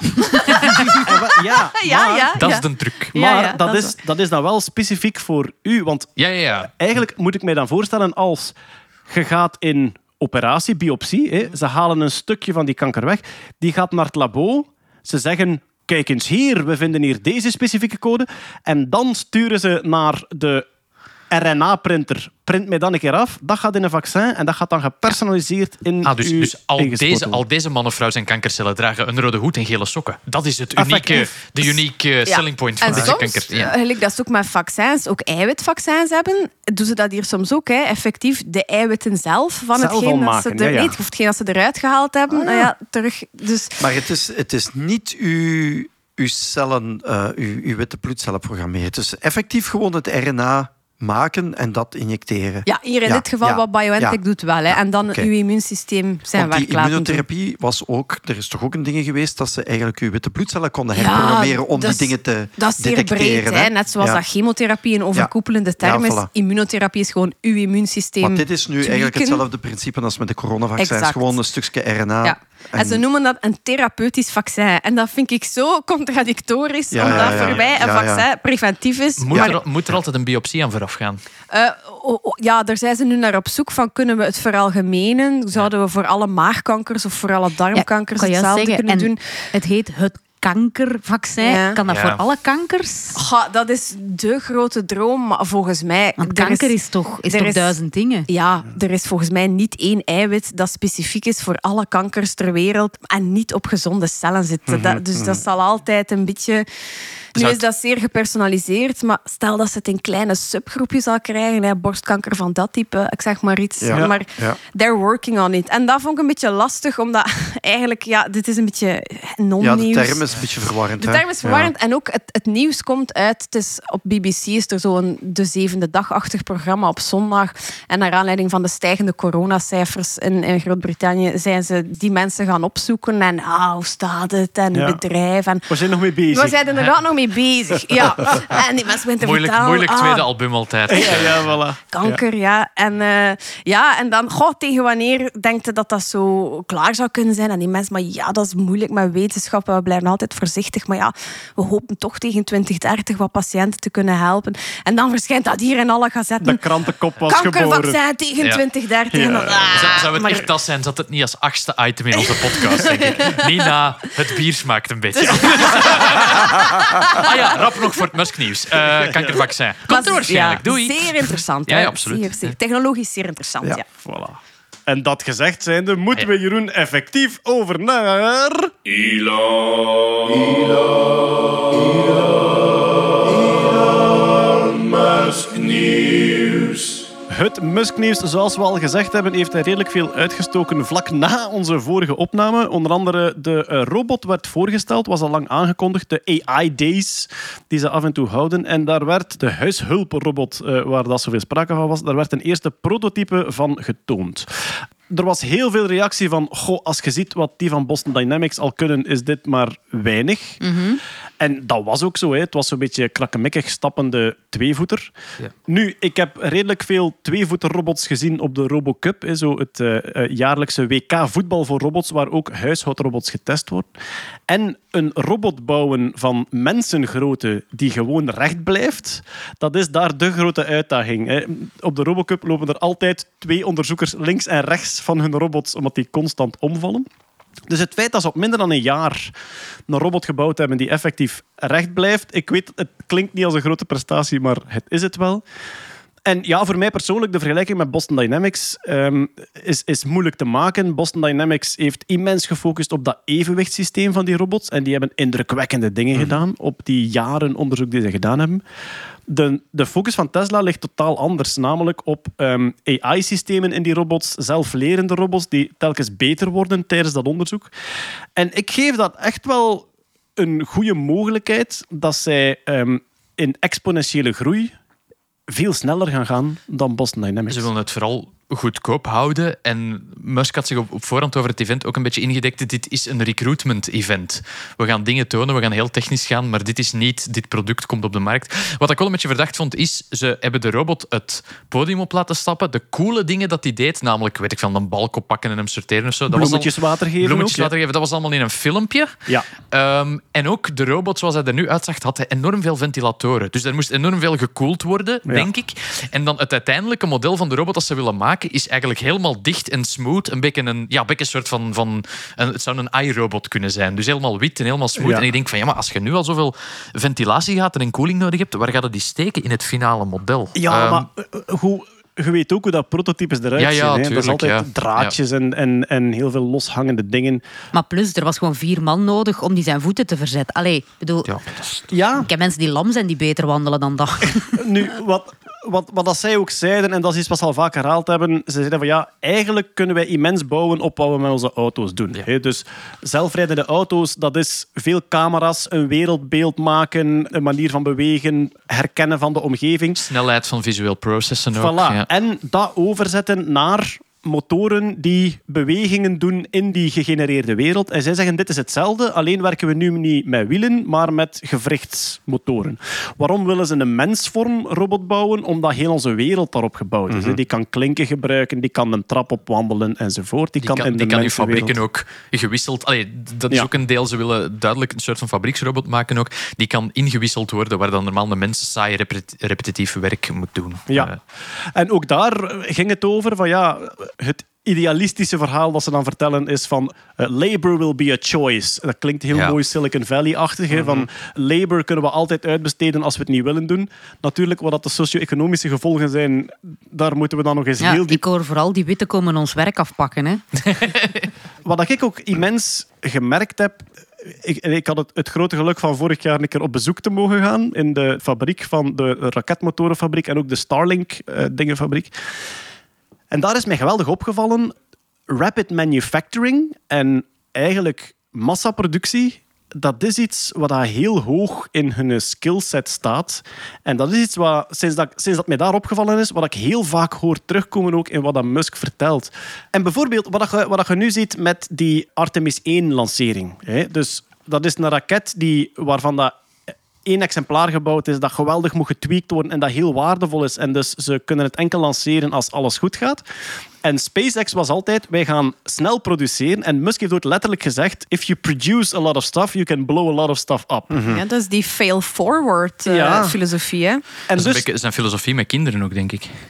A: Eh, wel, ja,
G: ja,
A: maar,
G: ja.
C: Dat
G: ja.
C: is de truc.
G: Ja,
A: Maar
G: ja,
A: dat,
G: dat is
A: is, dat is dan wel specifiek voor u. Want
C: Ja, ja, ja.
A: eigenlijk moet ik mij dan voorstellen als je gaat in operatie, biopsie, hè, ze halen een stukje van die kanker weg, die gaat naar het labo, ze zeggen, kijk eens hier, we vinden hier deze specifieke code, en dan sturen ze naar de R N A-printer, print mij dan een keer af, dat gaat in een vaccin en dat gaat dan gepersonaliseerd in
C: Ah, dus,
A: uw
C: dus al,
A: ingespoten
C: deze,
A: worden.
C: al deze man of vrouw zijn kankercellen dragen een rode hoed en gele sokken. Dat is het unieke,
A: Effectief.
C: de unieke
G: Ja.
C: selling point van
G: En
C: deze
G: soms,
C: kanker. Ja.
G: eh, gelijk dat ze ook met vaccins, ook eiwitvaccins hebben, doen ze dat hier soms ook. Hè. Effectief de eiwitten zelf van
A: Zelf
G: hetgeen
A: al
G: dat
A: maken,
G: ze, er,
A: ja, ja.
G: nee, of hetgeen dat ze eruit gehaald hebben. Nou ja, terug. Dus
D: Maar het is, het is niet uw, uw cellen, uh, uw, uw witte bloedcellen programmeren. Het is effectief gewoon het R N A maken en dat injecteren.
G: ja, hier in
D: Ja,
G: dit geval
D: ja,
G: wat BioNTech
D: ja.
G: doet wel. Hè. En dan
D: oké.
G: uw immuunsysteem zijn
D: Want die
G: werk laten doen.
D: immunotherapie was ook... Er is toch ook een ding geweest dat ze eigenlijk uw witte bloedcellen konden herprogrammeren om
G: dat
D: die
G: is-
D: dingen te
G: Dat is zeer
D: detecteren.
G: breed. Hè. Net zoals
D: Ja.
G: dat chemotherapie een overkoepelende term
D: Ja,
G: is.
D: voilà.
G: Immunotherapie is gewoon uw immuunsysteem
D: Want dit is nu eigenlijk
G: tweaken.
D: hetzelfde principe als met de coronavaccins.
G: Exact.
D: Gewoon een stukje R N A.
G: Ja. En ze noemen dat een therapeutisch vaccin. En dat vind ik zo contradictorisch,
D: Ja,
G: omdat
D: ja, ja.
G: voor mij een
D: Ja, ja.
G: vaccin preventief is.
C: Moet,
G: Maar,
C: er, moet er altijd een biopsie aan vooraf gaan?
G: eh, oh, oh, ja, daar zijn ze nu naar op zoek van, kunnen we het veralgemenen? Zouden we voor alle maagkankers of voor alle darmkankers
B: kan je
G: hetzelfde
B: zeggen.
G: kunnen
B: En
G: doen?
B: het heet het kankervaccin.
G: Ja.
B: Kan dat
C: Ja.
B: voor alle kankers?
G: Ga, dat is de grote droom, maar volgens mij...
B: Want
G: er
B: kanker is, toch, is
G: er
B: toch
G: is-
B: duizend dingen?
G: Ja, er is volgens mij niet één eiwit dat specifiek is voor alle kankers ter wereld en niet op gezonde cellen zit. Dat, dus dat zal altijd een beetje... Nu
C: Zou
G: is dat zeer gepersonaliseerd, maar stel dat ze het in kleine subgroepjes al krijgen, hè, borstkanker van dat type, ik zeg maar iets.
D: Ja,
G: Maar
D: ja.
G: they're working on it. En dat vond ik een beetje lastig, omdat eigenlijk, ja, dit is een beetje
D: Ja,
G: non-nieuws.
D: de term is een beetje verwarrend.
G: De
D: hè?
G: term is verwarrend
D: Ja.
G: en ook het, het nieuws komt uit. Het is, op B B C is er zo'n de zevende dag-achtig programma op zondag. En naar aanleiding van de stijgende coronacijfers in, in Groot-Brittannië zijn ze die mensen gaan opzoeken. En ah, hoe staat het? En
A: Ja.
G: bedrijf. En
A: We zijn nog mee bezig.
G: we zijn er inderdaad nog mee bezig. Ja. En die mensen beginnen te
C: Moeilijk,
G: vertellen,
C: moeilijk
G: ah,
C: tweede album altijd.
A: Ja, ja, voilà.
G: kanker, ja. En, eh, ja, en dan, goh, tegen wanneer denkt je dat dat zo klaar zou kunnen zijn? En die mensen, maar ja, dat is moeilijk met wetenschap. We blijven altijd voorzichtig. Maar ja, we hopen toch tegen twintig dertig wat patiënten te kunnen helpen. En dan verschijnt dat hier in alle gazetten.
A: De krantenkop was geboren.
G: Kankervaccin tegen
C: Ja.
G: twintig dertig. En dan, ah,
C: Zou, zou het
G: maar-
C: echt dat zijn, zat het niet als achtste item in onze podcast, denk ik. Nina, het bier smaakt een beetje. ah ja, rap nog voor het Musk-nieuws. Eh, kankervaccin. Komt er
G: maar-
C: waarschijnlijk.
G: ja,
C: Doei.
G: Zeer interessant.
C: Ja,
G: hè.
C: ja, absoluut.
G: Zeer, zeer. Technologisch zeer interessant, ja.
D: Ja.
A: Voilà. En dat gezegd zijnde, moeten
C: Ja.
A: we Jeroen effectief over naar... Het Musk-nieuws, zoals we al gezegd hebben, heeft hij redelijk veel uitgestoken vlak na onze vorige opname. Onder andere de eh, robot werd voorgesteld, was al lang aangekondigd. De A I Days, die ze af en toe houden. En daar werd de huishulprobot, eh, waar dat zoveel sprake van was, daar werd een eerste prototype van getoond. Er was heel veel reactie van, goh, als je ziet wat die van Boston Dynamics al kunnen, is dit maar weinig. En dat was ook zo. Hè. Het was zo'n beetje krakkemikkig stappende tweevoeter.
C: Ja.
A: Nu, ik heb redelijk veel tweevoeterrobots gezien op de RoboCup. Hè, zo het uh, uh, jaarlijkse W K voetbal voor robots, waar ook huishoudrobots getest worden. En een robot bouwen van mensengrootte die gewoon recht blijft, dat is daar de grote uitdaging. Hè. Op de RoboCup lopen er altijd twee onderzoekers links en rechts van hun robots, omdat die constant omvallen. Dus het feit dat ze op minder dan een jaar een robot gebouwd hebben die effectief recht blijft, ik weet, het klinkt niet als een grote prestatie, maar het is het wel. En ja, voor mij persoonlijk, de vergelijking met Boston Dynamics um, is, is moeilijk te maken. Boston Dynamics heeft immens gefocust op dat evenwichtssysteem van die robots en die hebben indrukwekkende dingen mm. gedaan op die jaren onderzoek die ze gedaan hebben. De, de focus van Tesla ligt totaal anders, namelijk op um, A I-systemen in die robots, zelflerende robots die telkens beter worden tijdens dat onderzoek. En ik geef dat echt wel een goede mogelijkheid dat zij um, in exponentiële groei veel sneller gaan gaan dan Boston Dynamics.
C: Ze willen het vooral goedkoop houden. En Musk had zich op, op voorhand over het event ook een beetje ingedekt. Dit is een recruitment-event. We gaan dingen tonen, we gaan heel technisch gaan, maar dit is niet, dit product komt op de markt. Wat ik wel een beetje verdacht vond, is ze hebben de robot het podium op laten stappen. De coole dingen dat hij deed, namelijk, weet ik van, een balk oppakken en hem sorteren of zo. Dat
A: bloemetjes
C: was al,
A: water geven
C: Bloemetjes
A: ook,
C: water geven, dat was allemaal in een filmpje.
A: Ja.
C: Um, en ook de robot, zoals hij er nu uitzag, had hij enorm veel ventilatoren. Dus er moest enorm veel gekoeld worden,
A: Ja.
C: denk ik. En dan het uiteindelijke model van de robot dat ze willen maken, is eigenlijk helemaal dicht en smooth. Een beetje een, ja, een beetje een soort van... van een, het zou een iRobot kunnen zijn. Dus helemaal wit en helemaal smooth.
A: Ja.
C: En ik denk van, ja, maar als je nu al zoveel ventilatiegaten en koeling nodig hebt, waar gaat het die steken in het finale model?
A: Ja,
C: Um,
A: maar uh, hoe... Je weet ook hoe dat prototypes eruit
C: Ja, ja,
A: zien. Hè? Dat is
C: tuurlijk,
A: altijd
C: ja.
A: draadjes en, en, en heel veel loshangende dingen.
B: Maar plus, er was gewoon vier man nodig om die zijn voeten te verzetten. Allee, ik bedoel,
C: ja, dat is-
A: Ja,
B: ik heb mensen die lam zijn die beter wandelen dan dat.
A: nu, wat, wat, wat dat zij ook zeiden, en dat is iets wat ze al vaak herhaald hebben, ze zeiden van ja, eigenlijk kunnen wij immens bouwen op wat we met onze auto's doen.
C: Ja.
A: Hè? Dus zelfrijdende auto's, dat is veel camera's, een wereldbeeld maken, een manier van bewegen, herkennen van de omgeving.
C: snelheid van visueel processen ook.
A: Voilà.
C: Ja.
A: En dat overzetten naar motoren die bewegingen doen in die gegenereerde wereld. En zij zeggen, dit is hetzelfde, alleen werken we nu niet met wielen, maar met gewrichtsmotoren. Waarom willen ze een mensvorm robot bouwen? Omdat heel onze wereld daarop gebouwd is.
C: Mhm.
A: Die kan klinken gebruiken, die kan een trap opwandelen enzovoort. Die,
C: Die kan,
A: in
C: die
A: de
C: kan in
A: mensenwereld.
C: fabrieken ook gewisseld... Allee, dat is
A: Ja.
C: ook een deel. Ze willen duidelijk een soort van fabrieksrobot maken ook. Die kan ingewisseld worden, waar dan normaal de mens saai repeti- repetitief werk moet doen.
A: Ja.
C: Eh,
A: En ook daar ging het over van ja, het idealistische verhaal dat ze dan vertellen is van uh, labor will be a choice. Dat klinkt heel
C: Ja.
A: mooi Silicon Valley-achtig. hè, Van labor kunnen we altijd uitbesteden als we het niet willen doen. Natuurlijk, wat dat de socio-economische gevolgen zijn, daar moeten we dan nog eens
B: Ja,
A: heel diep...
B: ik hoor vooral die witte komen ons werk afpakken. Hè.
A: Wat ik ook immens gemerkt heb... Ik, ik had het, het grote geluk van vorig jaar een keer op bezoek te mogen gaan in de fabriek van de raketmotorenfabriek en ook de Starlink-dingenfabriek. En daar is mij geweldig opgevallen. Rapid manufacturing en eigenlijk massaproductie dat is iets wat heel hoog in hun skillset staat. En dat is iets wat, sinds dat, sinds dat mij daar opgevallen is, wat ik heel vaak hoor terugkomen ook in wat dat Musk vertelt. En bijvoorbeeld, wat je, wat je nu ziet met die Artemis één-lancering. Hè? Dus dat is een raket die, waarvan dat één exemplaar gebouwd is, dat geweldig moet getweakt worden en dat heel waardevol is. En dus ze kunnen het enkel lanceren als alles goed gaat. En SpaceX was altijd, wij gaan snel produceren. En Musk heeft ook letterlijk gezegd, if you produce a lot of stuff, you can blow a lot of stuff up.
G: Mm-hmm. Ja, dat is die fail-forward uh,
A: Ja.
G: filosofie. Hè?
A: En
C: Dat is een
A: dus,
C: beetje zijn filosofie met kinderen ook, denk ik.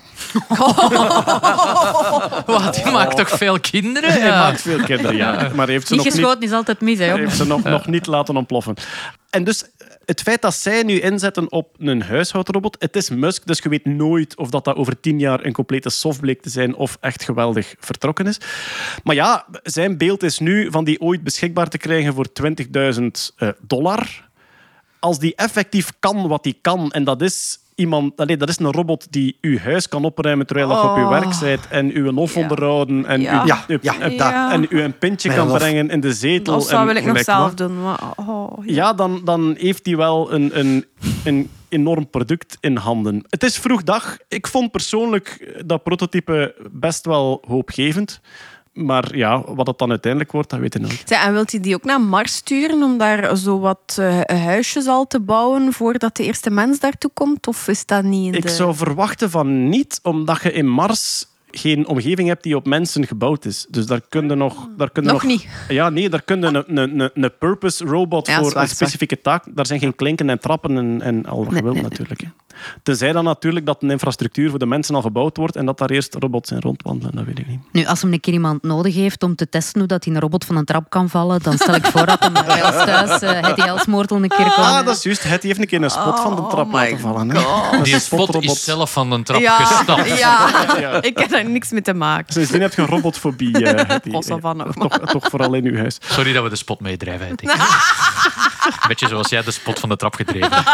C: Wat, die maakt toch veel kinderen?
A: hij
C: Ja.
A: maakt veel kinderen, ja. Maar hij heeft ze
B: Niet
A: nog niet...
B: geschoten is altijd mis, hè.
A: Hij heeft ze nog, nog niet laten ontploffen. En dus het feit dat zij nu inzetten op een huishoudrobot, het is Musk, dus je weet nooit of dat, dat over tien jaar een complete soft bleek te zijn of echt geweldig vertrokken is. Maar ja, zijn beeld is nu van die ooit beschikbaar te krijgen voor twintigduizend uh, dollar. Als die effectief kan wat die kan, en dat is... Iemand, allee, dat is een robot die uw huis kan opruimen terwijl je op uw
G: Oh.
A: werk bent en uw hof
G: Ja.
A: onderhouden en
G: Ja.
A: uw,
D: Ja,
A: uw-
D: ja,
A: uw-
G: ja.
A: en u een pintje
D: Mijn
A: kan
D: hof.
A: brengen in de zetel.
G: Dat zou
A: en
G: wil ik nog
A: gelijk
G: zelf
A: wat.
G: doen. Maar, oh, ja.
A: Ja, dan, dan heeft hij wel een, een, een enorm product in handen. Het is vroeg dag. Ik vond persoonlijk dat prototype best wel hoopgevend. Maar ja, wat het dan uiteindelijk wordt, dat weet ik nooit.
G: Zeg, en wilt hij die ook naar Mars sturen om daar zo wat uh, huisjes al te bouwen voordat de eerste mens daartoe komt? Of is dat niet in
A: Ik
G: de...
A: zou verwachten van niet, omdat je in Mars geen omgeving hebt die op mensen gebouwd is. Dus daar kun je nog... Daar kun je
G: Nog niet.
A: Ja, nee, daar kun je een, een, een, een purpose robot
G: Ja,
A: voor
G: zwaar,
A: een specifieke taak. Daar zijn geen klinken en trappen en, en al wat je wilt natuurlijk. Hè. Tenzij dan natuurlijk dat een infrastructuur voor de mensen al gebouwd wordt en dat daar eerst robots in rondwandelen, dat weet ik niet.
B: Nu, als hem een keer iemand nodig heeft om te testen hoe dat hij een robot van een trap kan vallen, dan stel ik voor dat hem bij ons thuis uh, het L Smoortel een keer komt.
A: Ah, dat is juist. Het heeft een keer een spot van de trap
G: Oh my
A: laten vallen. Hè. Dat is
C: Die
A: een
C: spot
A: spotrobot.
C: is zelf van een trap
G: ja,
C: gestapt.
G: ja, ik heb daar niks mee te maken.
A: Sindsdien heb je een robotfobie. Uh,
G: Kost van nog.
A: toch, toch vooral in uw huis.
C: Sorry dat we de spot meedrijven. Denk ik. Beetje zoals jij de spot van de trap gedreven hebt.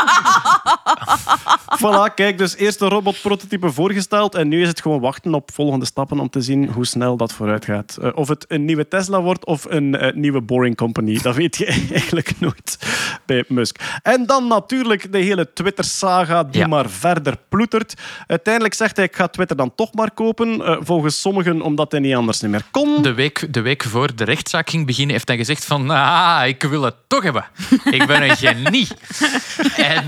A: Voilà, kijk, dus eerst een robotprototype voorgesteld en nu is het gewoon wachten op volgende stappen om te zien hoe snel dat vooruit gaat. Uh, of het een nieuwe Tesla wordt of een uh, nieuwe Boring Company, dat weet je eigenlijk nooit bij Musk. En dan natuurlijk de hele Twitter-saga die
C: Ja.
A: maar verder ploetert. Uiteindelijk zegt hij, ik ga Twitter dan toch maar kopen. Uh, volgens sommigen omdat hij niet anders niet meer kon.
C: De week, de week voor de rechtszaak ging beginnen, heeft hij gezegd van ah, ik wil het toch hebben. Ik ben een genie. En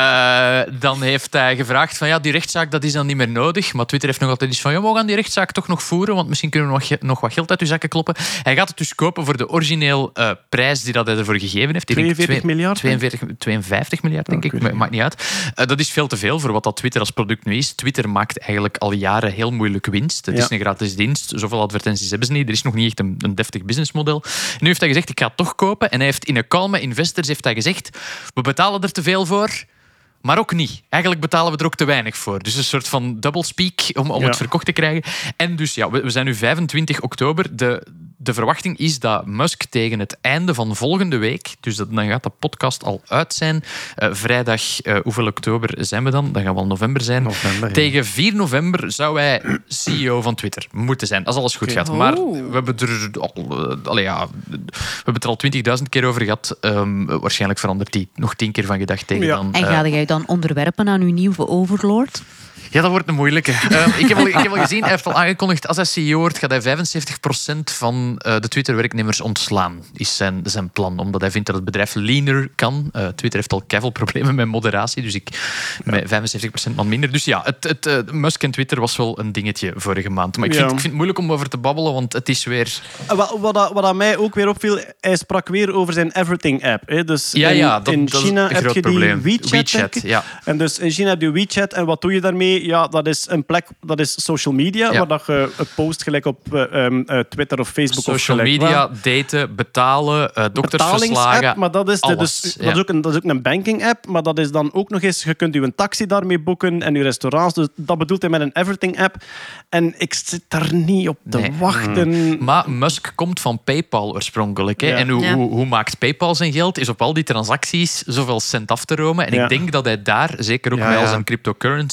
C: uh, dan heeft hij gevraagd van ja, die rechtszaak dat is dan niet meer nodig. Maar Twitter heeft nog altijd iets van ja, we gaan die rechtszaak toch nog voeren, want misschien kunnen we nog, nog wat geld uit uw zakken kloppen. Hij gaat het dus kopen voor de origineel uh, prijs die dat hij ervoor gegeven heeft. Die
A: tweeënveertig
C: twee-
A: miljard?
C: tweeënveertig, tweeënvijftig miljard, denk
A: Oh, ik
C: ik.
A: weet het
C: Maakt niet uit. Uh, dat is veel te veel voor wat dat Twitter als product nu is. Twitter maakt eigenlijk al jaren heel moeilijk winst. Het
A: Ja.
C: is een gratis dienst. Zoveel advertenties hebben ze niet. Er is nog niet echt een, een deftig businessmodel. Nu heeft hij gezegd, ik ga het toch kopen. En hij heeft in een call met investors heeft hij gezegd, we betalen er te veel voor, maar ook niet. Eigenlijk betalen we er ook te weinig voor. Dus een soort van doublespeak om, om
A: Ja.
C: het verkocht te krijgen. En dus ja, we, we zijn nu vijfentwintig oktober. De, de verwachting is dat Musk tegen het einde van volgende week, dus dat, dan gaat de podcast al uit zijn. Uh, vrijdag, uh, hoeveel oktober zijn we dan? Dan gaan we al november zijn.
D: November, ja.
C: Tegen vier november zou hij C E O van Twitter moeten zijn, als alles goed gaat. Maar we hebben, er al, uh, allee, ja, we hebben het er al twintigduizend keer over gehad. Um, waarschijnlijk verandert die nog tien keer van gedacht tegen
A: Ja.
C: dan.
B: En
C: uh,
B: ga jij dan onderwerpen aan uw nieuwe overlord?
C: Ja, dat wordt een moeilijke. Uh, ik, heb al, ik heb al gezien, hij heeft al aangekondigd, als hij C E O wordt, gaat hij vijfenzeventig procent van uh, de Twitter-werknemers ontslaan, is zijn, zijn plan. Omdat hij vindt dat het bedrijf leaner kan. Uh, Twitter heeft al keiveel problemen met moderatie, dus ik met vijfenzeventig procent man minder. Dus ja, het, het, uh, Musk en Twitter was wel een dingetje vorige maand. Maar ik vind,
A: Ja.
C: ik vind het moeilijk om over te babbelen, want het is weer...
A: Uh, Wat, wat, dat- wat aan mij ook weer opviel, hij sprak weer over zijn Everything-app. Hè. Dus
C: Ja,
A: in,
C: ja, dat,
A: in
C: dat is
A: China
C: een
A: heb
C: groot
A: je die
C: probleem.
A: WeChat,
C: WeChat,
A: denk ik.
C: ja.
A: En dus in China heb je WeChat. En wat doe je daarmee? Ja, dat is een plek, dat is social media,
C: Ja.
A: waar dat je een post gelijk op uh, um, uh, Twitter of Facebook of
C: Social
A: gelijk
C: media,
A: wat.
C: daten, betalen, uh, doktersverslagen.
A: Betalingsapp, maar dat is, de,
C: alles,
A: dus,
C: ja.
A: dat, is ook een, dat is ook een banking-app, maar dat is dan ook nog eens, je kunt je een taxi daarmee boeken en je restaurants, dus dat bedoelt hij met een Everything-app. En ik zit daar niet op te
C: Nee.
A: wachten.
C: Maar Musk komt van PayPal oorspronkelijk. Hè?
A: Ja.
C: En hoe,
G: Ja.
C: hoe, hoe maakt PayPal zijn geld? Is op al die transacties zoveel cent af te romen. En
A: Ja.
C: ik denk dat hij daar, zeker ook
D: Ja,
C: met al
D: ja.
C: zijn cryptocurrency uh,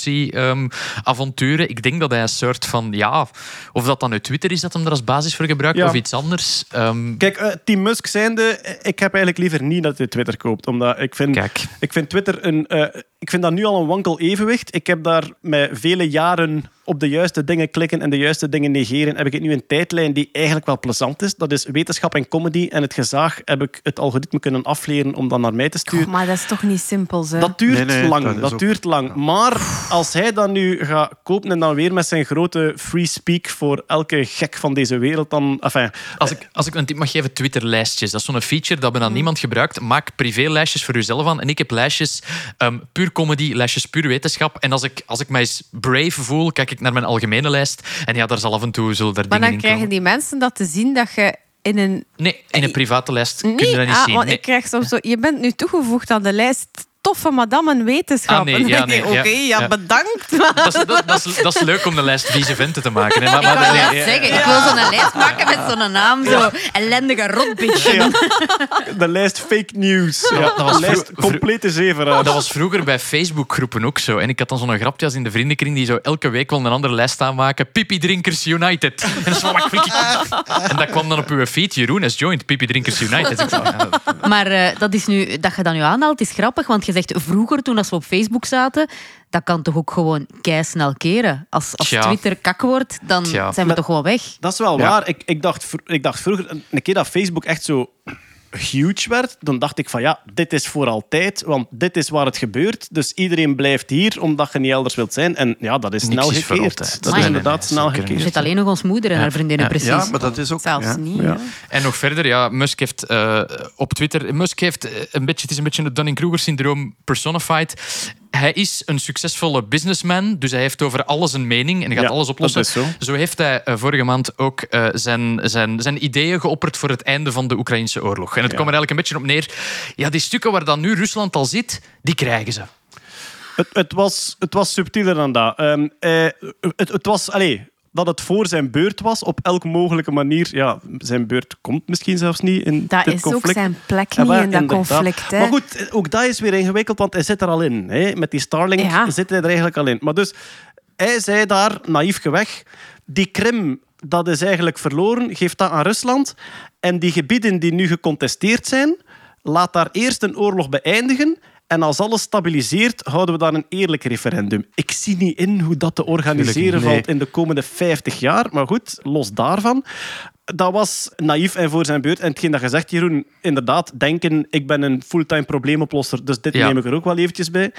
C: Facebook-avonturen. Um, ik denk dat hij een soort van, ja, of dat dan uit Twitter is dat hem er als basis voor gebruikt,
A: Ja.
C: of iets anders. Um,
A: Kijk, uh, Team Musk zijnde, ik heb eigenlijk liever niet dat hij Twitter koopt. Omdat ik vind,
C: Kijk.
A: ik vind Twitter een... Uh, ik vind dat nu al een wankel evenwicht. Ik heb daar met vele jaren op de juiste dingen klikken en de juiste dingen negeren, heb ik nu een tijdlijn die eigenlijk wel plezant is. Dat is wetenschap en comedy. En het gezaag heb ik het algoritme kunnen afleren om dat naar mij te sturen.
G: Oh, maar dat is toch niet simpel, hè?
A: Dat duurt
D: Nee, nee,
A: lang.
D: dat
A: Dat,
D: is ook-
A: duurt lang. Maar als hij dan nu gaat kopen en dan weer met zijn grote free speak voor elke gek van deze wereld, dan... Enfin,
C: Als ik, als ik een tip mag geven, Twitter-lijstjes. Dat is zo'n feature dat bijna niemand gebruikt. Maak privé-lijstjes voor jezelf aan. En ik heb lijstjes um, puur comedy, lijstjes puur wetenschap. En als ik, als ik mij eens brave voel, kijk ik naar mijn algemene lijst. En ja, daar zal af en toe zullen er
G: Maar
C: dingen
G: dan
C: in
G: krijgen
C: komen.
G: die mensen dat te zien dat je in een...
C: Nee, in een private lijst kun je
G: Nee,
C: dat niet
G: ah,
C: zien.
G: want
C: Nee.
G: ik krijg soms zo... Je bent nu toegevoegd aan de lijst toffe madammen wetenschap.
C: Ah, nee,
G: En dan
C: ja,
G: denk ik,
C: nee,
G: Oké,
C: ja,
G: ja,
C: ja.
G: bedankt. Maar...
C: Dat is, dat, dat, is, dat is leuk om de lijst vieze venten te maken. Hè. Maar,
B: Ik wou
C: maar,
B: net
C: nee,
B: zeggen, ik wil zo'n lijst maken met zo'n naam. Zo ellendige rotbitch.
A: ja. De lijst fake news. Ja,
C: dat was
A: de lijst
C: vro-
A: complete zeeveraad.
C: dat was vroeger bij Facebook-groepen ook zo. En ik had dan zo'n grapjas in de vriendenkring die zo elke week wel een andere lijst aanmaken. Pipi Drinkers United. En, dat is van, wat klik ik? En dat kwam dan op uw feed. Jeroen has joined Pipi Drinkers United. Ik zei, ja,
B: Maar uh, dat, is nu, dat je dat nu aanhaalt, is grappig. Want je zegt vroeger, toen als we op Facebook zaten, dat kan toch ook gewoon keisnel keren. Als, als
C: Tja.
B: Twitter kak wordt, dan
C: Tja.
B: zijn we toch gewoon weg.
A: Dat is wel
D: Ja.
A: waar. Ik, ik, dacht, vr- ik dacht vroeger, een keer dat Facebook echt zo huge werd, dan dacht ik van ja, dit is voor altijd, want dit is waar het gebeurt. Dus iedereen blijft hier, omdat je niet elders wilt zijn. En ja, dat is
C: Niks
A: snel
C: is voor
A: gekeerd.
C: altijd.
A: Dat
B: Nee,
A: is
B: nee,
A: inderdaad
C: nee,
A: snel
C: zeker
B: Er
A: gekeerd.
B: zit alleen nog ons moeder en haar vriendinnen,
C: Ja.
B: precies.
D: Ja, maar dat is ook...
G: Zelfs
D: ja.
G: niet.
A: Ja.
G: hè.
C: En nog verder, ja, Musk heeft uh, op Twitter... Musk heeft uh, een beetje... Het is een beetje het Dunning-Kruger-syndroom personified. Hij is een succesvolle businessman, dus hij heeft over alles een mening en hij gaat
A: Ja,
C: alles oplossen.
A: dat is zo.
C: heeft hij uh, vorige maand ook uh, zijn, zijn, zijn ideeën geopperd voor het einde van de Oekraïnse oorlog. En het
A: Ja.
C: kwam er eigenlijk een beetje op neer. Ja, die stukken waar dan nu Rusland al zit, die krijgen ze.
A: Het, het, was, het was subtieler dan dat. Um, eh, het, het was... Allez, dat het voor zijn beurt was, op elke mogelijke manier. Ja, zijn beurt komt misschien zelfs niet in
G: Dat
A: dit
G: is
A: conflict.
G: ook zijn plek
A: Ja,
G: niet
A: maar
G: in dat
A: inderdaad.
G: conflict. Hè.
A: Maar goed, ook dat is weer ingewikkeld, want hij zit er al in. Hè. Met die Starlink
G: Ja.
A: zit hij er eigenlijk al in. Maar dus, hij zei daar, naïef geweg, die Krim, dat is eigenlijk verloren, geef dat aan Rusland. En die gebieden die nu gecontesteerd zijn, laat daar eerst een oorlog beëindigen. En als alles stabiliseert, houden we dan een eerlijk referendum. Ik zie niet in hoe dat te organiseren
C: Tuurlijk niet.
A: valt in de komende vijftig jaar. Maar goed, los daarvan. Dat was naïef en voor zijn beurt. En hetgeen dat je zegt, Jeroen, inderdaad, denken, ik ben een fulltime probleemoplosser, dus dit
C: Ja.
A: neem ik er ook wel eventjes bij.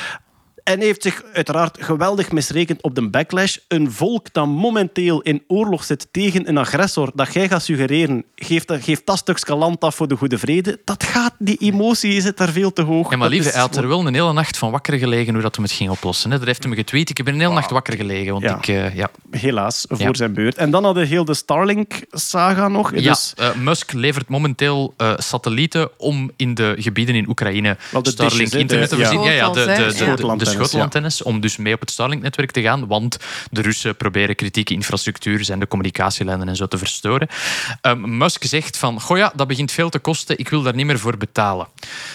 A: En heeft zich uiteraard geweldig misrekend op de backlash. Een volk dat momenteel in oorlog zit tegen een agressor, dat jij gaat suggereren, geef dat, geef dat stukje land af voor de goede vrede. Dat gaat, die emotie zit daar veel te hoog.
C: Ja, maar
A: Dat
C: lieve,
A: is
C: hij had er wel een hele nacht van wakker gelegen hoe dat hem het ging oplossen. Hè. Dat heeft hem getweet. Ik heb een hele nacht wakker gelegen. Want
A: Ja.
C: ik, uh, ja.
A: helaas, voor
C: Ja.
A: zijn beurt. En dan hadden we heel de Starlink-saga nog.
C: Ja,
A: Dus,
C: uh, Musk levert momenteel uh, satellieten om in de gebieden in Oekraïne
A: Wel de
C: Starlink
A: dishes, hè,
C: internet te
A: de-
C: voorzien.
G: ja.
C: Ja, ja, de, de, de, de, de
A: Schotelantennes,
C: schotelantennes, om dus mee op het Starlink-netwerk te gaan, want de Russen proberen kritieke infrastructuur en de communicatielijnen en zo te verstoren. Um, Musk zegt van, goh ja, dat begint veel te kosten, ik wil daar niet meer voor betalen.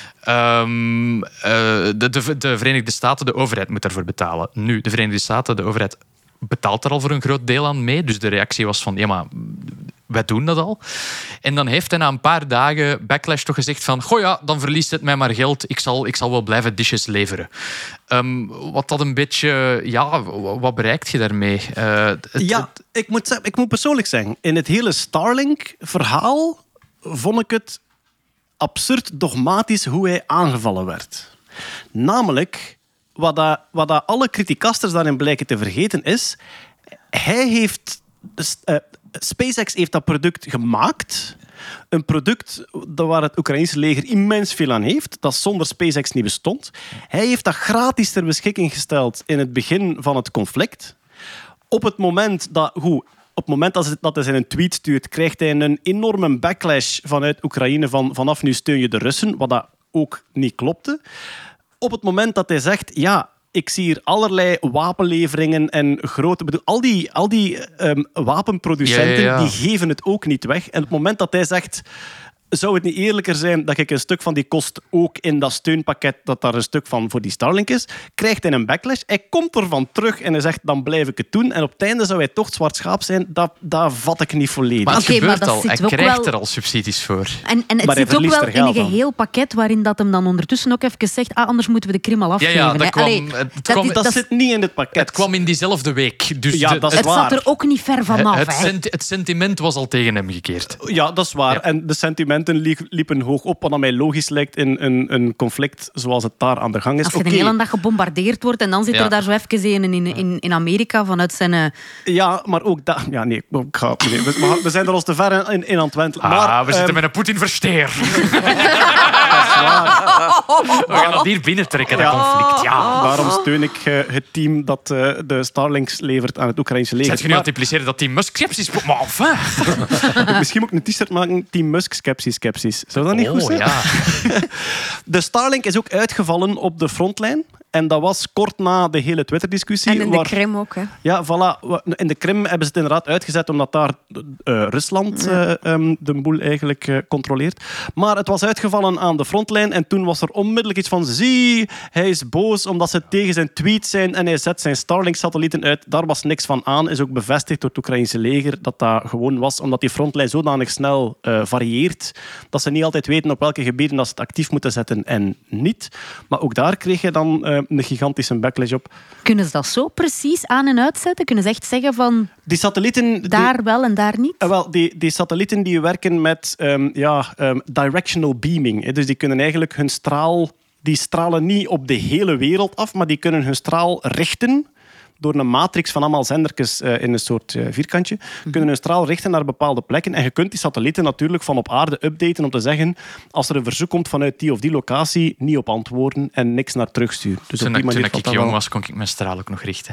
C: Um, uh, de, de, de Verenigde Staten, de overheid moet daarvoor betalen. Nu, de Verenigde Staten, de overheid betaalt er al voor een groot deel aan mee. Dus de reactie was van, ja, maar wij doen dat al. En dan heeft hij na een paar dagen backlash toch gezegd van, goh ja, dan verliest het mij maar geld. Ik zal, ik zal wel blijven dishes leveren. Um, wat dat een beetje, ja, wat bereikt je daarmee? Uh, het,
A: ja,
C: het,
A: ik moet, zeggen- ik moet persoonlijk zeggen, in het hele Starlink-verhaal vond ik het absurd dogmatisch hoe hij aangevallen werd. Namelijk, wat, dat, wat dat alle criticasters daarin blijken te vergeten is, hij heeft... Uh, SpaceX heeft dat product gemaakt. Een product waar het Oekraïnse leger immens veel aan heeft, dat zonder SpaceX niet bestond. Hij heeft dat gratis ter beschikking gesteld in het begin van het conflict. Op het moment dat... Goed, op het moment dat, dat hij zijn tweet stuurt, krijgt hij een enorme backlash vanuit Oekraïne van vanaf nu steun je de Russen, wat dat ook niet klopte. Op het moment dat hij zegt, ja, ik zie hier allerlei wapenleveringen en grote... Bedoel, al die, al die um, wapenproducenten,
C: Ja, ja, ja.
A: die geven het ook niet weg. En op het moment dat hij zegt... zou het niet eerlijker zijn dat ik een stuk van die kost ook in dat steunpakket, dat daar een stuk van voor die Starlink is, krijgt hij een backlash, hij komt ervan terug en hij zegt, dan blijf ik het doen. En op het einde zou hij toch zwart schaap zijn. Dat, dat vat ik niet volledig.
C: Maar het
G: Oké,
C: gebeurt
G: maar dat
C: al.
G: zit
C: Hij
G: ook
C: krijgt
G: wel-
C: er al subsidies voor.
G: En, en het
A: Maar hij
G: zit ook
A: verliest
G: wel
A: er
G: in een
A: geld aan.
G: geheel pakket waarin dat hem dan ondertussen ook even zegt, ah, anders moeten we de Krim al
C: Ja,
G: afgeven.
C: ja, dat
G: hè.
C: kwam,
G: Allee,
C: het,
G: dat
C: kwam,
G: is-
A: Dat
G: dat
A: zit niet in het pakket.
C: het kwam in diezelfde week. Dus
A: Ja,
C: de-
A: dat is
C: het,
G: het
A: waar.
G: zat er ook niet ver vanaf.
C: het,
G: hè.
C: senti- het sentiment was al tegen hem gekeerd.
A: Ja, dat is waar.
C: Ja.
A: En de sentimenten lie- liepen hoog op, wat aan mij logisch lijkt in een, een conflict zoals het daar aan de gang is.
G: Als je
A: Oké,
G: de hele dag gebombardeerd wordt en dan zit
C: Ja.
G: er daar zo even een in, in, in Amerika vanuit zijn... eh,
A: Ja, maar ook dat... Ja, nee, ik ga, nee we, we- we zijn er al te ver in, in aan het wentelen.
C: Ah,
A: Maar,
C: we zitten
A: ehm,
C: met een Poetin-versteer. We gaan dat hier binnentrekken, dat conflict. Ja.
A: Daarom steun ik eh, het team dat eh, de Starlinks levert aan het Oekraïnse leger.
C: Zet je nu aan
A: Maar
C: het impliceren dat die Musk sceptisch... Maar enfin.
A: misschien moet ik een t-shirt maken, Team Musk Skepsis Skepsis. Zou dat niet goed
C: Oh,
A: zijn?
C: ja.
A: De Starlink is ook uitgevallen op de frontlijn. En dat was kort na de hele Twitter-discussie.
G: en in de
A: waar-
G: Krim ook. Hè.
A: Ja, voilà. In de Krim hebben ze het inderdaad uitgezet omdat daar eh, Rusland eh, um, de boel eigenlijk eh, controleert. Maar het was uitgevallen aan de frontlijn en toen was er onmiddellijk iets van zie, hij is boos omdat ze tegen zijn tweet zijn en hij zet zijn Starlink-satellieten uit. Daar was niks van aan. Is ook bevestigd door het Oekraïnse leger dat dat gewoon was omdat die frontlijn zodanig snel eh, varieert dat ze niet altijd weten op welke gebieden dat ze het actief moeten zetten en niet. Maar ook daar kreeg je dan eh, een gigantische backlash op.
G: Kunnen ze dat zo precies aan- en uitzetten? Kunnen ze echt zeggen van
A: Die satellieten... die-
G: daar wel en daar niet?
A: Eh, wel, die, die satellieten die werken met ehm, ja, ehm, directional beaming. Hè. Dus die kunnen eigenlijk hun straal... Die stralen niet op de hele wereld af, maar die kunnen hun straal richten door een matrix van allemaal zendertjes uh, in een soort uh, vierkantje. Mm-hmm. Kunnen hun straal richten naar bepaalde plekken. En je kunt die satellieten natuurlijk van op aarde updaten om te zeggen, als er een verzoek komt vanuit die of die locatie, niet op antwoorden en niks naar terugsturen. Dus
C: Toen,
A: op die
C: ik- toen
A: manier
C: ik
A: valt dat
C: jong
A: wel.
C: was, kon ik mijn straal ook nog richten.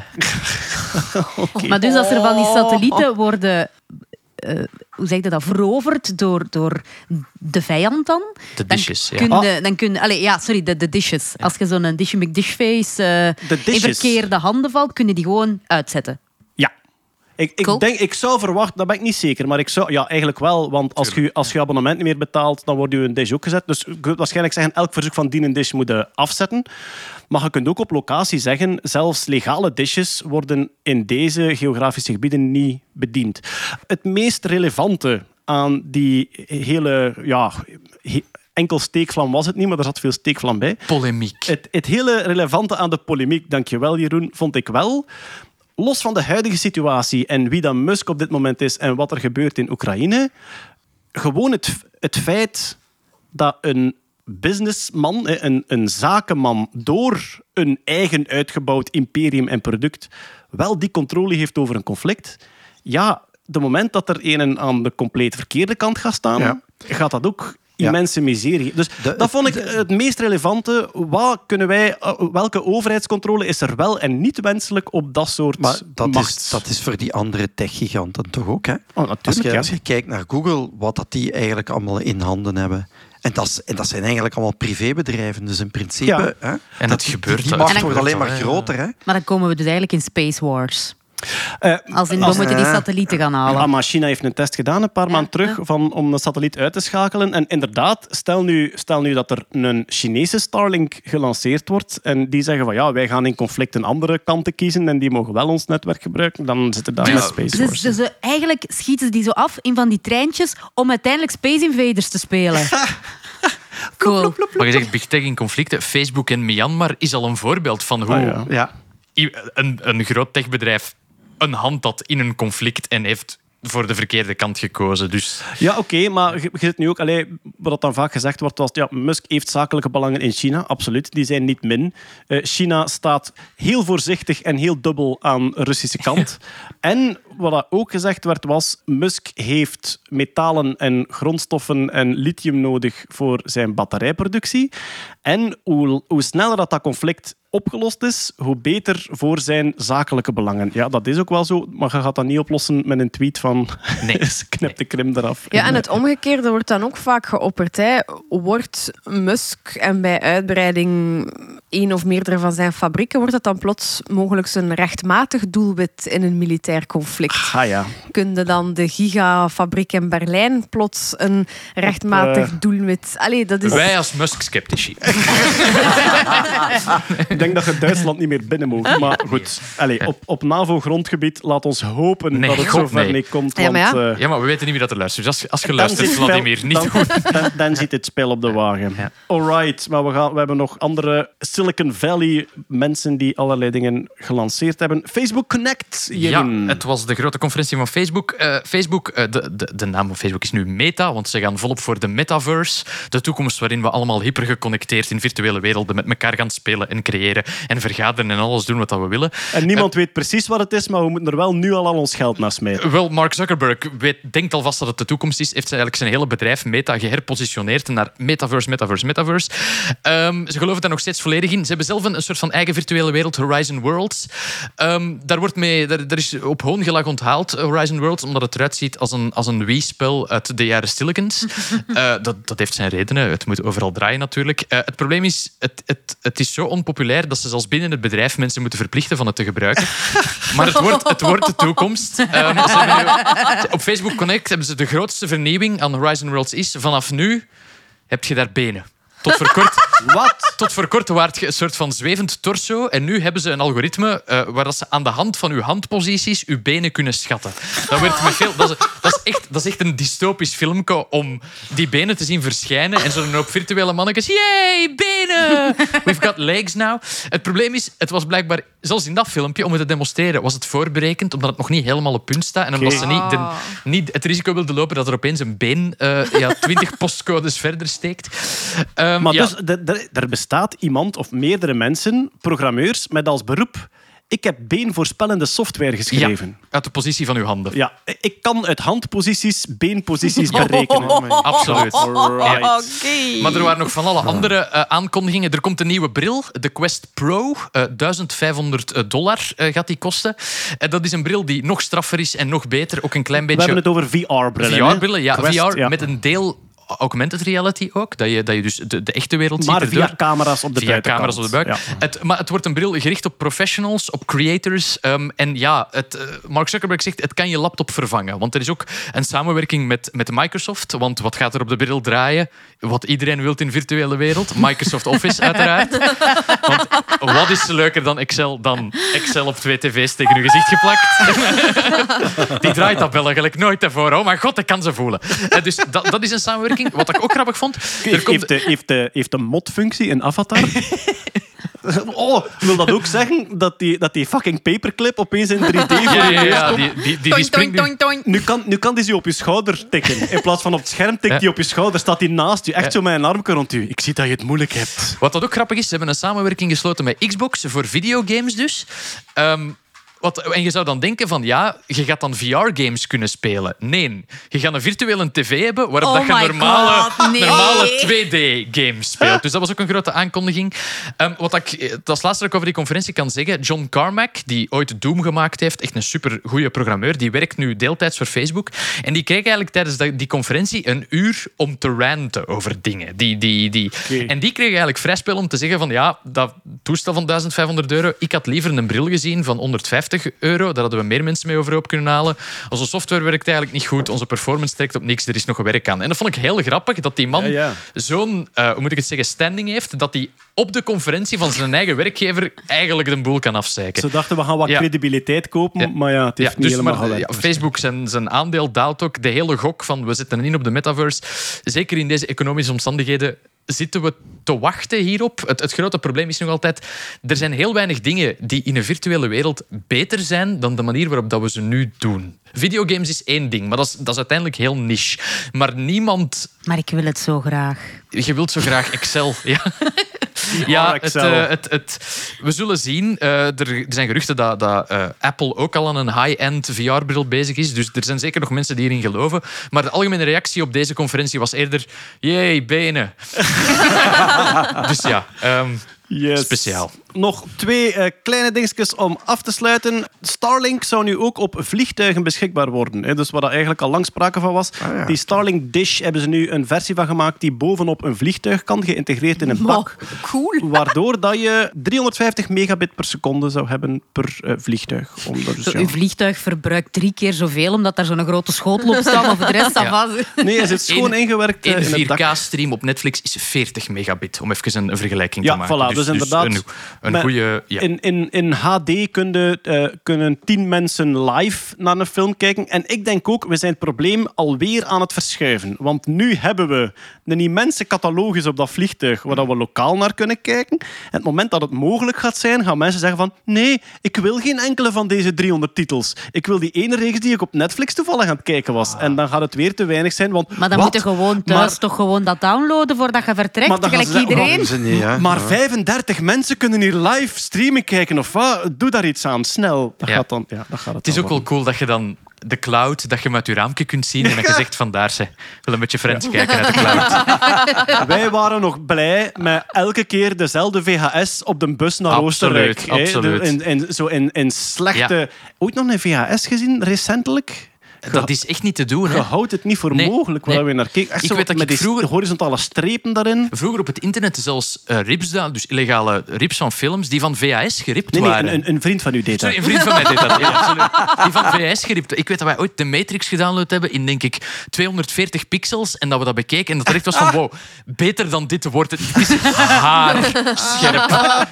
G: Maar dus als er van die satellieten worden... eh, hoe zeg je dat? Veroverd door, door de vijand dan?
C: De
G: Dan
C: dishes, ja.
G: kun
A: Ah.
G: je, dan kun je, allee, ja, sorry, de, de dishes. Als je zo'n Dishy McDishface eh,
A: De dishes.
G: in verkeerde handen valt, kun je die gewoon uitzetten.
A: Ja. Ik, ik,
G: Cool.
A: denk, ik zou verwachten, dat ben ik niet zeker, maar ik zou, ja, eigenlijk wel, want als je, als je abonnement niet meer betaalt, dan wordt je een dish ook gezet. Dus je kunt waarschijnlijk zeggen, elk verzoek van die een dish moet je afzetten. Maar je kunt ook op locatie zeggen, zelfs legale dishes worden in deze geografische gebieden niet bediend. Het meest relevante aan die hele, ja, he- enkel steekvlam was het niet, maar er zat veel steekvlam bij.
C: Polemiek.
A: Het, het hele relevante aan de polemiek, dankjewel Jeroen, vond ik wel... Los van de huidige situatie en wie dan Musk op dit moment is en wat er gebeurt in Oekraïne, gewoon het, het feit dat een businessman, een, een zakenman, door een eigen uitgebouwd imperium en product wel die controle heeft over een conflict. Ja, de moment dat er een aan de compleet verkeerde kant gaat staan,
D: Ja.
A: gaat dat ook
D: Ja.
A: immense miserie. Dus
D: De-
A: dat vond ik het meest relevante. Wat kunnen wij, welke overheidscontrole is er wel en niet wenselijk op dat soort
D: Maar dat
A: macht?
D: is, dat is voor die andere tech-giganten toch ook, hè?
A: Oh,
D: Als
A: natuurlijk,
D: je,
A: ja.
D: als je kijkt naar Google, wat dat die eigenlijk allemaal in handen hebben. En dat, is, en dat zijn eigenlijk allemaal privébedrijven. Dus in principe...
A: Ja.
D: Hè,
C: En dat gebeurt
D: Die
C: wel.
D: macht
G: En dan-
D: wordt alleen maar
C: Ja.
D: groter, hè?
G: Maar dan komen we dus eigenlijk in Space Wars.
A: Eh,
G: Als in, we
A: als-
G: moeten die
D: eh,
G: satellieten gaan halen.
A: Ah, maar China heeft een test gedaan een paar
G: Ja,
A: maanden terug
G: ja.
A: van, om een satelliet uit te schakelen. En inderdaad, stel nu, stel nu dat er een Chinese Starlink gelanceerd wordt en die zeggen van ja, wij gaan in conflict een andere kanten kiezen en die mogen wel ons netwerk gebruiken, dan zit er daar
C: Ja,
A: een Space
G: Dus,
A: Wars.
G: dus, eh, eigenlijk schieten ze die zo af in van die treintjes om uiteindelijk Space Invaders te spelen. Cool.
C: Maar je zegt big tech in conflicten. Facebook en Myanmar is al een voorbeeld van hoe
A: Ah, ja.
D: Ja.
C: i- een, een groot techbedrijf een hand had in een conflict en heeft voor de verkeerde kant gekozen. Dus
A: Ja, oké, maar je, je zit nu ook... Allee, wat dan vaak gezegd wordt, was... Ja, Musk heeft zakelijke belangen in China, absoluut. Die zijn niet min. Eh, China staat heel voorzichtig en heel dubbel aan de Russische kant. En wat dat ook gezegd werd, was... Musk heeft metalen en grondstoffen en lithium nodig voor zijn batterijproductie. En hoe, hoe sneller dat, dat conflict opgelost is, hoe beter voor zijn zakelijke belangen. Ja, dat is ook wel zo, maar je gaat dat niet oplossen met een tweet van
C: Nee.
A: knip de Krim eraf.
H: Ja, en het omgekeerde wordt dan ook vaak geopperd. Hè. Wordt Musk en bij uitbreiding
G: één of meerdere van zijn fabrieken, wordt het dan plots mogelijk een rechtmatig doelwit in een militair conflict.
A: Ah ja.
G: Kun je dan de gigafabriek in Berlijn plots een rechtmatig
A: Op, uh...
G: doelwit... Allee, dat is...
C: Wij als Musk-sceptici.
A: Ik denk dat je Duitsland niet meer binnen moet. Maar goed, Allee, op, op NAVO-grondgebied, laat ons hopen
C: Nee,
A: dat het
C: god,
A: zover
C: nee.
A: niet komt.
G: Ja, maar
A: want,
G: ja.
A: uh,
C: Ja, maar we weten niet wie dat er luistert. Dus als, als je
A: dan
C: luistert,
A: zit het spel-
C: Vladimir, niet
A: dan,
C: goed.
A: Dan, dan zit het spel op de wagen.
C: Ja.
A: Alright, maar we, gaan, we hebben nog andere Silicon Valley mensen die allerlei dingen gelanceerd hebben. Facebook Connect, Jeroen.
C: Ja, het was de grote conferentie van Facebook. Uh, Facebook, uh, de, de, de naam van Facebook is nu Meta, want ze gaan volop voor de metaverse. De toekomst waarin we allemaal hyper geconnecteerd in virtuele werelden met elkaar gaan spelen en creëren en vergaderen en alles doen wat we willen.
A: En niemand weet precies wat het is, maar we moeten er wel nu al al ons geld naar smeten.
C: Wel, Mark Zuckerberg weet, denkt alvast dat het de toekomst is. Heeft eigenlijk zijn hele bedrijf Meta geherpositioneerd naar metaverse, metaverse, metaverse. Um, ze geloven daar nog steeds volledig in. Ze hebben zelf een, een soort van eigen virtuele wereld, Horizon Worlds. Um, daar, wordt mee, daar, daar is op hoongelag onthaald, Horizon Worlds, omdat het eruit ziet als een, als een Wii-spel uit de jaren Stillikens. Uh, dat, dat heeft zijn redenen. Het moet overal draaien natuurlijk. Uh, het probleem is, het, het, het is zo onpopulair dat ze zelfs binnen het bedrijf mensen moeten verplichten van het te gebruiken. Maar het wordt, het wordt de toekomst. Um, ze hebben nu, op Facebook Connect hebben ze de grootste vernieuwing aan Horizon Worlds is. Vanaf nu heb je daar benen. Tot voor kort,
A: Wat?
C: tot voor kort waart je een soort van zwevend torso. En nu hebben ze een algoritme uh, waar dat ze aan de hand van uw handposities uw benen kunnen schatten. Dat, werd met veel, dat, is, dat, is echt, dat is echt een dystopisch filmpje om die benen te zien verschijnen. En zo'n hoop virtuele mannetjes. Yay, benen! We've got legs now. Het probleem is, het was blijkbaar, zelfs in dat filmpje, om het te demonstreren, was het voorberekend, omdat het nog niet helemaal op punt staat. En omdat
A: Okay.
C: ze niet, de, niet het risico wilden lopen dat er opeens een been uh, ja, twintig postcodes verder steekt. Um,
A: Maar
C: ja.
A: dus, de- de- er bestaat iemand of meerdere mensen, programmeurs, met als beroep: ik heb beenvoorspellende software geschreven.
C: Ja, uit de positie van uw handen.
A: Ja, ik kan uit handposities beenposities berekenen.
C: Oh, absoluut.
A: Alright.
G: Oké.
C: Maar er waren nog van alle andere uh, aankondigingen. Er komt een nieuwe bril, de Quest Pro. Uh, duizend vijfhonderd dollar uh, gaat die kosten. Uh, dat is een bril die nog straffer is en nog beter. Ook een klein
A: We
C: beetje...
A: hebben het over V R-brillen.
C: V R-brillen, ja.
A: Quest,
C: V R
A: ja.
C: met een deel augmented reality ook. Dat je, dat je dus de, de echte wereld
A: Maar
C: ziet
A: via
C: erdoor.
A: camera's op de
C: Via
A: buitenkant.
C: camera's op de buik.
A: Ja.
C: Het, maar het wordt een bril gericht op professionals, op creators. Um, en ja, het, uh, Mark Zuckerberg zegt, het kan je laptop vervangen. Want er is ook een samenwerking met, met Microsoft. Want wat gaat er op de bril draaien? Wat iedereen wil in de virtuele wereld. Microsoft Office, uiteraard. Want wat is leuker dan Excel? Dan Excel op twee tv's tegen je gezicht geplakt. Die draait dat belachelijk nooit ervoor. Oh mijn god, dat kan ze voelen. Uh, dus dat, dat is een samenwerking. Wat ik ook grappig vond... Er
A: Heeft,
C: komt...
A: heeft, de, heeft, de, heeft de mod-functie een avatar? Oh, wil dat ook zeggen dat die, dat die fucking paperclip opeens in drie D voor
C: Ja,
A: je
C: ja,
A: neus
C: ja,
A: komt?
C: die, die, die, die
G: Toink,
C: springt
G: toink,
C: nu-
G: toink, toink.
A: Nu kan, nu kan die zo op je schouder tikken. In plaats van op het scherm tikt
C: Ja.
A: die op je schouder. Staat die naast u. Echt
C: Ja.
A: zo met een armje rond u. Ik zie dat je het moeilijk hebt.
C: Wat dat ook grappig is, ze hebben een samenwerking gesloten met Xbox voor videogames dus. Ehm, wat, en je zou dan denken van, ja, je gaat dan V R-games kunnen spelen. Nee, je gaat een virtuele tv hebben waarop
G: Oh
C: dat je
G: my
C: normale,
G: God, nee.
C: normale twee D-games speelt. Dus dat was ook een grote aankondiging. Ehm, wat ik, dat is laatste dat ik over die conferentie kan zeggen. John Carmack, die ooit Doom gemaakt heeft, echt een supergoeie programmeur, die werkt nu deeltijds voor Facebook. En die kreeg eigenlijk tijdens die conferentie een uur om te ranten over dingen. Die, die, die.
A: Oké.
C: En die kreeg eigenlijk vrij spel om te zeggen van, ja, dat toestel van duizend vijfhonderd euro, ik had liever een bril gezien van honderdvijftig euro. Daar hadden we meer mensen mee overhoop kunnen halen. Onze software werkt eigenlijk niet goed. Onze performance trekt op niks. Er is nog werk aan. En dat vond ik heel grappig, dat die man
A: Ja, ja.
C: zo'n, uh, hoe moet ik het zeggen, standing heeft, dat hij op de conferentie van zijn eigen werkgever eigenlijk de boel kan afzeiken.
A: Ze dachten, we gaan wat
C: Ja.
A: credibiliteit kopen.
C: Ja.
A: Maar ja, het heeft
C: Ja,
A: niet
C: dus
A: helemaal
C: maar,
A: gewerkt.
C: ja, Facebook, zijn, zijn aandeel daalt ook. De hele gok van we zitten in op de metaverse. Zeker in deze economische omstandigheden zitten we te wachten hierop. Het, het grote probleem is nog altijd, er zijn heel weinig dingen die in een virtuele wereld beter zijn dan de manier waarop dat we ze nu doen. Videogames is één ding, maar dat is, dat is uiteindelijk heel niche. Maar niemand...
B: Maar ik wil het zo graag.
C: Je wilt zo graag Excel. Ja. Ja, het,
A: Excel.
C: uh, het, het, we zullen zien. Uh, er, er zijn geruchten dat, dat uh, Apple ook al aan een high-end V R-bril bezig is. Dus er zijn zeker nog mensen die hierin geloven. Maar de algemene reactie op deze conferentie was eerder... Jee, benen. Dus ja... Um,
A: Yes.
C: Speciaal.
A: Nog twee uh, kleine dingetjes om af te sluiten. Starlink zou nu ook op vliegtuigen beschikbaar worden. Hè? Dus waar dat eigenlijk al lang sprake van was.
D: Ah, ja.
A: Die Starlink Dish hebben ze nu een versie van gemaakt die bovenop een vliegtuig kan, geïntegreerd in een pak.
G: Cool.
A: Waardoor dat je driehonderdvijftig megabit per seconde zou hebben per uh, vliegtuig. Om dat dus,
B: Zo,
A: ja.
B: uw vliegtuig verbruikt drie keer zoveel, omdat daar zo'n grote schotel op staat, maar voor de rest
C: Ja.
B: ja.
A: Nee, het is gewoon
C: Eén-
A: ingewerkt uh,
C: Een
A: in het dak.
C: vier K-stream op Netflix is veertig megabit, om even een, een vergelijking
A: Ja,
C: te maken.
A: voilà, dus inderdaad,
C: een, een
A: met-
C: goede... Ja.
A: In, in, in H D kunnen, uh, kunnen tien mensen live naar een film kijken. En ik denk ook, we zijn het probleem alweer aan het verschuiven. Want nu hebben we een immense catalogus op dat vliegtuig waar we lokaal naar kunnen kijken. En het moment dat het mogelijk gaat zijn, gaan mensen zeggen van nee, ik wil geen enkele van deze driehonderd titels. Ik wil die ene reeks die ik op Netflix toevallig aan het kijken was. En dan gaat het weer te weinig zijn. Want,
B: Maar dan
A: wat?
B: moet je gewoon thuis
A: Maar-
B: toch gewoon dat downloaden voordat je vertrekt,
A: Maar dan gaan
B: gelijk
A: ze zeggen,
B: iedereen.
D: Ze niet, hè?
A: Maar vijfendertig mensen kunnen hier live streamen kijken of wat? Doe daar iets aan, snel. Dat
C: Ja.
A: gaat dan, ja, dat gaat het
C: Het is
A: dan
C: ook wel cool dat je dan de cloud, dat je hem uit je raampje kunt zien en dat je zegt vandaar, ze wil een beetje Friends kijken uit de cloud.
A: Wij waren nog blij met elke keer dezelfde V H S op de bus naar
C: Absoluut,
A: Oostenrijk. hè.
C: absoluut.
A: De- in, in, zo in, in slechte... Ooit nog een V H S gezien, recentelijk?
C: Dat is echt niet te doen.
A: Je
C: Hè.
A: houdt het niet voor
C: Nee,
A: mogelijk waar
C: nee.
A: we naar keken. Echt
C: Ik
A: zo
C: weet dat
A: met
C: ik
A: die
C: vroeger-
A: horizontale strepen daarin.
C: Vroeger op het internet zelfs uh, rips, da- dus illegale rips van films, die van V H S geript
A: Nee, nee,
C: waren.
A: een, een vriend van u deed dat.
C: Sorry, een vriend van mij deed dat. Ja, absoluut. Die van V H S geript. Ik weet dat wij ooit de Matrix gedownload hebben in, denk ik, tweehonderdveertig pixels. En dat we dat bekeken. En dat er echt was van, wow, beter dan dit wordt het. Het is haarscherp.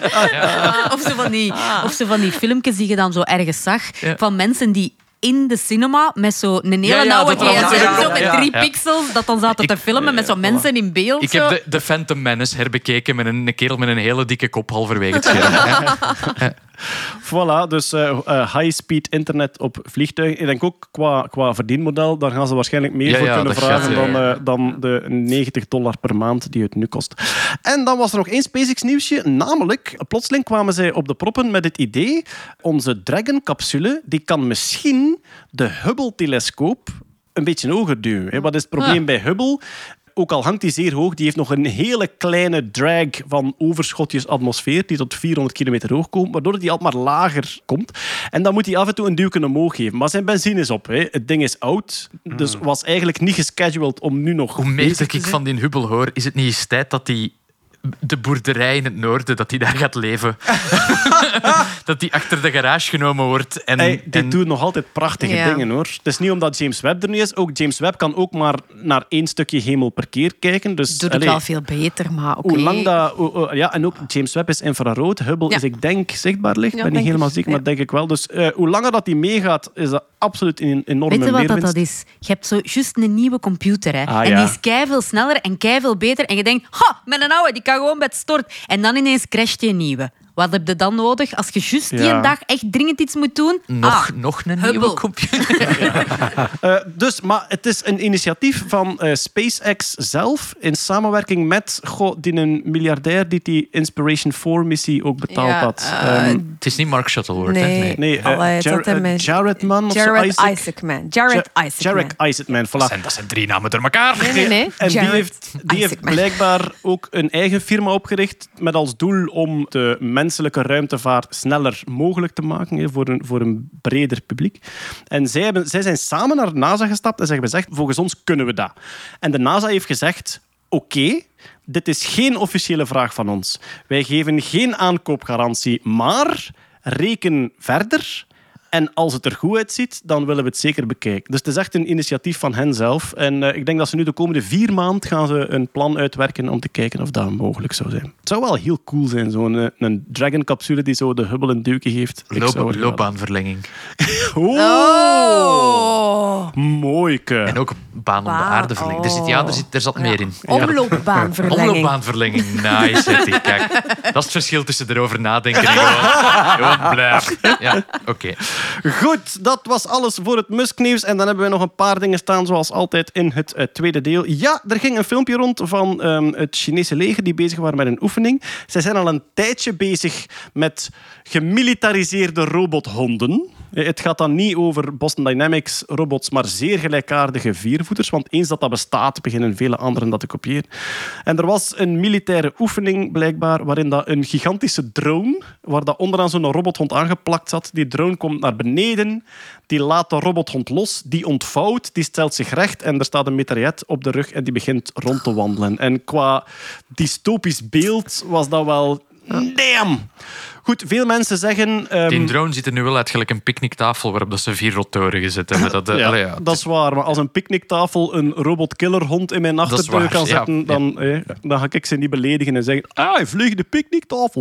B: Of zo van die, of zo van die filmpjes die je dan zo ergens zag,
C: Ja.
B: van mensen die in de cinema met zo'n hele
C: Ja, ja,
B: nauwe
C: dat er allemaal-
B: gsm,
C: ja,
B: zo met
C: ja,
B: drie
C: ja.
B: pixels, dat dan zaten te
C: Ik-
B: filmen met zo'n mensen in beeld.
C: Ik
B: zo.
C: heb de, de Phantom Menace herbekeken met een, een kerel met een hele dikke kop halverwege het scherm.
A: Voilà, dus uh, uh, high-speed internet op vliegtuigen. Ik denk ook qua, qua verdienmodel, daar gaan ze waarschijnlijk meer
C: Ja,
A: voor
C: ja,
A: kunnen
C: dat
A: vragen
C: gaat, ja,
A: dan,
C: ja.
A: uh, dan de negentig dollar per maand die het nu kost. En dan was er nog één SpaceX nieuwsje, namelijk, plotseling kwamen zij op de proppen met het idee, onze Dragon-capsule, die kan misschien de Hubble-telescoop een beetje hoger duwen. Hè. Wat is het probleem bij Hubble? Ook al hangt die zeer hoog, die heeft nog een hele kleine drag van overschotjes atmosfeer die tot vierhonderd kilometer hoog komt, waardoor die altijd maar lager komt. En dan moet hij af en toe een duwke omhoog geven. Maar zijn benzine is op. Hè. Het ding is oud, dus was eigenlijk niet gescheduled om nu nog
C: Hoe meer
A: bezig
C: dat
A: te
C: ik
A: zijn.
C: van die Hubble hoor, is het niet eens tijd dat die de boerderij in het noorden, dat die daar gaat leven. Dat die achter de garage genomen wordt. En,
A: Hey, die
C: en
A: doen nog altijd prachtige
G: Ja.
A: dingen, hoor. Het is niet omdat James Webb er nu is. Ook James Webb kan ook maar naar één stukje hemel per keer kijken. Dus,
G: Doet het
A: allee,
G: wel veel beter, maar oké.
A: hoe lang dat... hoe- hoe- ja, en ook James Webb is infrarood. Hubble
G: Ja.
A: is, ik denk, zichtbaar licht. Ik
G: Ja,
A: ben niet
G: denk
A: helemaal
G: ik.
A: zeker, maar
G: Ja.
A: denk ik wel. Dus uh, hoe langer dat die meegaat, is dat absoluut een enorme
B: Weet je wat dat,
A: meerwinst.
B: dat is? Je hebt zo juist een nieuwe computer. Hè?
A: Ah,
B: en
A: ja.
B: die is keiveel sneller en keiveel beter. En je denkt, ha, met een oude, die kan gewoon bij het stort. En dan ineens crasht die nieuwe. Wat heb je dan nodig als je juist die
A: Ja.
B: een dag echt dringend iets moet doen?
C: nog,
B: Ah,
C: nog een
B: Hubble.
C: nieuwe computer.
A: Uh, dus, maar het is een initiatief van uh, SpaceX zelf in samenwerking met goh, die een miljardair die die Inspiration four missie ook betaald
G: Ja,
A: had.
G: uh,
A: Ehm,
C: Het is niet Mark Shuttleworth. hè?
G: Nee.
C: Nee.
A: nee, uh,
G: Allee, het
A: Jar-
G: zat hem
A: uh,
G: met-
A: Jared Man of zo,
G: Jared
A: Isaac?
G: Isaacman. Jared
A: Ja-
G: Isaacman.
A: Jared Isaacman, voilà.
C: Dat, zijn, dat zijn drie namen door elkaar.
G: Nee, nee, nee.
A: En die
G: Jared
A: heeft, die heeft
G: Isaacman.
A: blijkbaar ook een eigen firma opgericht met als doel om de menselijke ruimtevaart sneller mogelijk te maken hè, voor, een, voor een breder publiek. En zij, hebben, zij zijn samen naar NASA gestapt en ze hebben gezegd, volgens ons kunnen we dat. En de NASA heeft gezegd, oké, dit is geen officiële vraag van ons. Wij geven geen aankoopgarantie, maar reken verder. En als het er goed uitziet, dan willen we het zeker bekijken. Dus het is echt een initiatief van hen zelf. En uh, ik denk dat ze nu de komende vier maanden gaan ze een plan uitwerken om te kijken of dat mogelijk zou zijn. Het zou wel heel cool zijn, zo'n uh, een Dragon-capsule die zo de Hubble een duwtje geeft. Ik
C: Loop-
A: zou het wel-
C: loopbaanverlenging.
A: Oh,
G: Oh.
A: Mooike.
C: En ook baan om de
G: Wauw.
C: aarde verlengen. Er, zit, ja, er, zit, er zat meer in.
G: Omloopbaanverlenging.
C: Omloopbaanverlenging. Nice, Hetty. Kijk, dat is het verschil tussen erover nadenken en gewoon, gewoon blijven. Ja, oké.
A: Goed, dat was alles voor het Musk-nieuws. En dan hebben we nog een paar dingen staan, zoals altijd in het uh, tweede deel. Ja, er ging een filmpje rond van um, het Chinese leger die bezig waren met een oefening. Zij zijn al een tijdje bezig met gemilitariseerde robothonden. Het gaat dan niet over Boston Dynamics robots, maar zeer gelijkaardige viervoeters. Want eens dat dat bestaat, beginnen vele anderen dat te kopiëren. En er was een militaire oefening, blijkbaar, waarin dat een gigantische drone, waar dat onderaan zo'n robothond aangeplakt zat, die drone komt naar beneden, die laat de robothond los, die ontvouwt, die stelt zich recht en er staat een mitraillet op de rug en die begint rond te wandelen. En qua dystopisch beeld was dat wel... Damn! Goed, veel mensen zeggen... Um,
C: Die drone ziet er nu wel uit gelijk een picknicktafel waarop dat ze vier rotoren gezet hebben. Dat, uh,
A: ja,
C: allee, ja,
A: dat is waar. Maar als een picknicktafel een robotkillerhond in mijn achterdeur
C: waar,
A: kan zetten,
C: ja.
A: dan, eh, dan ga ik ze niet beledigen en zeggen ah, vliegende picknicktafel.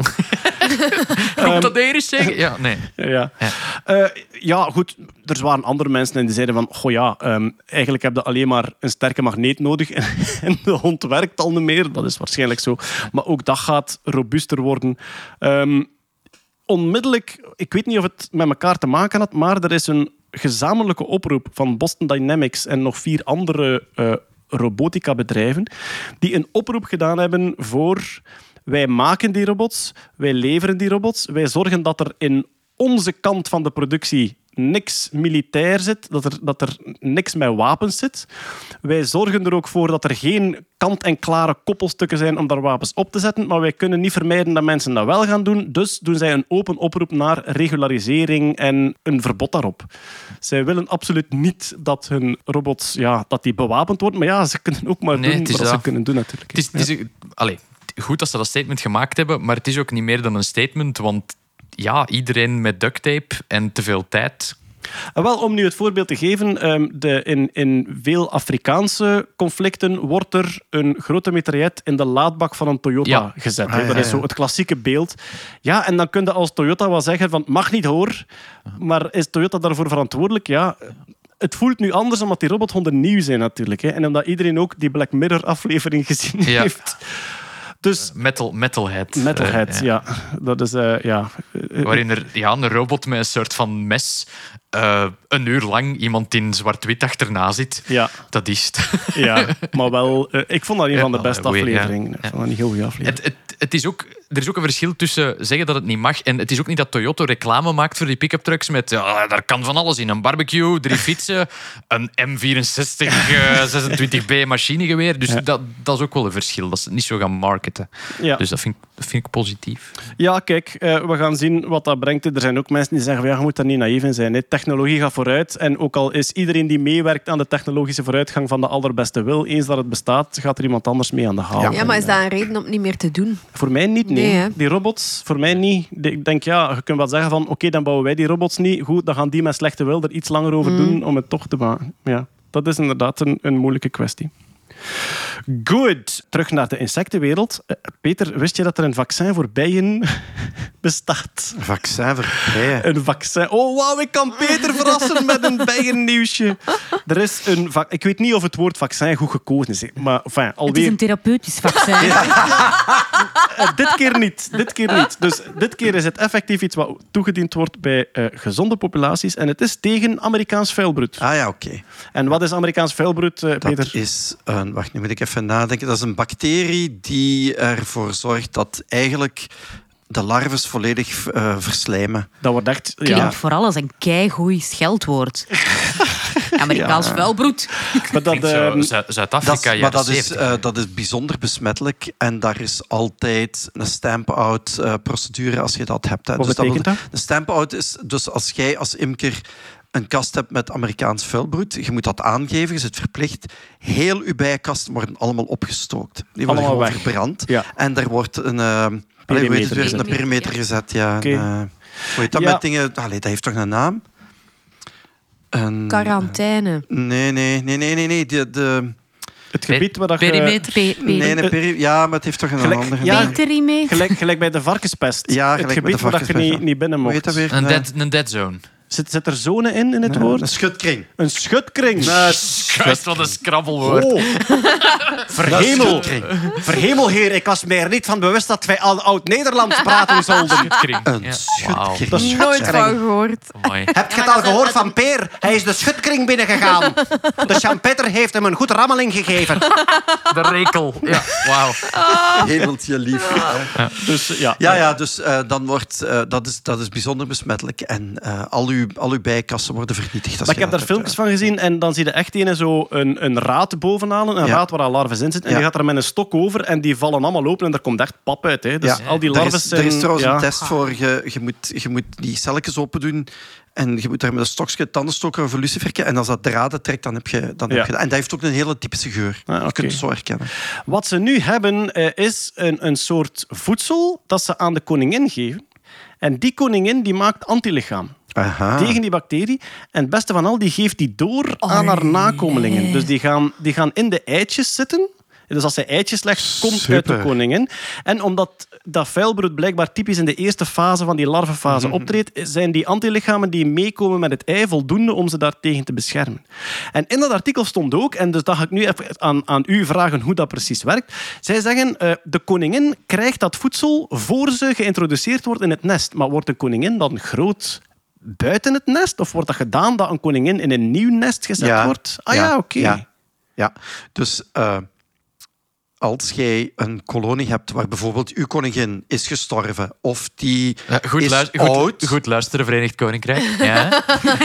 C: Komt dat hier eens zeggen? Ja, nee.
A: Ja.
C: Ja.
A: Uh, ja, goed. Er waren andere mensen en die zeiden van goh ja, um, eigenlijk heb je alleen maar een sterke magneet nodig en, en de hond werkt al niet meer. Dat is waarschijnlijk zo. Maar ook dat gaat robuuster worden. Um, onmiddellijk, ik weet niet of het met elkaar te maken had, maar er is een gezamenlijke oproep van Boston Dynamics en nog vier andere uh, robotica-bedrijven die een oproep gedaan hebben voor wij maken die robots, wij leveren die robots, wij zorgen dat er in onze kant van de productie niks militair zit, dat er, dat er niks met wapens zit. Wij zorgen er ook voor dat er geen kant-en-klare koppelstukken zijn om daar wapens op te zetten, maar wij kunnen niet vermijden dat mensen dat wel gaan doen. Dus doen zij een open oproep naar regularisering en een verbod daarop. Zij willen absoluut niet dat hun robots ja, dat die bewapend worden, maar ja, ze kunnen ook maar
C: Nee,
A: doen wat
C: dat.
A: ze kunnen doen natuurlijk.
C: Het is, het is, allee, goed dat ze dat statement gemaakt hebben, maar het is ook niet meer dan een statement, want ja, iedereen met duct tape en te veel tijd.
A: En wel, om nu het voorbeeld te geven, um, de, in, in veel Afrikaanse conflicten wordt er een grote mitraillet in de laadbak van een Toyota
C: Ja.
A: gezet.
D: Ah,
A: Hè.
D: ja,
A: Dat is
D: ja.
A: zo het klassieke beeld. Ja, en dan kun je als Toyota wel zeggen van, mag niet hoor, maar is Toyota daarvoor verantwoordelijk? Ja, het voelt nu anders omdat die robothonden nieuw zijn natuurlijk. Hè. En omdat iedereen ook die Black Mirror-aflevering gezien
C: Ja.
A: heeft. Dus
C: Metal, metalhead.
A: Metalhead,
C: Eh,
A: ja. Dat is, uh, ja...
C: Waarin er ja, een robot met een soort van mes uh, een uur lang iemand in zwart-wit achterna zit.
A: Ja.
C: Dat is het.
A: Ja, maar wel... Uh, ik vond dat een
C: Ja,
A: van de
C: wel,
A: beste
C: goeie, ja.
A: afleveringen. Ik
C: Ja.
A: vond dat een heel goede aflevering.
C: Het, het, het is ook, er is ook een verschil tussen zeggen dat het niet mag en het is ook niet dat Toyota reclame maakt voor die pick-up trucks met ja, daar kan van alles in. Een barbecue, drie fietsen, een M vierenzestig uh, zesentwintig B machinegeweer. Dus
A: Ja.
C: dat, dat is ook wel een verschil. Dat ze het niet zo gaan marketen.
A: Ja.
C: Dus dat vind, ik, dat vind ik positief.
A: Ja, kijk, uh, we gaan zien wat dat brengt. Er zijn ook mensen die zeggen, van, ja, je moet daar niet naïef in zijn. Hè. Technologie gaat vooruit. En ook al is iedereen die meewerkt aan de technologische vooruitgang van de allerbeste wil, eens dat het bestaat, gaat er iemand anders mee aan de haal.
G: Ja, maar is dat een reden om het niet meer te doen?
A: Voor mij niet, nee.
G: Nee, hè.
A: Die robots, voor mij niet. De- Ik denk, ja, je kunt wel zeggen van, oké, okay, dan bouwen wij die robots niet. Goed, dan gaan die met slechte wil er iets langer over
G: Mm.
A: doen om het toch te maken. Ja, dat is inderdaad een, een moeilijke kwestie. Goed, terug naar de insectenwereld. Uh, Peter, wist je dat er een vaccin voor bijen bestaat?
D: Vaccin voor bijen.
A: Een vaccin. Oh, wauw, ik kan Peter verrassen met een bijennieuwsje. Er is een va- ik weet niet of het woord vaccin goed gekozen is, hè, maar enfin,
B: Het is
A: alweer...
B: een therapeutisch vaccin.
A: Uh, dit keer niet. Dit keer niet. Dus dit keer is het effectief iets wat toegediend wordt bij uh, gezonde populaties. En het is tegen Amerikaans vuilbroed.
D: Ah ja, oké.
A: En wat is Amerikaans vuilbroed, uh,
D: Dat
A: Peter?
D: is een... Wacht, nu moet ik even nadenken. Dat is een bacterie die ervoor zorgt dat eigenlijk de larves volledig uh, verslijmen.
A: Dat wordt echt...
B: Klinkt
A: Ja,
B: vooral als een keigoed scheldwoord. Amerikaans
A: Ja.
B: vuilbroed.
A: maar dat,
C: Denk zo,
A: ehm,
C: Zu-
D: Dat
C: Zuid-Afrika,
D: is, maar
C: jaren
D: dat is,
C: zeventig.
D: uh, dat is bijzonder besmettelijk en daar is altijd een stamp-out uh, procedure als je dat hebt. Hè.
A: Wat
D: dus
A: betekent
D: wil-
A: dat?
D: Een stamp-out is dus als jij als imker een kast hebt met Amerikaans vuilbroed, je moet dat aangeven, je zit verplicht. Heel je bijenkasten worden allemaal opgestookt. Die worden
A: Allemaal
D: gewoon
A: weg.
D: verbrand.
A: Ja.
D: En daar wordt een... Uh, allee, hoe heet het weer?
A: gezet.
D: Een perimeter gezet. Ja.
A: Oké.
D: Een, uh, hoe heet dat
A: Ja.
D: met dingen? Allee, dat heeft toch een naam? Een,
G: Quarantaine.
D: Nee, nee, nee, nee, nee. nee. De, de,
A: het gebied waar dat je...
C: Perimeter.
B: Pe- pe-
D: nee, een peri- ja, maar het heeft toch een
A: Gelijk-
D: andere
A: ja,
D: naam.
G: Perimeter.
A: Gelijk, gelijk bij de varkenspest.
D: Ja,
A: het
D: gelijk met
A: gebied
D: de
A: waar dat je
D: varkenspest,
A: niet, niet binnen
D: Hoe
A: mocht.
D: heet dat weer?
C: Een
D: Nee.
C: dead, een dead zone.
A: Zit, zit er zone in, in het
D: Nee,
A: woord?
D: Een schutkring.
A: Een schutkring.
C: Juist, wat een scrabbelwoord.
A: Oh. Verhemel.
D: schutkring.
A: Verhemel, heer. Ik was mij er niet van bewust dat wij al oud-Nederlands praten zouden.
C: Kring.
D: Een
C: Ja.
D: schutkring.
C: Wauw.
A: Dat is
G: Nooit
A: schutkring.
G: van gehoord.
C: Amai.
A: Heb je het al gehoord van Peer? Hij is de schutkring binnengegaan. De Jean-Peter heeft hem een goed rammeling gegeven.
C: De rekel. Ja, wauw.
D: Hemeltje lief.
A: Dus ja.
D: Ja, ja, dus uh, dan wordt, uh, dat, is, dat is bijzonder besmettelijk. En uh, al uw, al uw bijkassen worden vernietigd.
A: Maar ik heb daar filmpjes van gezien en dan zie je echt een, zo een, een raad bovenhalen. Een
D: Ja.
A: raad waar al larven in zitten. En
D: Ja.
A: die gaat er met een stok over en die vallen allemaal open en er komt echt pap uit. Hè. Dus
D: Ja.
A: al die
D: Er
A: larven
D: is,
A: zijn...
D: er is trouwens
A: ja.
D: een test voor. Je, je, moet, je moet die celletjes open doen en je moet daar met een stokje tandenstoker of een luciferke. En als dat draden trekt, dan heb je, dan
A: Ja.
D: heb je dat. En dat heeft ook een hele typische geur.
A: Ah,
D: Je
A: oké.
D: kunt het zo herkennen.
A: Wat ze nu hebben, eh, is een, een soort voedsel dat ze aan de koningin geven. En die koningin die maakt antilichaam
D: Aha.
A: tegen die bacterie. En het beste van al, die geeft die door aan haar nakomelingen. Dus die gaan, die gaan in de eitjes zitten. Dus als zij eitjes legt, komt
D: Super.
A: uit de koningin. En omdat dat vuilbroed blijkbaar typisch in de eerste fase van die larvenfase optreedt, zijn die antilichamen die meekomen met het ei voldoende om ze daartegen te beschermen. En in dat artikel stond ook, en dus dat ga ik nu even aan, aan u vragen hoe dat precies werkt. Zij zeggen, uh, de koningin krijgt dat voedsel voor ze geïntroduceerd wordt in het nest. Maar wordt de koningin dan groot buiten het nest? Of wordt dat gedaan dat een koningin in een nieuw nest gezet
D: Ja.
A: wordt? Ah ja, oké.
D: Ja. Ja. Dus uh, als jij een kolonie hebt waar bijvoorbeeld uw koningin is gestorven of die
C: Ja, goed,
D: is
C: luister-
D: oud...
C: goed, goed luisteren, Verenigd Koninkrijk. Ja,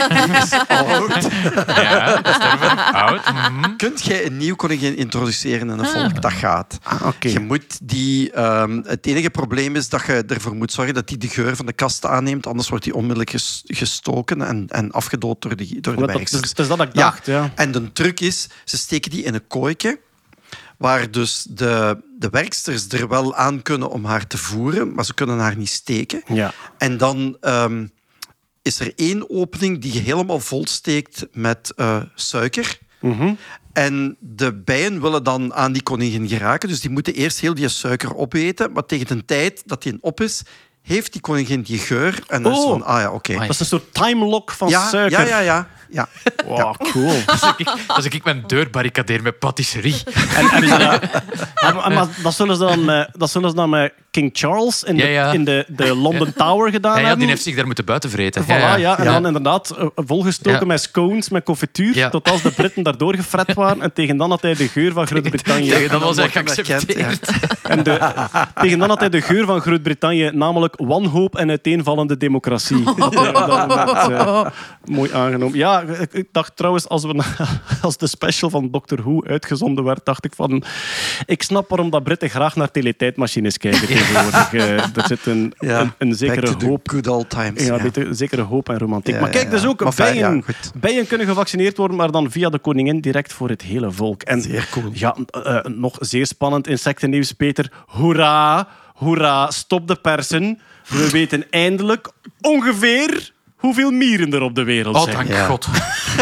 D: oud.
C: ja sterven, oud. mhm.
D: Kunt jij een nieuw koningin introduceren in een volk? Dat gaat.
A: Ah, oké.
D: Je moet die, um, het enige probleem is dat je ervoor moet zorgen dat die de geur van de kast aanneemt. Anders wordt die onmiddellijk ges- gestoken en, en afgedood door, die, door de
A: Dat, dat,
D: werksters.
A: dus, dus dat ik dacht, ja.
D: En de truc is, ze steken die in een kooitje waar dus de, de werksters er wel aan kunnen om haar te voeren, maar ze kunnen haar niet steken.
A: Ja.
D: En dan um, is er één opening die je helemaal volsteekt met uh, suiker.
A: Mhm.
D: En de bijen willen dan aan die koningin geraken, dus die moeten eerst heel die suiker opeten, maar tegen de tijd dat die op is, heeft die koningin die geur en dan is
A: Oh.
D: van, ah ja, oké.
C: Amai.
A: Dat is een soort timelock van
D: Ja,
A: suiker.
D: ja, ja, ja, ja.
A: Wow, cool.
C: Als ik, als ik mijn deur barricadeer met patisserie.
A: En, en, ja. maar, maar dat, zullen ze dan met, dat zullen ze dan met King Charles in de,
C: Ja, ja.
A: in de, de London Tower gedaan
C: Ja, ja,
A: hebben.
C: die heeft zich daar moeten buiten vreten.
A: Voilà, ja, En
C: Ja.
A: dan inderdaad uh, volgestoken
C: Ja.
A: met scones, met confituur,
C: Ja.
A: tot als de Britten daardoor gefret waren. En tegen dan had hij de geur van Groot-Brittannië.
C: Tegen dan
D: En
C: was hij
D: wordt hem herkend,
C: geaccepteerd.
A: En de, tegen dan had hij de geur van Groot-Brittannië, namelijk wanhoop en uiteenvallende democratie. Dat hij op dat moment, uh, mooi aangenomen. Ja, ik, ik dacht trouwens, als, we, als de special van Doctor Who uitgezonden werd, dacht ik van... Ik snap waarom dat Britten graag naar teletijdmachines kijken tegenwoordig. Uh, er zit een,
D: Ja.
A: een, een
D: Back
A: zekere
D: to the
A: hoop...
D: good old times.
A: Ja,
D: ja.
A: weet je, een zekere hoop en romantiek.
D: Ja,
A: maar kijk,
D: ja,
A: dus
D: ja.
A: ook
D: Maar fijn,
A: bijen,
D: ja, goed.
A: bijen kunnen gevaccineerd worden, maar dan via de koningin direct voor het hele volk. En
D: Zeer cool.
A: ja, uh, nog zeer spannend insectennieuws, Peter. Hoera, hoera, stop de persen. We weten eindelijk ongeveer hoeveel mieren er op de wereld
C: Oh,
A: zijn.
C: dank
D: Ja.
C: God.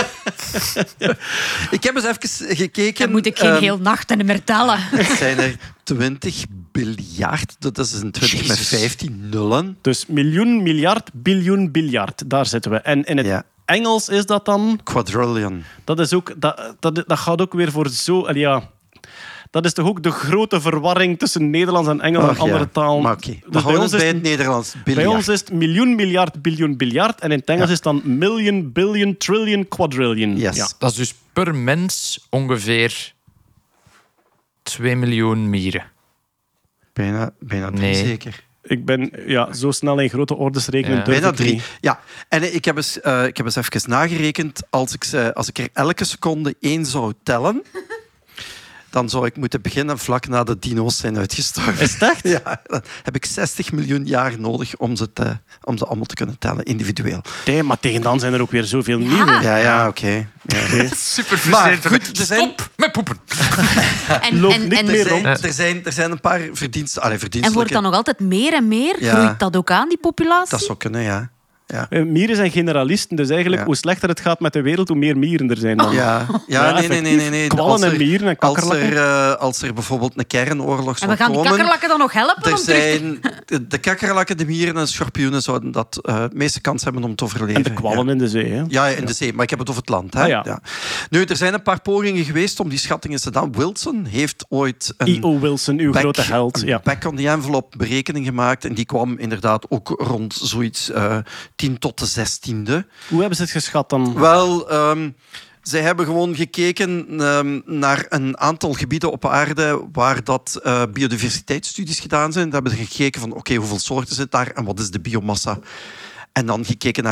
D: Ik heb eens even gekeken.
G: Dan moet ik geen
D: ehm,
G: heel nachten meer tellen.
D: Het zijn er twintig biljard. Dat is een twintig met
C: Jezus.
D: vijftien nullen.
A: Dus miljoen, miljard, biljoen, biljard. Daar zitten we. En in het
D: Ja.
A: Engels is dat dan...
D: Quadrillion.
A: Dat, is ook, dat, dat, dat gaat ook weer voor zo... allee, Ja, dat is toch ook de grote verwarring tussen Nederlands en Engels en
D: Ach,
A: andere
D: ja.
A: talen.
D: Maar oké, we
A: Dus bij
D: houden
A: ons
D: het
A: is
D: bij het Nederlands.
A: Bij
D: Biljard.
A: ons is het miljoen, miljard, biljoen, biljard. En in het Engels
D: Ja.
A: is het dan million, billion, trillion, quadrillion.
D: Yes.
A: Ja.
C: Dat is dus per mens ongeveer twee miljoen mieren.
D: Bijna, bijna drie
C: Nee.
D: zeker.
A: Ik ben ja, zo snel in grote orders rekenen.
C: Ja.
A: durf
D: Bijna
A: ik
D: drie.
A: niet.
D: Ja, en ik heb eens, uh, ik heb eens even nagerekend. Als ik, ze, als ik er elke seconde één zou tellen, dan zou ik moeten beginnen vlak na de dino's zijn uitgestorven.
A: Is het echt?
D: Ja, dan heb ik zestig miljoen jaar nodig om ze, te, om ze allemaal te kunnen tellen, individueel.
A: Nee, maar tegen dan zijn er ook weer zoveel nieuwe.
D: Ja, ja, oké. Ja.
C: Super
D: Maar
C: frustrerend.
D: goed, er zijn,
C: Stop met poepen.
G: En,
A: Loopt
G: en,
A: niet
G: en,
A: meer
D: er,
A: rond.
D: zijn, er, zijn, er zijn een paar verdiensten. Allee,
G: en
D: verdienstelijke...
G: wordt dat nog altijd meer en meer?
D: Ja.
G: Groeit dat ook aan, die populatie?
D: Dat zou kunnen, ja. Ja.
A: Eh, Mieren zijn generalisten, dus eigenlijk
D: Ja.
A: hoe slechter het gaat met de wereld, hoe meer mieren er zijn dan.
D: Ja, ja,
A: Ja,
D: nee, nee, nee, nee, nee.
A: Kwallen
D: Als
A: en
D: er-
A: mieren en
D: Als
A: kakkerlakken.
D: er, uh, als er bijvoorbeeld een kernoorlog
G: En we
D: zou
G: gaan die
D: komen...
G: kakkerlakken dan nog helpen
D: Er
G: om terug te...
D: zijn, de, de kakkerlakken, de mieren en de schorpioenen zouden dat uh, het meeste kans hebben om te overleven.
A: En de kwallen
D: Ja.
A: in de zee. Hè?
D: Ja, in de zee, maar ik heb het over het land. Hè?
A: Ah, ja.
D: Nu, er zijn een paar pogingen geweest om die schattingen te doen. Wilson heeft ooit een
A: I O. Wilson, uw
D: back-
A: grote held.
D: een
A: Ja.
D: back on the envelope berekening gemaakt en die kwam inderdaad ook rond zoiets uh, tien tot de zestiende.
A: Hoe hebben ze het geschat dan?
D: Wel, um, zij hebben gewoon gekeken um, naar een aantal gebieden op aarde waar dat uh, biodiversiteitsstudies gedaan zijn. Daar hebben ze gekeken van, oké, okay, hoeveel soorten zit daar en wat is de biomassa? En dan gekeken naar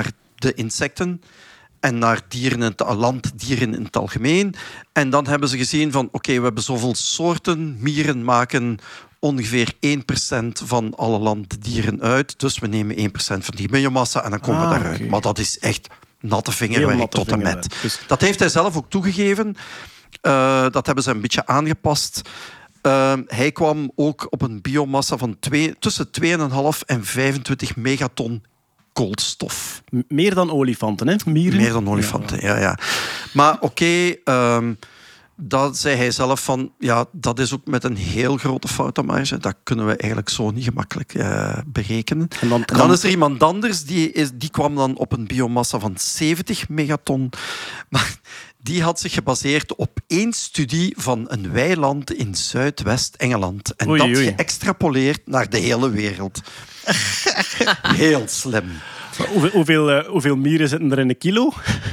D: de insecten en naar dieren in het, landdieren in het algemeen. En dan hebben ze gezien van, oké, okay, we hebben zoveel soorten. Mieren maken ongeveer één procent van alle landdieren uit. Dus we nemen één procent van die biomassa en dan komen
A: Ah,
D: we daaruit.
A: okay.
D: Maar dat is echt natte vingerwerk
A: Heel natte
D: tot en met.
A: vingerwerk. Dus-
D: Dat heeft hij zelf ook toegegeven. Uh, dat hebben ze een beetje aangepast. Uh, hij kwam ook op een biomassa van twee, tussen twee komma vijf en vijfentwintig megaton koolstof.
A: M- Meer dan olifanten, hè? Mieren.
D: Meer dan olifanten, ja, ja. Maar oké, okay, um, dat zei hij zelf van... Ja, dat is ook met een heel grote foutenmarge. Dat kunnen we eigenlijk zo niet gemakkelijk uh, berekenen.
A: En dan,
D: en dan is er iemand anders, die, is, die kwam dan op een biomassa van zeventig megaton. Maar die had zich gebaseerd op één studie van een weiland in Zuidwest-Engeland. En
A: Oei,
D: dat
A: oei.
D: geëxtrapoleerd naar de hele wereld. Heel slim.
A: Hoeveel, hoeveel, uh, hoeveel mieren zitten er in een kilo?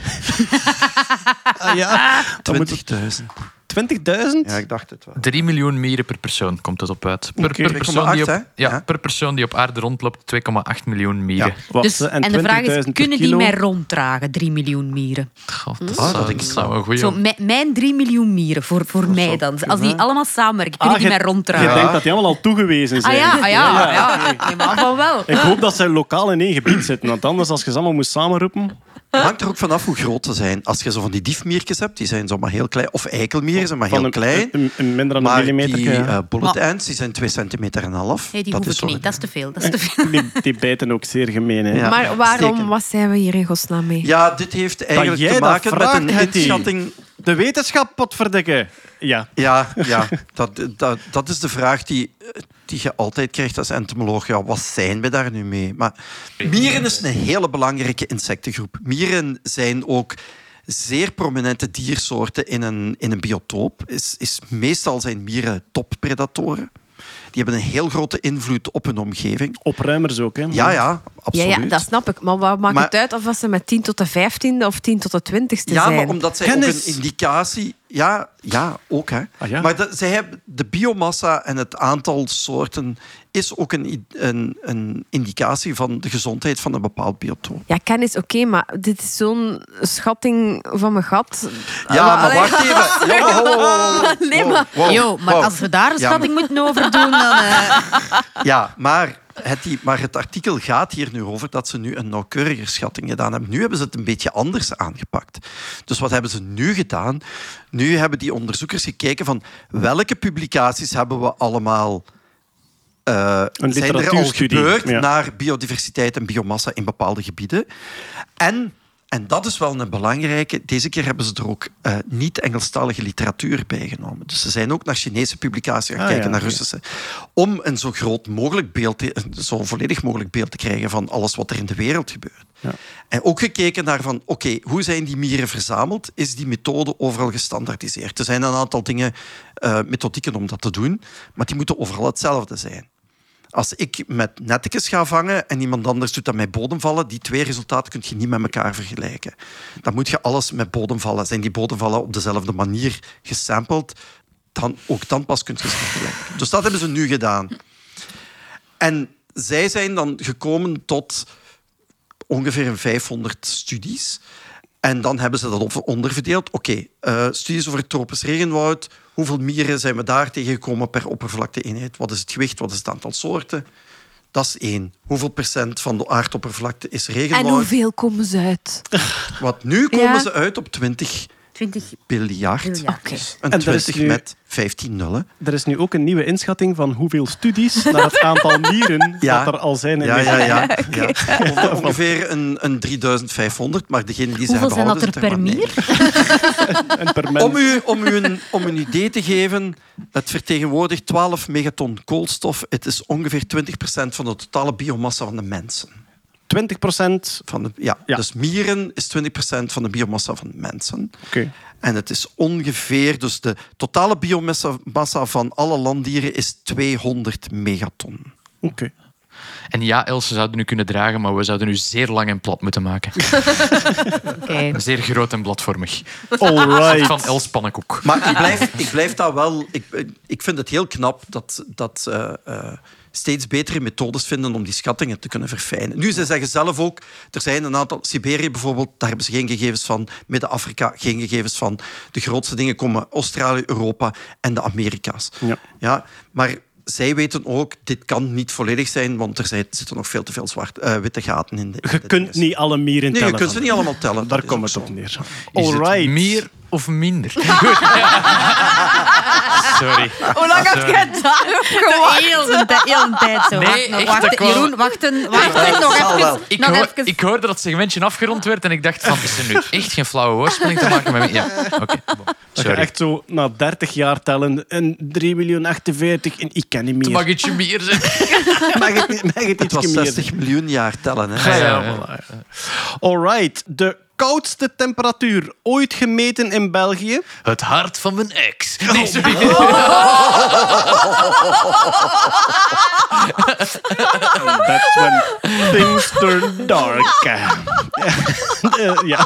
A: ah, ja.
D: twintigduizend.
A: twintigduizend?
D: Ja, ik dacht het wel.
C: drie miljoen mieren per persoon komt het op uit. Per,
A: Oké.
C: per, persoon, die op,
D: twee komma acht, hè?
C: ja,
D: Ja.
C: per persoon die op aarde rondloopt, twee komma acht miljoen mieren.
D: Ja.
A: Wacht,
B: Dus, en, de vraag is,
A: twintigduizend per
B: kunnen die
A: kilo?
B: mij ronddragen, drie miljoen mieren?
C: God, dat,
D: Ah,
C: zou,
D: dat ik-
C: dat zou een goeie...
B: Zo, mijn, mijn drie miljoen mieren, voor, voor mij dan. Als die allemaal samenwerken, kunnen
A: Ah,
B: die
A: je-
B: mij
A: Je
B: ronddragen?
A: denkt dat die allemaal al toegewezen zijn.
B: Ah ja, ah, ja,
A: Ja,
B: ja.
A: oké.
B: Nee, maar van wel.
A: Ik hoop dat ze lokaal in één gebied zitten. Want anders, als je ze allemaal moest samenroepen...
D: Het hangt er ook vanaf hoe groot ze zijn. Als je zo van die diefmiertjes hebt, die zijn zo maar heel klein. Of eikelmieren zijn maar heel
A: Van een,
D: klein.
A: Een, een minder dan een
D: Maar
A: millimeter.
D: die uh, bullet
B: Maar-
D: ants die zijn twee centimeter en een half.
B: Nee, die
D: dat
B: hoef
D: is
B: ik
D: zo-
B: niet. Dat is te veel. Dat is te veel.
A: Die, die bijten ook zeer gemeen. Hè.
D: Ja.
G: Maar waarom,
D: steken.
G: wat zijn we hier in godsnaam mee?
D: Ja, dit heeft eigenlijk
A: jij
D: te
A: dat
D: maken met
A: vraagt,
D: een
A: Hetty.
D: inschatting.
A: De wetenschap, potverdikke. Ja.
D: Ja, ja dat, dat, dat is de vraag die, die je altijd krijgt als entomoloog. Ja, wat zijn we daar nu mee? Maar mieren is een hele belangrijke insectengroep. Mieren zijn ook zeer prominente diersoorten in een, in een biotoop. Is, is, meestal zijn mieren toppredatoren. Die hebben een heel grote invloed op hun omgeving.
A: Opruimers ook, hè.
D: Ja, ja,
G: Ja,
D: absoluut.
G: ja, dat snap ik. Maar wat maakt
D: Maar-
G: het uit of dat ze met tien tot de vijftiende of tien tot de twintigste
D: Ja,
G: zijn?
D: maar omdat zij
A: Kennis.
D: ook een indicatie... Ja, ja ook. Hè.
A: Ah, ja?
D: Maar de, zij hebben, de biomassa en het aantal soorten is ook een, i- een, een indicatie van de gezondheid van een bepaald biotoop.
G: Ja, kennis, oké, maar dit is zo'n schatting van mijn gat.
D: Ja, maar
G: Allee,
D: wacht even. Ja, wow, wow, wow, wow.
G: Nee,
D: Wow,
G: maar-
D: wow,
B: Jo, maar
D: wow.
B: als we daar een
D: Ja,
B: schatting moeten over doen, dan... eh,
D: Ja, maar het, die- maar het artikel gaat hier nu over dat ze nu een nauwkeuriger schatting gedaan hebben. Nu hebben ze het een beetje anders aangepakt. Dus wat hebben ze nu gedaan? Nu hebben die onderzoekers gekeken van welke publicaties hebben we allemaal... eh,
A: Een
D: zijn er al
A: literatuurstudie,
D: gebeurd
A: ja.
D: naar biodiversiteit en biomassa in bepaalde gebieden. En, en dat is wel een belangrijke, deze keer hebben ze er ook eh, niet-Engelstalige literatuur bij genomen. Dus ze zijn ook naar Chinese publicaties gaan
A: Ah,
D: kijken,
A: ja,
D: naar
A: oké.
D: Russische. Om een zo groot mogelijk beeld, te- een zo volledig mogelijk beeld te krijgen van alles wat er in de wereld gebeurt.
A: Ja.
D: En ook gekeken naar van, oké, hoe zijn die mieren verzameld? Is die methode overal gestandaardiseerd? Er zijn een aantal dingen, eh, methodieken om dat te doen, maar die moeten overal hetzelfde zijn. Als ik met nettekens ga vangen en iemand anders doet dat met bodemvallen, die twee resultaten kun je niet met elkaar vergelijken. Dan moet je alles met bodemvallen. Zijn die bodemvallen op dezelfde manier gesampled, dan, ook dan pas kun je ze vergelijken. Dus dat hebben ze nu gedaan. En zij zijn dan gekomen tot ongeveer een vijfhonderd studies. En dan hebben ze dat op- onderverdeeld. Oké, eh, studies over het tropisch regenwoud. Hoeveel mieren zijn we daar tegengekomen per oppervlakte-eenheid? Wat is het gewicht? Wat is het aantal soorten? Dat is één. Hoeveel procent van de aardoppervlakte is
G: En
D: regenwoud?
G: hoeveel komen ze uit?
D: Wat nu komen
G: Ja.
D: ze uit op twintig
B: twintig
D: biljard.
B: miljard.
G: Oké.
D: Een
A: En er is
D: twintig
A: nu-
D: met vijftien nullen.
A: Er is nu ook een nieuwe inschatting van hoeveel studies naar het aantal mieren
D: Ja.
A: dat er al zijn in
D: Ja, ja,
A: Nederland.
D: ja. ja. Onge- Ongeveer een, een drieduizend vijfhonderd, maar degene die ze
B: Hoeveel
D: hebben
B: zijn dat
D: behouden,
B: er
D: zit
B: per
D: maar
B: mier?
A: En per mens.
D: Om u, om, u een, om een idee te geven, het vertegenwoordigt twaalf megaton koolstof. Het is ongeveer twintig procent van de totale biomassa van de mensen.
A: twintig procent.
D: Van de, ja.
A: Ja.
D: Dus mieren is twintig procent van de biomassa van de mensen.
A: Oké.
D: En het is ongeveer, dus de totale biomassa massa van alle landdieren is tweehonderd megaton.
A: Oké.
C: En ja, Els, ze zouden nu kunnen dragen, maar we zouden nu zeer lang en plat moeten maken.
B: Oké.
C: Zeer groot en bladvormig.
A: All right.
C: Van Els pannenkoek.
D: Maar ik blijf, ik blijf daar wel... Ik, ik vind het heel knap dat, dat uh, uh, steeds betere methodes vinden om die schattingen te kunnen verfijnen. Nu, ze zeggen zelf ook, er zijn een aantal... Siberië bijvoorbeeld, daar hebben ze geen gegevens van. Midden-Afrika, geen gegevens van. De grootste dingen komen Australië, Europa en de Amerika's.
A: Ja.
D: Ja, maar... Zij weten ook, dit kan niet volledig zijn, want er zitten nog veel te veel zwart, uh, witte gaten in de in
A: Je
D: de
A: kunt
D: dingen.
A: niet alle mieren
D: Nee,
A: tellen.
D: je kunt ze niet allemaal tellen.
A: Daar
D: Dat
A: komt
D: is
A: het
D: ook
A: op neer.
C: Is
A: Alright.
C: het meer of minder? Sorry.
G: Hoe lang heb jij daarop gewacht?
B: Heel de, tij- heel de tijd zo.
C: Nee,
B: Wacht,
C: echt,
B: wacht,
C: dat kwam-
B: Jeroen, wachten. Wachten, nog
D: zal wel.
B: even.
C: Ik,
B: Nog
C: hoor,
B: even.
C: ik hoorde dat het segmentje afgerond werd en ik dacht van, is er nu echt geen flauwe woordspeling te maken met me? Ja, oké. Okay.
A: Dat je
C: Sorry.
A: echt zo na dertig jaar tellen en drie miljoen achtenveertig en ik ken niet meer.
C: Mag het je meer zijn?
A: Mag het, niet- mag het
D: Het
A: iets
D: was
A: meer
D: zestig miljoen jaar tellen. Hè.
C: Ja, ja,
A: ja,
C: ja.
A: voilà. Alright. De koudste temperatuur ooit gemeten in België.
C: Het hart van mijn ex. Nee, sorry.
A: That's when things turn dark. Eh, ja.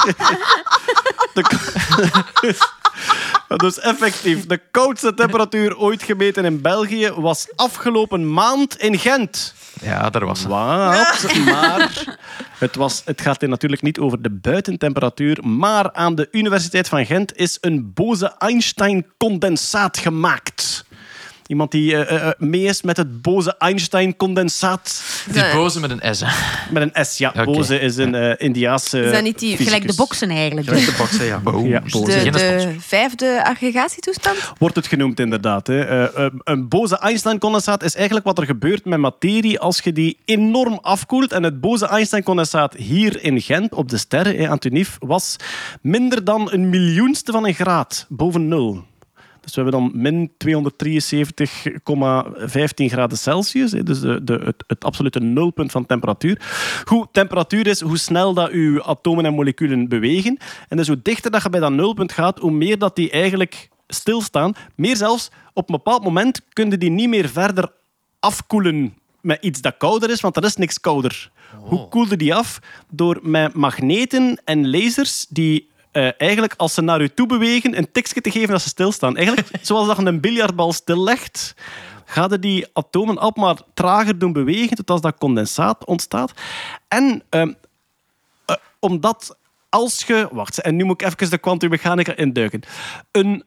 A: De ko- dus effectief, de koudste temperatuur ooit gemeten in België was afgelopen maand in Gent.
C: Ja, daar was het.
A: Wat? Maar het, was, het gaat hier natuurlijk niet over de buitentemperatuur, maar aan de Universiteit van Gent is een Bose-Einstein-condensaat gemaakt. Iemand die uh, uh, mee is met het Bose-Einstein-condensaat.
C: Die boze met een S. Hè.
A: Met een S, ja.
C: Oké.
A: Bose is een uh, Indiaanse
G: Is dat niet die-
A: fysicus.
B: Gelijk de boksen eigenlijk.
D: Gelijk de boksen, ja.
A: Ja, Bose.
G: De,
C: Geen
G: de
C: sponsor.
G: vijfde aggregatietoestand?
A: Wordt het genoemd, inderdaad. Hè. Uh, uh, een Bose-Einstein-condensaat is eigenlijk wat er gebeurt met materie als je die enorm afkoelt. En het Bose-Einstein-condensaat hier in Gent, op de sterren, hè, aan Tunif, was minder dan een miljoenste van een graad, boven nul. Dus we hebben dan min tweehonderddrieënzeventig komma vijftien graden Celsius. Hè, dus de, de, het, het absolute nulpunt van temperatuur. Goed, temperatuur is hoe snel dat je atomen en moleculen bewegen. En dus hoe dichter dat je bij dat nulpunt gaat, hoe meer dat die eigenlijk stilstaan. Meer zelfs, op een bepaald moment kun je die niet meer verder afkoelen met iets dat kouder is, want er is niks kouder. Hoe koelde die af? Door met magneten en lasers die... Uh, eigenlijk, als ze naar u toe bewegen, een tikje te geven als ze stilstaan. Eigenlijk, zoals dat je een biljartbal stillegt, gaan je die atomen al maar trager doen bewegen, tot als dat condensaat ontstaat. En uh, uh, omdat als je... Wacht, en nu moet ik even de kwantummechanica induiken. Een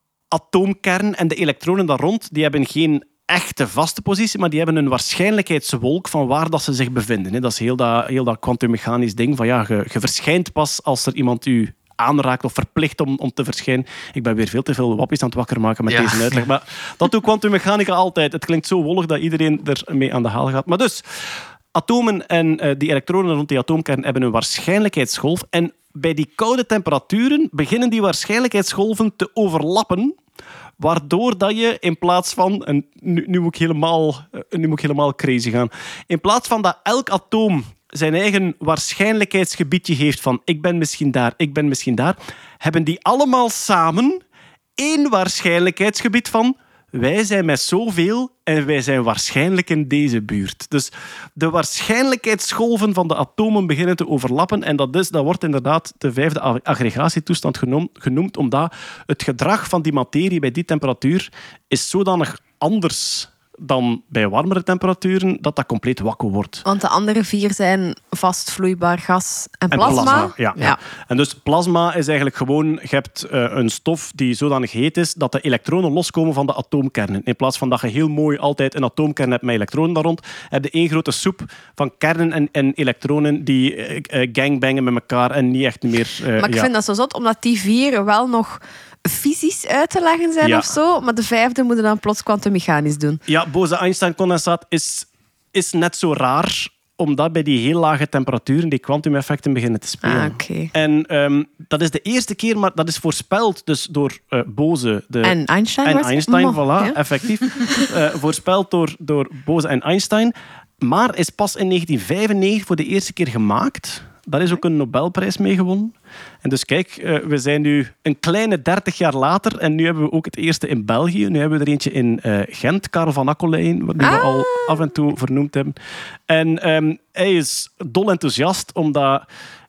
A: atoomkern en de elektronen daar rond, die hebben geen echte vaste positie, maar die hebben een waarschijnlijkheidswolk van waar dat ze zich bevinden. Dat is heel dat, heel dat kwantummechanisch ding van ja, je, je verschijnt pas als er iemand u aanraakt of verplicht om, om te verschijnen. Ik ben weer veel te veel wappies aan het wakker maken met
C: Ja.
A: deze uitleg. Maar dat doet kwantummechanica altijd. Het klinkt zo wollig dat iedereen ermee aan de haal gaat. Maar dus, atomen en uh, die elektronen rond die atoomkern hebben een waarschijnlijkheidsgolf. En bij die koude temperaturen beginnen die waarschijnlijkheidsgolven te overlappen. Waardoor dat je in plaats van... En nu, nu, moet ik helemaal, nu moet ik helemaal crazy gaan. In plaats van dat elk atoom zijn eigen waarschijnlijkheidsgebiedje heeft van ik ben misschien daar, ik ben misschien daar, hebben die allemaal samen één waarschijnlijkheidsgebied van wij zijn met zoveel en wij zijn waarschijnlijk in deze buurt. Dus de waarschijnlijkheidsgolven van de atomen beginnen te overlappen en dat, is, dat wordt inderdaad de vijfde aggregatietoestand genoemd, genoemd omdat het gedrag van die materie bij die temperatuur is zodanig anders dan bij warmere temperaturen, dat dat compleet wakko wordt.
G: Want de andere vier zijn vast vloeibaar gas en
A: En
G: plasma.
A: ja. ja. En dus plasma is eigenlijk gewoon... Je hebt uh, een stof die zodanig heet is dat de elektronen loskomen van de atoomkernen. In plaats van dat je heel mooi altijd een atoomkern hebt met elektronen daar rond, heb je één grote soep van kernen en, en elektronen die uh, uh, gangbangen met elkaar en niet echt meer... Uh,
G: Maar ik
A: ja.
G: vind dat zo zot, omdat die vier wel nog fysisch uit te leggen zijn
A: Ja.
G: of zo, maar de vijfde moeten dan plots kwantummechanisch doen.
A: Ja, Bose-Einstein-condensaat is, is net zo raar, omdat bij die heel lage temperaturen die kwantumeffecten beginnen te spelen.
G: Ah, oké.
A: En um, dat is de eerste keer, maar dat is voorspeld dus door uh, Bose. De,
G: En Einstein
A: En
G: was het?
A: Einstein,
G: Mo,
A: voilà,
G: ja.
A: effectief. Uh, voorspeld door, door Bose en Einstein. Maar is pas in negentien vijfennegentig voor de eerste keer gemaakt. Daar is ook een Nobelprijs mee gewonnen. En dus kijk, uh, we zijn nu een kleine dertig jaar later en nu hebben we ook het eerste in België. Nu hebben we er eentje in uh, Gent, Karel van Akkolein, wat die
G: Ah.
A: we al af en toe vernoemd hebben. En um, hij is dol enthousiast, omdat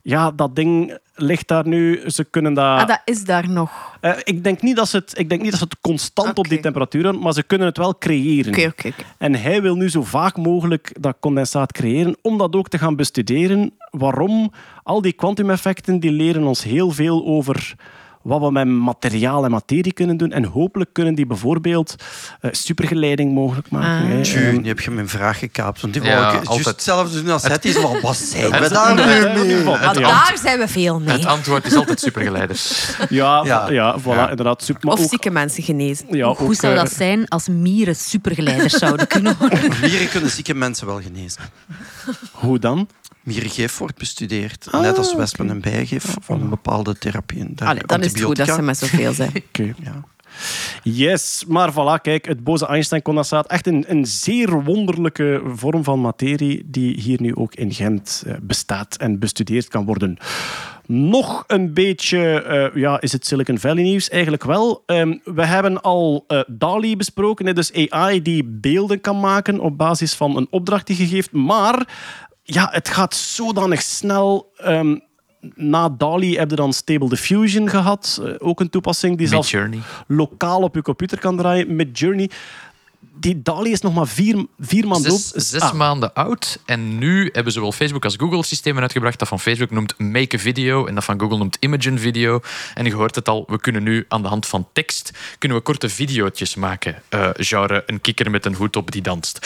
A: ja, dat ding ligt daar nu. Ze kunnen dat...
G: Ah, dat is daar nog.
A: Uh, ik, denk niet dat ze het, ik denk niet dat ze het constant
G: Okay.
A: op die temperatuur doen, maar ze kunnen het wel creëren.
G: Oké, oké, oké.
A: En hij wil nu zo vaak mogelijk dat condensaat creëren om dat ook te gaan bestuderen. Waarom? Al die kwantumeffecten die leren ons heel veel over wat we met materiaal en materie kunnen doen. En hopelijk kunnen die bijvoorbeeld uh, supergeleiding mogelijk maken.
G: Ah.
A: Hè.
D: Tjuu,
A: Um,
D: nu heb je mijn vraag gekaapt. Want die
C: Ja,
D: wou ik
C: altijd.
D: juist hetzelfde doen als het is. Maar wat zijn we
C: Het-
D: daar nu mee?
G: Maar
C: Het
G: daar zijn we veel mee.
C: Het antwoord is altijd supergeleiders.
A: ja,
D: Ja.
A: ja, voilà,
C: Ja.
A: inderdaad. Super, maar
G: Of
A: ook,
G: zieke mensen genezen.
A: ja,
B: Hoe
A: ook,
B: zou
A: uh,
B: dat zijn als mieren supergeleiders zouden kunnen worden?
D: Mieren kunnen zieke mensen wel genezen.
A: Hoe dan?
D: Mierengif wordt bestudeerd.
A: Ah,
D: Net als wespen
A: oké.
D: en bijgif van bepaalde therapieën. Daar-
G: Allee, dan is het goed dat
D: antibiotica.
G: ze met zoveel zijn.
A: Oké.
D: Ja.
A: Yes, maar voilà, kijk, het Bose-Einstein-condensaat. Echt een, een zeer wonderlijke vorm van materie die hier nu ook in Gent uh, bestaat en bestudeerd kan worden. Nog een beetje, uh, ja, is het Silicon Valley nieuws? Eigenlijk wel. Um, we hebben al uh, DALL-E besproken, hè, dus A I die beelden kan maken op basis van een opdracht die je geeft. Maar ja, het gaat zodanig snel. Um, Na DALL-E heb je dan Stable Diffusion gehad. Uh, ook een toepassing die zelfs
C: Midjourney.
A: lokaal op je computer kan draaien. Midjourney. Die DALL-E is nog maar vier, vier maanden
C: Zes,
A: oud.
C: zes
A: Ah,
C: maanden oud. En nu hebben zowel Facebook als Google systemen uitgebracht. Dat van Facebook noemt Make a Video en dat van Google noemt Image a Video. En je hoort het al, we kunnen nu aan de hand van tekst kunnen we korte videootjes maken. Uh, genre een kikker met een hoed op die danst.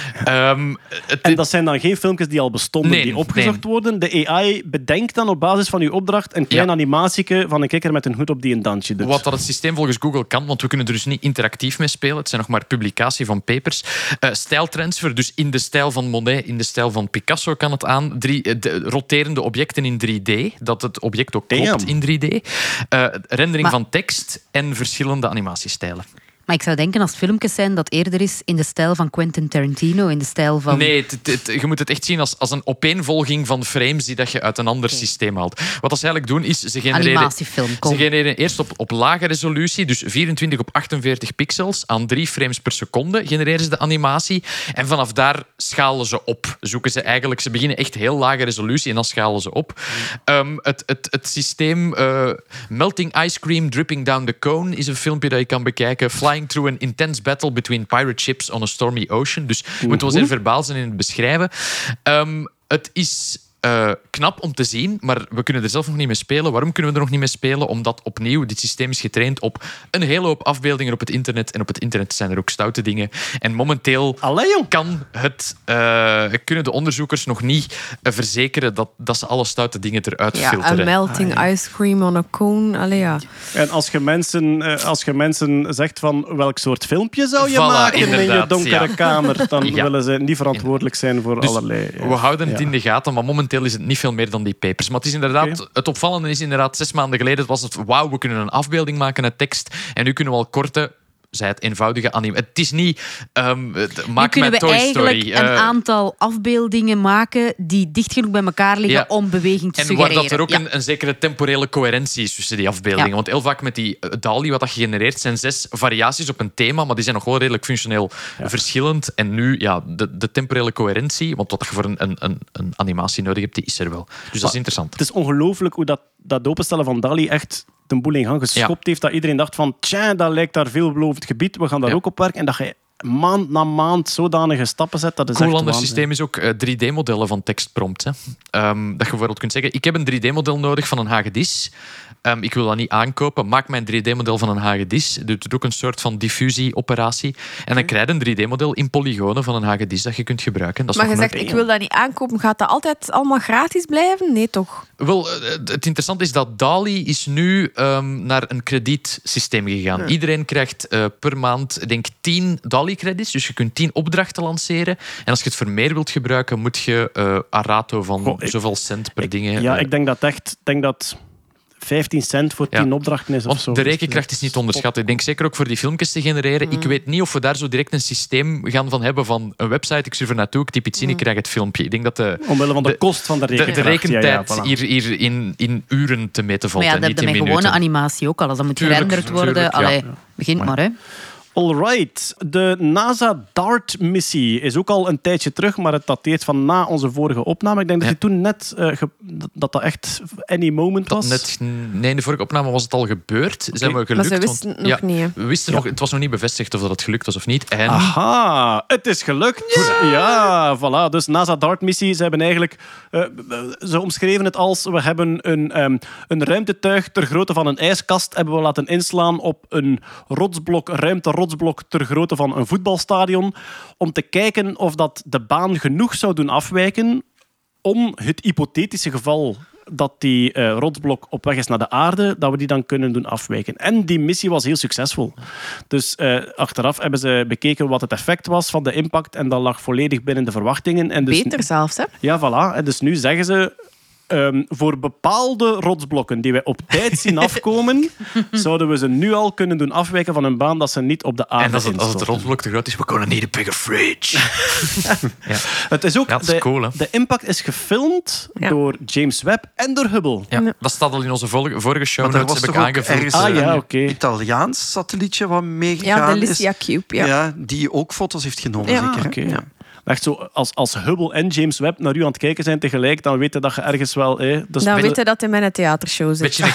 C: Um, het,
A: En dat zijn dan geen filmpjes die al bestonden,
C: Nee,
A: die opgezocht worden. De A I bedenkt dan op basis van uw opdracht een klein
C: Ja.
A: animatieke van een kikker met een hoed op die een dansje doet.
C: Wat dat het systeem volgens Google kan, want we kunnen er dus niet interactief mee spelen. Het zijn nog maar publicatie van papers. Uh, stijltransfer, dus in de stijl van Monet, in de stijl van Picasso kan het aan. Drie, uh, de, roterende objecten in drie D, dat het object ook klopt
A: Damn.
C: in drie D. Uh, rendering
B: Maar-
C: van tekst en verschillende animatiestijlen.
B: Maar ik zou denken als het filmpjes zijn dat eerder is in de stijl van Quentin Tarantino, in de stijl van...
C: Nee, het, het, je moet het echt zien als, als een opeenvolging van frames die dat je uit een ander
B: Oké.
C: systeem haalt. Wat ze eigenlijk doen, is ze genereren...
B: Animatiefilm, kom.
C: Ze genereren eerst op, op lage resolutie, dus vierentwintig op achtenveertig pixels, aan drie frames per seconde genereren ze de animatie. En vanaf daar schalen ze op. Zoeken ze eigenlijk... Ze beginnen echt heel lage resolutie en dan schalen ze op. Um, het, het, het systeem uh, Melting Ice Cream Dripping Down the Cone is een filmpje dat je kan bekijken. Flying through an intense battle between pirate ships on a stormy ocean. Dus je moet wel zeer verbaal zijn in het beschrijven. Um, het is... Uh, knap om te zien, maar we kunnen er zelf nog niet mee spelen. Waarom kunnen we er nog niet mee spelen? Omdat opnieuw, dit systeem is getraind op een hele hoop afbeeldingen op het internet. En op het internet zijn er ook stoute dingen. En momenteel
A: Allee, jong.
C: kan het, uh, kunnen de onderzoekers nog niet uh, verzekeren dat, dat ze alle stoute dingen eruit
G: Ja,
C: filteren.
G: een melting ice cream on a cone. Allee, ja.
A: En als je, mensen, eh, als je mensen zegt van welk soort filmpje zou je
C: Voilà,
A: maken in je
C: inderdaad,
A: donkere
C: ja.
A: kamer, dan
C: Ja.
A: willen ze niet verantwoordelijk zijn voor
C: Dus
A: allerlei... ja.
C: we houden het
A: Ja.
C: in de gaten, maar momenteel is het niet veel meer dan die papers. Maar het is inderdaad,
A: Oké.
C: het opvallende is inderdaad, zes maanden geleden was het wauw, we kunnen een afbeelding maken uit tekst. En nu kunnen we al korte, zij het eenvoudige anime. Het is niet, um, het-
B: Nu
C: maak
B: kunnen
C: mij
B: we
C: Toy
B: eigenlijk
C: Story.
B: een
C: eh,
B: aantal afbeeldingen maken die dicht genoeg bij elkaar liggen
C: Ja.
B: om beweging te
C: En waar
B: suggereren.
C: dat er ook
B: Ja.
C: een, een zekere temporele coherentie is tussen die afbeeldingen.
B: Ja.
C: Want heel vaak met die uh, DALL-E, wat dat gegenereerd zijn zes variaties op een thema, maar die zijn nog wel redelijk functioneel verschillend. En nu, ja, de, de temporele coherentie, want wat je voor een, een, een, een animatie nodig hebt, die is er wel. Dus dat is interessant.
A: Het is ongelooflijk hoe dat, dat openstellen van DALL-E echt de boel in gang geschopt heeft. Dat iedereen dacht van, tja, dat lijkt daar veelbelovend gebied, we gaan daar
C: Ja.
A: ook op werken. En dat je maand na maand zodanige stappen zet, dat is
C: Cool
A: echt
C: ander
A: waanzin.
C: systeem is ook uh, drie D-modellen van tekstprompts. Hè. Um, dat je bijvoorbeeld kunt zeggen, ik heb een drie D-model nodig van een hagedis. Um, ik wil dat niet aankopen. Maak mijn drie D-model van een hagedis. Doet het ook een soort van diffusieoperatie. En dan krijg je een drie D-model in polygonen van een hagedis dat je kunt gebruiken. Dat is
G: Maar je
C: nog
G: zegt, ik wil dat niet aankopen. Gaat dat altijd allemaal gratis blijven? Nee, toch?
C: Wel, uh, het interessante is dat DALL-E is nu um, naar een kredietsysteem gegaan.
G: Ja.
C: Iedereen krijgt uh, per maand, denk tien DALL-E-credits. Dus je kunt tien opdrachten lanceren. En als je het voor meer wilt gebruiken, moet je uh, een rato van
A: Goh, ik-
C: zoveel cent per
A: Ik-
C: dingen...
A: Ja,
C: uh,
A: ik denk dat echt... denk dat vijftien cent voor
C: Ja.
A: tien opdrachten is of
C: Want
A: zo.
C: de rekenkracht is niet te onderschatten. Ik denk zeker ook voor die filmpjes te genereren.
G: Mm.
C: Ik weet niet of we daar zo direct een systeem gaan van hebben van een website. Ik stuur er naartoe, ik typ iets in, ik krijg het filmpje. Ik denk dat de,
A: Omwille van de,
C: de-
A: kost van de
C: de,
A: rekenkracht.
C: de rekentijd
A: Ja, ja, voilà.
C: hier, hier in, in uren te meten valt
B: Maar ja,
C: en
B: dat
C: niet
B: heb je
C: in
B: met
C: minuten.
B: gewone animatie ook al. Als dat moet
C: Tuurlijk,
B: gerenderd worden,
C: tuurlijk, ja.
B: allee, begint
C: Maar-
B: maar. Hè.
A: Alright, de NASA DART-missie is ook al een tijdje terug, maar het dateert van na onze vorige opname. Ik denk dat
C: Ja.
A: je toen net, uh, ge- dat dat echt any moment was.
C: Dat net, nee, in de vorige opname was het al gebeurd. Zijn we gelukt,
G: Maar ze
C: want-
G: wisten nog
C: ja,
G: niet, hè?
C: We wisten nog, het was nog niet bevestigd of dat het gelukt was of niet. En
A: Aha, het is gelukt. Ja, voilà. Dus NASA DART-missie, ze hebben eigenlijk... Uh, ze omschreven het als, we hebben een, um, een ruimtetuig ter grootte van een ijskast hebben we laten inslaan op een rotsblok, ruimte-rotsblok ter grootte van een voetbalstadion, om te kijken of dat de baan genoeg zou doen afwijken om het hypothetische geval dat die uh, rotsblok op weg is naar de aarde, dat we die dan kunnen doen afwijken. En die missie was heel succesvol. Dus uh, achteraf hebben ze bekeken wat het effect was van de impact en dat lag volledig binnen de verwachtingen. En dus,
G: Beter zelfs, hè?
A: ja, voilà. En dus nu zeggen ze, um, voor bepaalde rotsblokken die wij op tijd zien afkomen, zouden we ze nu al kunnen doen afwijken van een baan dat ze niet op de aarde
C: en als het, als het
A: instorten.
C: rotsblok te groot is, we kunnen need a bigger fridge. ja.
A: Het is ook,
C: Ja, dat is
A: de,
C: cool, hè?
A: de impact is gefilmd
G: Ja.
A: door James Webb en door Hubble.
C: Ja, dat staat al in onze vorige, vorige show
D: Maar er
C: notes,
D: was
C: heb
D: toch
C: ik
D: ook
C: aangevuld.
D: ergens
A: Ah, ja,
D: een
A: oké.
D: Italiaans satellietje wat
G: Ja,
D: meegegaan
G: de
D: is.
G: Licia Cube, ja.
D: Ja, die ook foto's heeft genomen,
G: Ja,
D: zeker. hè?
A: Oké.
D: Ja.
A: Echt zo, als, als Hubble en James Webb naar u aan het kijken zijn tegelijk, dan weet je dat je ergens wel... Eh, dus
G: Dan weet je dat hij met een theatershow zit.
C: Beetje een,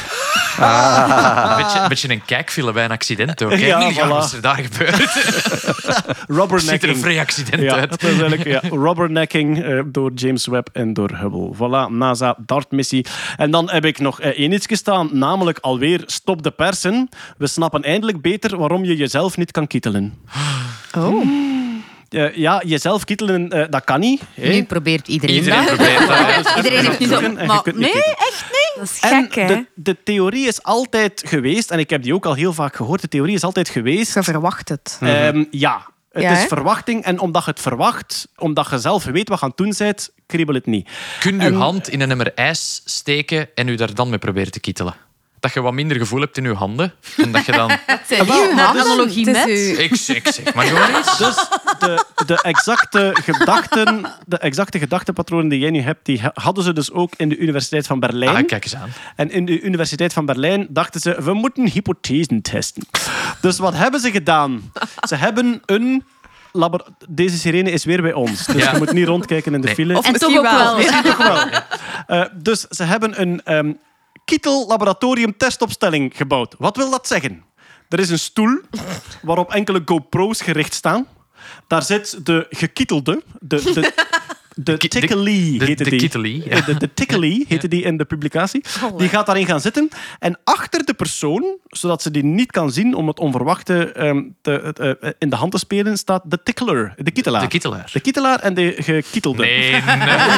C: ah. beetje, beetje een kijkfilm bij een accident ook. Hè?
A: Ja,
C: Niet gaan
A: voilà.
C: wat is er daar gebeurt. Het ziet er een
A: rubbernecking.
C: vrij accident
A: Ja,
C: uit.
A: dat is eigenlijk ja, rubbernecking uh, door James Webb en door Hubble. Voilà, NASA DART-missie. En dan heb ik nog uh, één iets gestaan, namelijk alweer stop de persen. We snappen eindelijk beter waarom je jezelf niet kan kietelen.
G: Oh.
A: Uh, ja, jezelf kietelen, uh, dat kan niet. Hè.
H: Nu probeert iedereen,
C: Iedereen
H: dat.
C: probeert dat. hè.
H: Iedereen heeft nu zo...
A: En je
H: Maar
A: kunt niet
H: nee,
A: kietelen.
H: echt niet.
G: Dat is
A: En
G: gek, hè?
A: de, de theorie is altijd geweest, en ik heb die ook al heel vaak gehoord, de theorie is altijd geweest...
G: Je verwacht het.
A: Ehm, ja, het
G: Ja,
A: is
G: hè?
A: verwachting. En omdat je het verwacht, omdat je zelf weet wat je aan het doen bent, kriebel het niet.
C: Kun je
A: En-
C: je hand in een emmer ijs steken en u daar dan mee proberen te kietelen? Dat je wat minder gevoel hebt in je handen. En dat je dan...
H: Dat zijn
A: wel,
H: uw
A: maar
H: handen.
A: dus-
H: Analogie
G: Het is
H: met...
G: uw-
C: Ik zeg, ik zeg maar gewoon iets.
A: Dus de, de, exacte gedachten, de exacte gedachtenpatronen die jij nu hebt, die ha- hadden ze dus ook in de Universiteit van Berlijn.
C: Ah, kijk eens aan.
A: En in de Universiteit van Berlijn dachten ze, we moeten hypothesen testen. Dus wat hebben ze gedaan? Ze hebben een... Labor- Deze sirene is weer bij ons, dus
C: Ja.
A: je moet niet rondkijken in de
C: Nee.
A: file.
G: Of
H: En toch
G: misschien
H: ook
G: wel.
H: wel.
A: Misschien toch wel. Uh, dus ze hebben een um, Kittel-laboratorium testopstelling gebouwd. Wat wil dat zeggen? Er is een stoel waarop enkele GoPro's gericht staan. Daar zit de gekietelde, de, de, de
C: ki- de-
A: Ticklee
C: de-
A: heette
C: de
A: die.
C: Kittelie, ja.
A: Eh, De, de Ticklee heette die in de publicatie. Die gaat daarin gaan zitten. En achter de persoon, zodat ze die niet kan zien om het onverwachte um, te, uh, in de hand te spelen, staat de tickler, de kietelaar.
C: De kietelaar.
A: De kietelaar en de gekietelde.
C: Nee, nee.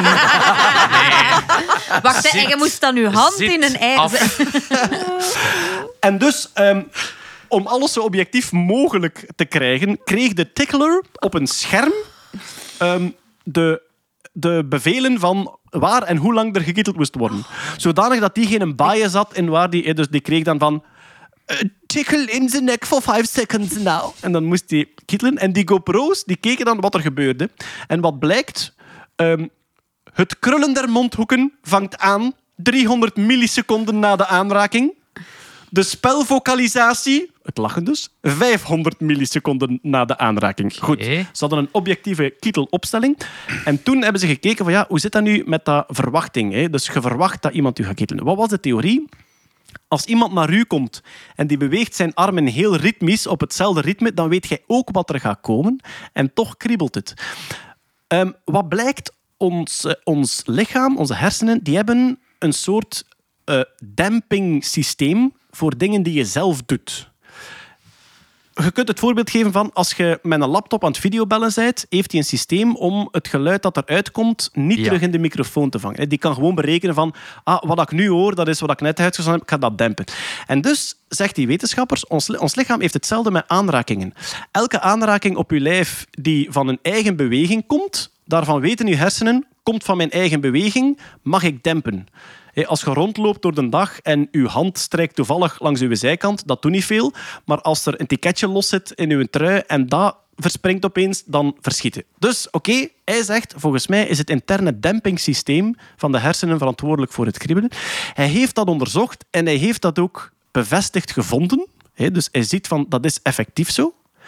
H: Wacht, hè,
C: Zit-
H: en je moest dan je hand
C: zit
H: in een ei...
C: af.
A: En dus, um, om alles zo objectief mogelijk te krijgen, kreeg de tickler op een scherm um, de, de bevelen van waar en hoe lang er gekieteld moest worden. Zodanig dat die geen bias had in waar die... Dus die kreeg dan van... "Uh, tickle in the neck for five seconds now. En dan moest die kietelen. En die GoPro's die keken dan wat er gebeurde. En wat blijkt... Um, het krullen der mondhoeken vangt aan driehonderd milliseconden na de aanraking. De spelvocalisatie, het lachen dus, vijfhonderd milliseconden na de aanraking. Goed, ze hadden een objectieve kietelopstelling. En toen hebben ze gekeken van ja, hoe zit dat nu met dat verwachting? Hè? Dus je verwacht dat iemand u gaat kietelen. Wat was de theorie? Als iemand naar u komt en die beweegt zijn armen heel ritmisch op hetzelfde ritme, dan weet jij ook wat er gaat komen. En toch kriebelt het. Um, wat blijkt? Ons, uh, ons lichaam, onze hersenen, die hebben een soort uh, damping systeem voor dingen die je zelf doet. Je kunt het voorbeeld geven van als je met een laptop aan het videobellen bent, heeft hij een systeem om het geluid dat eruit komt niet
C: Ja.
A: terug in de microfoon te vangen. Die kan gewoon berekenen van ah, wat ik nu hoor, dat is wat ik net uitgezonden heb, ik ga dat dempen. En dus, zegt die wetenschappers, ons, ons lichaam heeft hetzelfde met aanrakingen. Elke aanraking op je lijf die van een eigen beweging komt, daarvan weten je hersenen, komt van mijn eigen beweging, mag ik dempen. Als je rondloopt door de dag en je hand strijkt toevallig langs je zijkant, dat doet niet veel. Maar als er een ticketje los zit in je trui en dat verspringt opeens, dan verschiet je. Dus oké, okay, hij zegt, volgens mij is het interne dempingssysteem van de hersenen verantwoordelijk voor het kriebelen. Hij heeft dat onderzocht en hij heeft dat ook bevestigd gevonden. Dus hij ziet van, dat is effectief zo.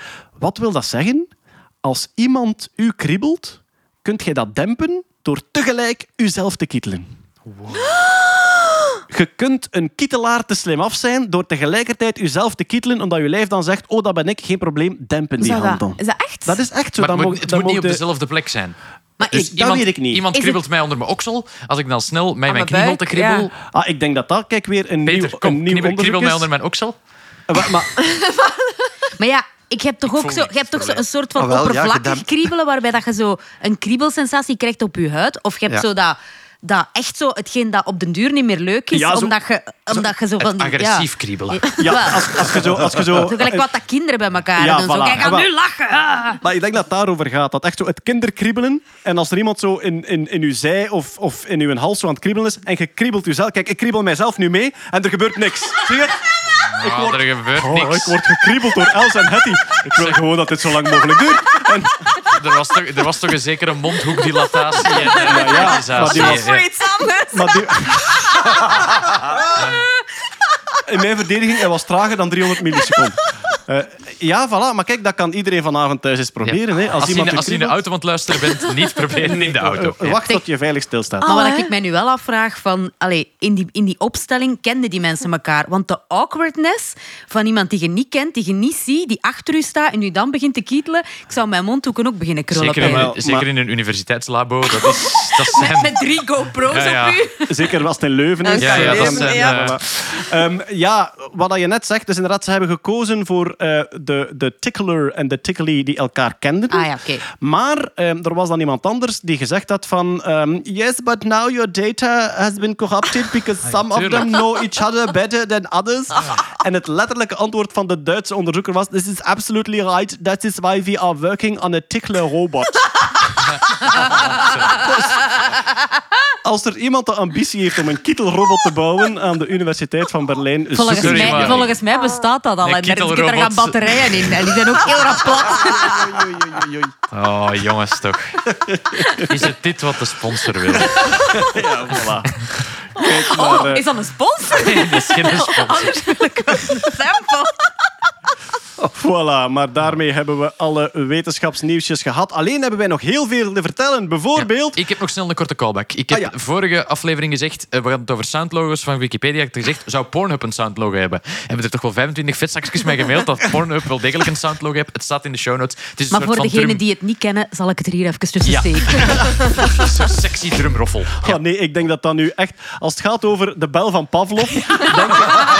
A: Wat wil dat zeggen? Als iemand u kriebelt, kunt jij dat dempen door tegelijk uzelf te kietelen. Wow. Je kunt een kietelaar te slim af zijn door tegelijkertijd uzelf te kietelen, omdat je lijf dan zegt, oh, dat ben ik, geen probleem, dempen die
G: Zou
A: hand
G: dat,
A: dan.
G: is dat echt?
A: Dat is echt zo.
C: Maar
A: Dan
C: het
A: mo-
C: moet, het
A: dan
C: moet niet op
A: mogen-
C: dezelfde plek zijn.
A: Maar
C: Dus
A: ik, dat
C: iemand,
A: weet ik niet.
C: Iemand
G: Is
C: kriebelt mij onder mijn oksel. Als ik dan snel met mijn
G: mijn
C: kniebel te
G: buik,
C: kriebel...
G: ja.
A: Ah, ik denk dat dat, kijk, weer een
C: Peter,
A: nieuw,
C: kom,
A: een nieuw
C: kriebel,
A: onderzoek
C: kriebel mij
A: is.
C: onder mijn oksel.
A: Eh, wa- maar,
G: Maar ja, ik heb toch ook
C: voel
G: zo,
C: niks,
G: je hebt toch zo
C: probleem.
G: een soort van
D: Ah, wel, ja,
G: oppervlakkig
D: gedempt.
G: kriebelen, waarbij dat je zo een kriebelsensatie krijgt op je huid. Of je hebt
D: Ja.
G: zo dat, dat echt zo, hetgeen dat op den duur niet meer leuk is,
A: Ja, zo-
G: omdat, je, omdat je zo van...
C: Het agressief
G: ja.
C: kriebelen.
A: ja,
G: Wel.
A: als, als je zo... Als je zo
G: Zo gelijk wat dat kinderen bij elkaar
A: Ja,
G: doen. Zo,
A: voilà.
G: kijk, ga
A: Maar-
G: nu lachen. Ah.
A: Maar ik denk dat het daarover gaat. Dat echt zo het kinderkriebelen. En als er iemand zo in, in, in uw zij of, of in uw hals zo aan het kriebelen is en je kriebelt jezelf. Kijk, ik kriebel mijzelf nu mee en er gebeurt niks. Zie je?
C: Ik
A: word-
C: er gebeurt
A: Oh,
C: niks.
A: ik word gekriebeld door Els en Hetty. Ik wil gewoon dat dit zo lang mogelijk duurt. En,
C: Er, was toch, er was toch een zekere mondhoekdilatatie en
A: ja,
C: energisatie.
A: maar die was-
C: Ja, ja.
G: Iets anders.
A: maar die... In mijn verdediging, hij was trager dan driehonderd milliseconden. Uh, ja, voilà. Maar kijk, dat kan iedereen vanavond thuis eens proberen. Hè. Als,
C: Als, je,
A: iemand u
C: als je in de
A: kriebelt,
C: auto aan het luisteren bent, niet proberen in de auto.
A: uh, wacht tot je veilig stilstaat.
G: Maar
C: Oh,
G: wat ik mij nu wel afvraag, van, allee, in, die, in die opstelling kenden die mensen elkaar. Want de awkwardness van iemand die je niet kent, die je niet ziet, die achter u staat en u dan begint te kietelen, ik zou mijn mondhoeken ook beginnen krullen.
C: Zeker, in,
A: Wel,
C: een- zeker
A: maar-
C: in een universiteitslabo. Dat, is, dat zijn...
G: Met, met drie GoPro's
C: Ja, ja.
G: op u.
A: Zeker als het in Leuven is.
C: Ja, ja, dat
A: Dan-
C: zijn,
G: Ja.
C: eh,
A: Ehm, ja, wat dat je net zegt, dus inderdaad, ze hebben gekozen voor eh, de, de tickler en de tickly die elkaar kenden.
G: Ah ja, oké.
A: Maar ehm, er was dan iemand anders die gezegd had van ehm, yes, but now your data has been corrupted because some of
C: tuurlijk.
A: them know each other better than others. En het letterlijke antwoord van de Duitse onderzoeker was this is absolutely right. That is why we are working on a tickler robot. Als er iemand de ambitie heeft om een kietelrobot te bouwen aan de Universiteit van Berlijn...
G: Volgens
A: zoek er
C: Sorry,
G: mij,
C: maar-
G: volgens mij bestaat dat al.
C: Een
G: En daar zitten er
C: kietelrobot.
G: gaan batterijen in. En die zijn ook heel rap plat.
A: Oei, oei, oei, oei.
C: Oh, jongens, toch. Is het dit wat de sponsor wil?
A: Ja, voilà. Kijk, maar,
G: Oh,
A: eh,
G: is dat een sponsor?
C: Nee, dat is geen sponsor.
G: Anders wil ik een sample.
A: Voilà, maar daarmee hebben we alle wetenschapsnieuwsjes gehad. Alleen hebben wij nog heel veel te vertellen. Bijvoorbeeld...
C: Ik heb nog snel een korte callback. Ik heb
A: Ah, ja.
C: vorige aflevering gezegd, eh, we hadden het over soundlogos van Wikipedia. Ik heb gezegd, zou Pornhub een soundlogo hebben? Hebben we er toch wel vijfentwintig vetzakjes mee gemaild dat Pornhub wel degelijk een soundlogo heeft? Het staat in de show notes. Het is een
G: Maar
C: soort
G: voor
C: van
G: degenen
C: drum,
G: die het niet kennen, zal ik het er hier even tussen
C: Ja.
G: steken.
C: een soort sexy drumroffel.
A: Oh, nee, ik denk dat dat nu echt... Als het gaat over de bel van Pavlov... Denk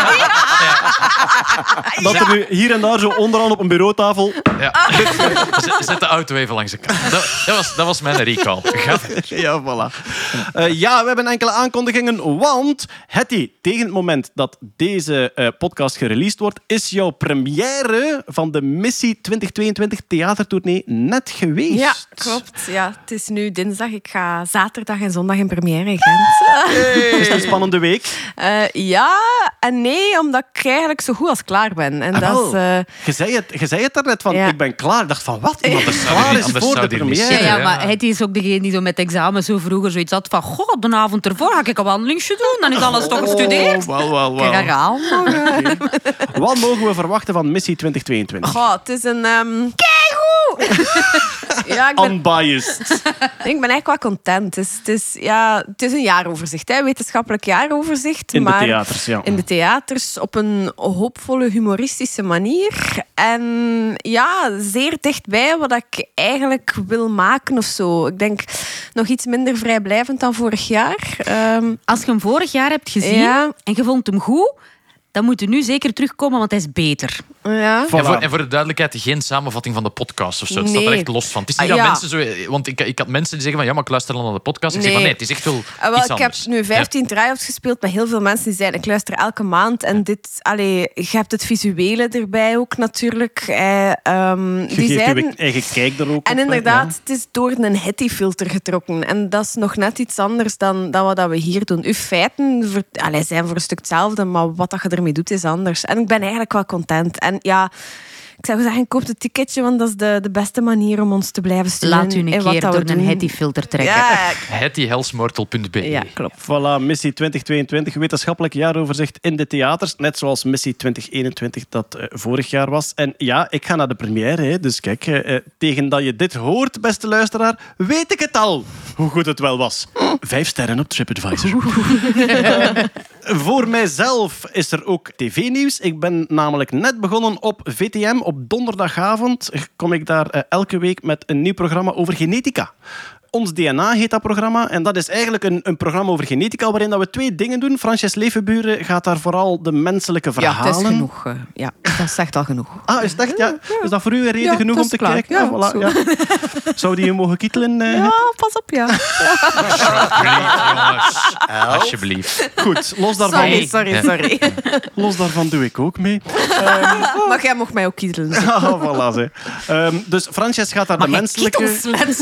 A: dat er nu hier en daar zo onderaan op een bureautafel...
C: Ja. Zet- Zet de auto even langs de kant. Dat, dat, was, dat was mijn recall. Ga verder.
A: Ja, voilà. Eh, ja, we hebben enkele aankondigingen, want Hetty, tegen het moment dat deze eh, podcast gereleased wordt, is jouw première van de Missie twintig tweeëntwintig theatertournee net geweest.
G: Ja, klopt. Ja, het is nu dinsdag. Ik ga zaterdag en zondag in première in Gent.
A: Is het een spannende week?
G: Eh, ja en nee, omdat ik eigenlijk zo goed als klaar ben. En
A: Ah,
G: dat
A: wel.
G: is... eh,
A: Je zei het, je zei het daarnet van,
G: Ja.
A: ik ben klaar. Ik dacht van, wat? Iemand is
C: zou
A: klaar
C: die-
A: is
C: anders
A: voor de
C: zou die niet
A: première.
G: Ja,
C: zitten.
G: ja, maar hij is ook degene die zo met examen zo vroeger zoiets had van goh, de avond ervoor ga ik een wandelingsje doen, dan is alles toch gestudeerd.
A: Oh, wel, wel,
G: Kijk,
A: wel.
G: herhaal nog. eh.
A: Wat mogen we verwachten van Missie twintig tweeëntwintig?
G: Goh, het is een... Um... Keigoed! ja, ik ben,
A: Unbiased.
G: ik ben eigenlijk wel content. Het is, het is, ja, het is een jaaroverzicht, hè, wetenschappelijk jaaroverzicht.
A: In de
G: maar
A: theaters, ja.
G: in de theaters op een hoopvolle, humoristische manier. En ja, zeer dichtbij wat ik eigenlijk wil maken of zo. Ik denk nog iets minder vrijblijvend dan vorig jaar. Ehm,
B: Als je hem vorig jaar hebt gezien
G: Ja.
B: en je vond hem goed, dan moet je nu zeker terugkomen, want hij is beter.
G: ja.
A: Voilà.
C: En voor, en voor de duidelijkheid, geen samenvatting van de podcast of zo. Het staat er
G: Nee.
C: echt los van. Het is niet
G: Ah,
C: dat
G: ja.
C: mensen zo... Want ik, ik had mensen die zeggen van, ja, maar ik luister dan naar de podcast. Ik zeg van,
G: Nee.
C: nee, het is echt wel
G: Ah, wel,
C: iets
G: ik heb
C: anders.
G: nu vijftien try-outs gespeeld met heel veel mensen die zeiden ik luister elke maand. En dit, allee, je hebt het visuele erbij ook natuurlijk. Eh, ehm,
A: Je
G: die
A: geeft
G: zeiden,
A: je eigen kijk er ook
G: en
A: op. hè.
G: inderdaad, het is door een Hetty-filter getrokken. En dat is nog net iets anders dan, dan wat dat we hier doen. Uw feiten voor, allee, zijn voor een stuk hetzelfde, maar wat dat je ermee doet is anders. En ik ben eigenlijk wel content. En ja, Ik zou zeggen, koop het ticketje, want dat is de, de beste manier om ons te blijven steunen.
B: Laat u een
G: in wat
B: keer
G: dat we
B: door een
G: doen.
B: Hetty-filter trekken.
G: Ja,
C: hetty helsmortel punt b e.
G: ja, klopt.
A: Voilà, Missie twintig tweeëntwintig, wetenschappelijk jaaroverzicht in de theaters. Net zoals Missie twintig eenentwintig dat uh, vorig jaar was. En ja, ik ga naar de première. Hè. Dus kijk, uh, tegen dat je dit hoort, beste luisteraar, weet ik het al hoe goed het wel was. Vijf sterren op TripAdvisor. Voor mijzelf is er ook tv-nieuws. Ik ben namelijk net begonnen op V T M. Op donderdagavond kom ik daar uh, elke week met een nieuw programma over genetica. Ons D N A heet dat programma. En dat is eigenlijk een, een programma over genetica waarin dat we twee dingen doen. Frances Levenburen gaat daar vooral de menselijke
G: Ja,
A: verhalen...
G: het is genoeg. uh, Ja, dat zegt al genoeg.
A: Ah, is dat echt? Ja? Is dat voor u een reden
G: Ja,
A: genoeg
G: dat
A: om
G: is
A: te
G: klaar.
A: kijken?
G: Ja,
A: Ah, voilà,
G: zo.
A: ja. Zou die je mogen kietelen? Uh,
G: Ja, pas op, ja.
C: Jongens, alsjeblieft.
A: Goed, los daarvan,
G: Sorry, sorry, sorry.
A: los daarvan doe ik ook mee.
G: Maar jij mocht mij ook kietelen.
A: Ah, voilà, zeg. Um, dus Frances gaat daar de menselijke...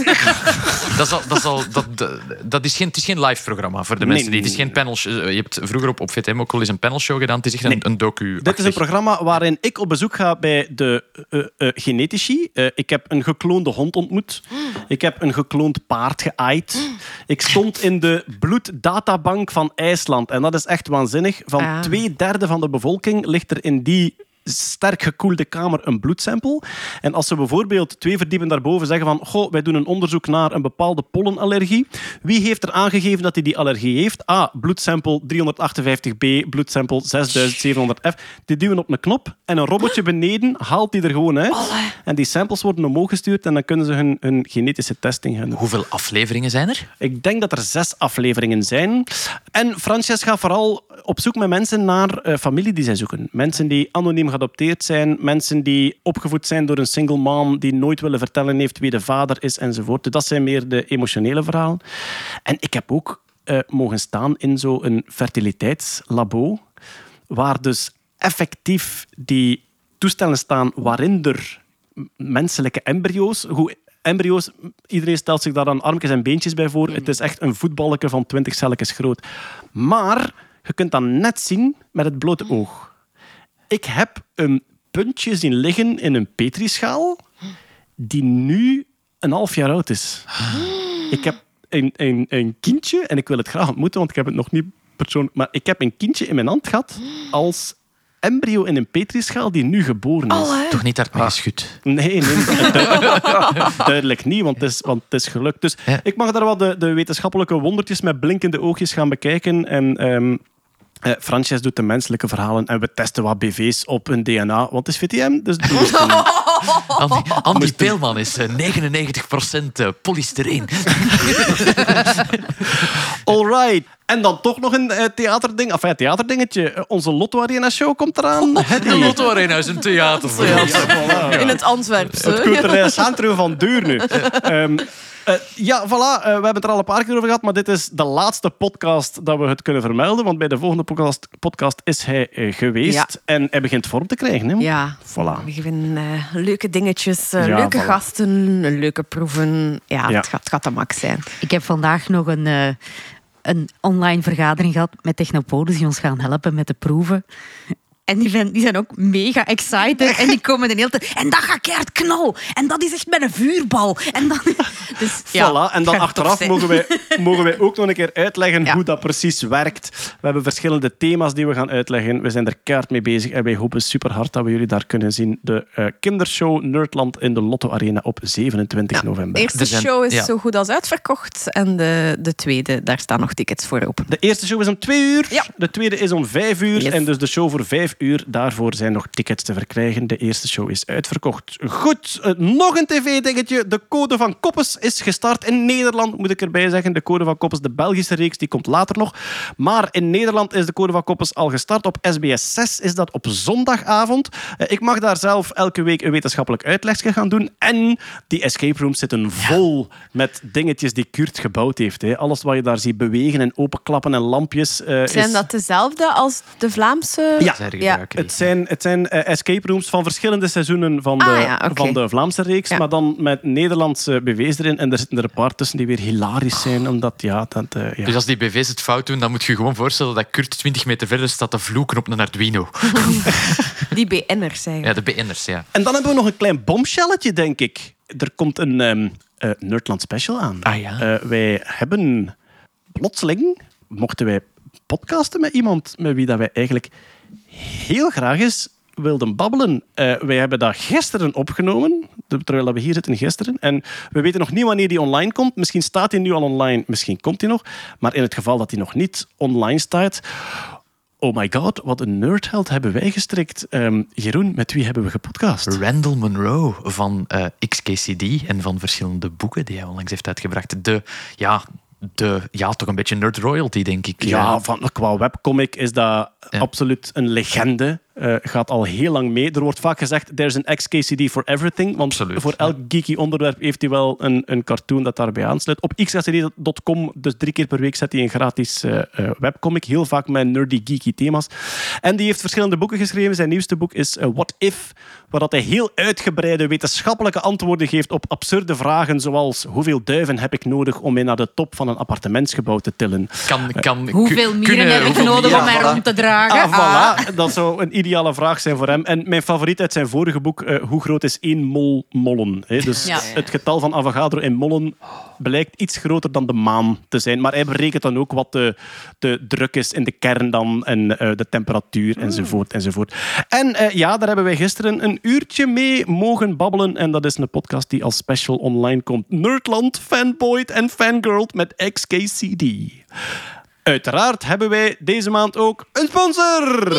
C: Dat is, al, dat, is al, dat, dat is geen, het is geen live programma voor de
A: Nee,
C: mensen die. Het is geen panel. Je hebt vroeger op, op V T M ook al eens een panelshow gedaan. Het is echt een,
A: Nee.
C: een docu.
A: Dit is een programma waarin ik op bezoek ga bij de uh, uh, genetici. Uh, ik heb een gekloonde hond ontmoet. Ik heb een gekloond paard geaaid. Ik stond in de bloeddatabank van IJsland. En dat is echt waanzinnig. Van
G: Ah.
A: twee derde van de bevolking ligt er in die sterk gekoelde kamer een bloedsample. En als ze bijvoorbeeld twee verdiepen daarboven zeggen van goh, wij doen een onderzoek naar een bepaalde pollenallergie. Wie heeft er aangegeven dat hij die allergie heeft? A, bloedsample driehonderdachtenvijftig b, bloedsample zesduizend zevenhonderd f. Die duwen op een knop en een robotje beneden haalt die er gewoon uit. En die samples worden omhoog gestuurd en dan kunnen ze hun, hun genetische testing gaan doen.
C: Hoeveel afleveringen zijn er?
A: Ik denk dat er zes afleveringen zijn. En Frances gaat vooral op zoek met mensen naar uh, familie die zij zoeken. Mensen die anoniem geadopteerd zijn. Mensen die opgevoed zijn door een single mom die nooit willen vertellen heeft wie de vader is enzovoort. Dat zijn meer de emotionele verhalen. En ik heb ook uh, mogen staan in zo'n fertiliteitslabo waar dus effectief die toestellen staan waarin er menselijke embryo's... Hoe embryo's, iedereen stelt zich daar dan armpjes en beentjes bij voor. Het is echt een voetballetje van twintig celletjes groot. Maar je kunt dat net zien met het blote oog. Ik heb een puntje zien liggen in een petrischaal die nu een half jaar oud is. Ik heb een, een, een kindje, en ik wil het graag ontmoeten, want ik heb het nog niet persoonlijk... Maar ik heb een kindje in mijn hand gehad als embryo in een petrischaal die nu geboren is.
C: Toch niet hard mee geschud.
A: Nee, nee duidelijk, duidelijk niet, want het is, want het is gelukt. Dus
C: Ja.
A: ik mag daar wel de, de wetenschappelijke wondertjes met blinkende oogjes gaan bekijken. En um, uh, Frances doet de menselijke verhalen en we testen wat B V's op hun D N A, want het is V T M. Dus die moesten-
C: Andy, Andy Peelman is eh, negenennegentig procent polystyreen.
A: Alright. En dan toch nog een uh, theaterding. Enfin, theaterdingetje. Uh, onze Lotto Arena show komt eraan.
C: De Lotto Arena is een theater. Voor
A: Ja,
C: ons.
A: voilà.
G: In het Antwerpse.
A: Het culturele centrum van Deur nu. Um, uh, ja, voilà. Uh, we hebben het er al een paar keer over gehad, maar dit is de laatste podcast dat we het kunnen vermelden, want bij de volgende podcast, podcast is hij uh, geweest.
G: Ja.
A: En hij begint vorm te krijgen. Hè?
G: Ja,
A: Voilà.
G: we geven uh, leuke dingetjes, uh,
A: Ja,
G: leuke
A: voilà.
G: gasten, leuke proeven. Ja,
A: Ja.
G: Het, gaat, het gaat de max zijn.
B: Ik heb vandaag nog een, uh, een online vergadering gehad met Technopodes die ons gaan helpen met de proeven. En die zijn, die zijn ook mega excited. En die komen de hele tijd... En dat gaat keihard knal. En dat is echt met een vuurbal. En dan... Dus, ja,
A: Voilà. En dan
G: gaat
A: achteraf
G: tof zijn.
A: mogen wij, mogen wij ook nog een keer uitleggen
G: Ja.
A: hoe dat precies werkt. We hebben verschillende thema's die we gaan uitleggen. We zijn er keihard mee bezig en wij hopen super hard dat we jullie daar kunnen zien. De uh, kindershow Nerdland in de Lotto Arena op zevenentwintig
G: De
A: november.
G: eerste
C: Er zijn-
G: show is
C: ja.
G: zo goed als uitverkocht. En de, de tweede, daar staan nog tickets voor open.
A: De eerste show is om twee uur.
G: Ja.
A: De tweede is om vijf uur.
G: Yes.
A: En dus de show voor vijf uur, daarvoor zijn nog tickets te verkrijgen. De eerste show is uitverkocht. Goed, uh, nog een tv-dingetje. De Code van Koppes is gestart in Nederland, moet ik erbij zeggen. De Code van Koppes, de Belgische reeks, die komt later nog. Maar in Nederland is de Code van Koppes al gestart. Op S B S zes is dat op zondagavond. Uh, ik mag daar zelf elke week een wetenschappelijk uitlegje gaan doen. En die escape rooms zitten vol met dingetjes die Kurt gebouwd heeft. Hè. Alles wat je daar ziet bewegen en openklappen en lampjes. uh,
G: Zijn
A: is...
G: dat dezelfde als de Vlaamse?
A: Ja,
C: Zijn er
G: Ja,
C: gebruiken.
A: Het zijn, het zijn uh, escape rooms van verschillende seizoenen van de,
G: Ah, ja, oké.
A: van de Vlaamse reeks,
G: Ja.
A: maar dan met Nederlandse B V's erin. En er zitten er een paar tussen die weer hilarisch zijn, omdat ja, dat... Uh, ja.
C: Dus als die B V's het fout doen, dan moet je gewoon voorstellen dat Kurt twintig meter verder staat te vloeken op een Arduino.
G: Die B N'ers zijn.
C: Ja, de B N'ers, ja.
A: En dan hebben we nog een klein bombshelletje, denk ik. Er komt een um, uh, Nerdland special aan.
C: Ah ja?
A: Uh, wij hebben plotseling, mochten wij podcasten met iemand met wie dat wij eigenlijk heel graag eens wilden babbelen. Uh, wij hebben dat gisteren opgenomen, terwijl we hier zitten gisteren. En we weten nog niet wanneer die online komt. Misschien staat hij nu al online, misschien komt hij nog. Maar in het geval dat hij nog niet online staat... Oh my god, wat een nerdheld hebben wij gestrikt. Um, Jeroen, met wie hebben we gepodcast?
C: Randall Munroe van uh, X K C D en van verschillende boeken die hij onlangs heeft uitgebracht. De, ja, de, ja, toch een beetje nerd royalty, denk ik.
A: Ja, van, qua webcomic is dat ja. absoluut een legende. Uh, gaat al heel lang mee. Er wordt vaak gezegd, there's an X K C D for everything. Want
C: absoluut,
A: voor elk
C: ja.
A: geeky onderwerp heeft hij wel een, een cartoon dat daarbij aansluit. Op x k c d dot com, dus drie keer per week, zet hij een gratis uh, uh, webcomic. Heel vaak met nerdy, geeky thema's. En die heeft verschillende boeken geschreven. Zijn nieuwste boek is uh, What If, waar dat hij heel uitgebreide wetenschappelijke antwoorden geeft op absurde vragen, zoals hoeveel duiven heb ik nodig om mij naar de top van een appartementsgebouw te tillen?
C: Kan, kan,
G: hoeveel mieren
C: kunnen,
G: heb ik
C: hoeveel
G: nodig
C: mieren?
G: om mij
D: Ja,
G: rond te dragen?
A: Ah, voilà. Dat zou een ideale vraag zijn voor hem. En mijn favoriet uit zijn vorige boek, uh, hoe groot is één mol mollen? He, dus
G: Ja.
A: het getal van Avogadro in mollen blijkt iets groter dan de maan te zijn. Maar hij berekent dan ook wat de, de druk is in de kern dan en uh, de temperatuur enzovoort. enzovoort. En uh, ja, daar hebben wij gisteren een uurtje mee mogen babbelen. En dat is een podcast die als special online komt. Nerdland, Fanboyd en Fangirl met X K C D. Uiteraard hebben wij deze maand ook een sponsor.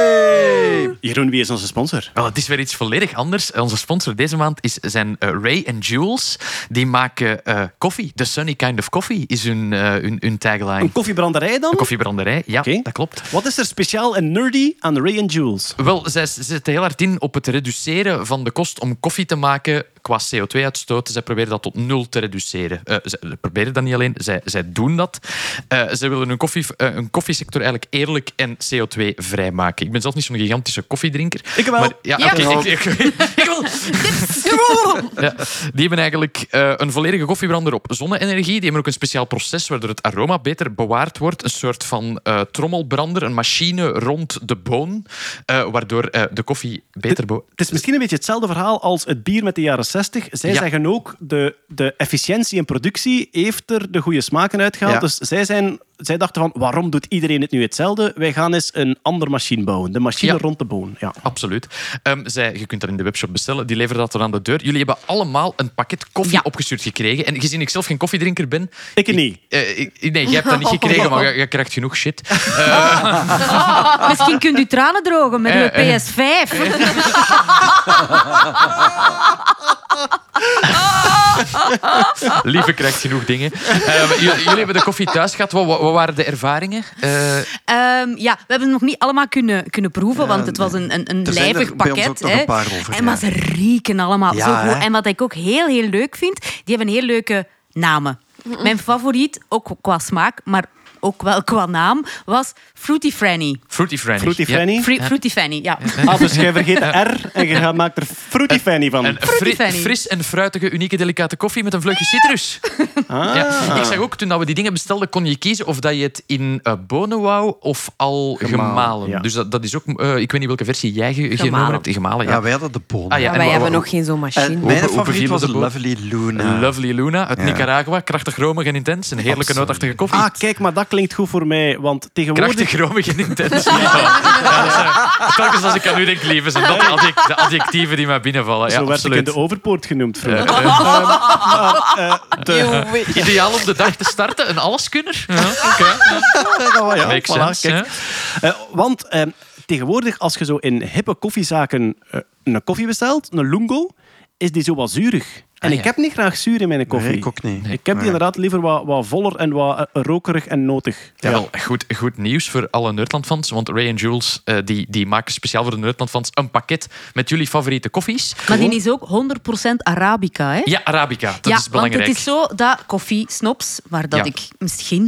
A: Hey. Jeroen, wie is onze sponsor?
C: Wel, het is weer iets volledig anders. Onze sponsor deze maand is, zijn uh, Ray and Jules. Die maken uh, koffie. The Sunny Kind of Coffee is hun, uh, hun, hun tagline.
A: Een koffiebranderij dan?
C: Een koffiebranderij, ja,
A: Okay.
C: dat klopt.
A: Wat is er speciaal en nerdy aan Ray and Jules?
C: Wel, zij zetten heel hard in op het reduceren van de kost om koffie te maken qua C O twee uitstoot. Zij proberen dat tot nul te reduceren. Uh, zij proberen dat niet alleen, zij, zij doen dat. Uh, zij willen hun, koffie, uh, hun koffiesector eigenlijk eerlijk en C O twee vrij maken. Ik ben zelf niet zo'n gigantische koffiedrinker.
A: Ik wel.
C: Maar, ja,
G: Ja.
C: okay, ik, ik, ik, ik wil. Ja, die hebben eigenlijk uh, een volledige koffiebrander op zonne-energie. Die hebben ook een speciaal proces waardoor het aroma beter bewaard wordt. Een soort van uh, trommelbrander, een machine rond de boon, uh, waardoor uh, de koffie beter... Be-
A: Het is misschien een beetje hetzelfde verhaal als het bier met de jaren zestig. Zij
C: Ja.
A: zeggen ook, de, de efficiëntie in productie heeft er de goede smaken uitgehaald.
D: Ja.
A: Dus zij, zijn, zij dachten van, waarom doet iedereen het nu hetzelfde? Wij gaan eens een andere machine bouwen. De machine
C: Ja.
A: rond de boon. Ja.
C: Absoluut. Um, zij, je kunt dat in de webshop bestellen. Die leveren dat tot aan de deur. Jullie hebben allemaal een pakket koffie
G: Ja.
C: opgestuurd gekregen. En gezien ik zelf geen koffiedrinker ben...
A: Ik niet.
C: Uh, ik, nee, jij hebt dat niet gekregen, maar je, je krijgt genoeg shit.
G: Misschien kunt u tranen drogen met uw
C: Eh, eh.
G: P S vijf.
C: Lieve krijgt genoeg dingen. Um, jullie, jullie hebben de koffie thuis gehad. Wat, wat waren de ervaringen? Uh,
G: Um, ja, we hebben het nog niet allemaal kunnen, kunnen proeven, want het was een, een, een
D: Er zijn er
G: lijvig
D: bij ons
G: pakket.
D: ook nog
G: hè.
D: een paar over,
G: En
D: ja.
G: maar ze rieken allemaal
D: Ja,
G: zo goed.
D: hè.
G: En wat ik ook heel, heel leuk vind, die hebben heel leuke namen. Mijn favoriet, ook qua smaak, maar ook wel qua naam, was Fruity Franny.
C: Fruity Franny.
A: Fruity
C: Ja.
A: Franny.
G: Fru- Fruity Fanny, ja.
A: Ah, dus jij vergeet de R en je gaat- maakt er Fruity Fanny van.
C: Een
G: Fruity
C: fri-
G: Fanny.
C: fris en fruitige, unieke, delicate koffie met een vleugje citrus.
A: Ah.
C: Ja. Ik zag ook, toen dat we die dingen bestelden, kon je kiezen of dat je het in uh, bonen wou of al gemalen.
A: Gemalen, ja.
C: Dus dat, dat is ook... uh, ik weet niet welke versie jij ge- genomen hebt. Gemalen, ja.
D: Ja, wij hadden de bonen.
C: Ah, ja.
G: Ja,
C: en
G: wij
C: wa-
G: hebben
C: wa-
G: nog geen zo'n machine.
D: En
C: Hoe-
D: mijn
C: hoe
D: favoriet
C: bevielen
D: was
C: de bonen?
D: Lovely Luna.
C: Lovely Luna uit
D: Ja.
C: Nicaragua. Krachtig, romig en intens. Een heerlijke
D: Absoluut.
C: nootachtige koffie.
A: Ah, kijk, maar dat klinkt goed voor mij. Want tegenwoordig...
C: Krachtig, romig en intens. Ja, ja, dat zijn- telkens als ik aan u denk, lieve, zijn dat de, adject- de adjectieven die mij binnenvallen. Ja,
A: Zo werd ik
C: absoluut.
A: in de Overpoort genoemd vroeger.
C: Eh, eh,
A: Ehm, maar, eh, de-
C: Ideaal om de dag te starten. Een alleskunner. Ja, oké.
A: Oh, ja,
C: Makes
A: voilà,
C: sense,
A: kijk. Eh, want eh, tegenwoordig, als je zo in hippe koffiezaken eh, een koffie bestelt, een lungo, is die zo wat zuurig. En
C: Ah,
A: ik
C: ja.
A: heb niet graag zuur in mijn koffie.
D: Nee, ik ook niet.
A: Ik heb die
D: Nee.
A: inderdaad liever wat, wat voller en wat eh, rokerig en notig.
C: Ja, wel, goed, goed nieuws voor alle Nerdland-fans. Want Ray en Jules uh, die, die maken speciaal voor de Nerdland-fans een pakket met jullie favoriete koffies.
G: Maar die is ook honderd procent Arabica, hè?
C: Ja, Arabica. Dat
G: ja,
C: is belangrijk.
G: want het is zo dat koffie-snops, waar dat
C: Ja.
G: ik misschien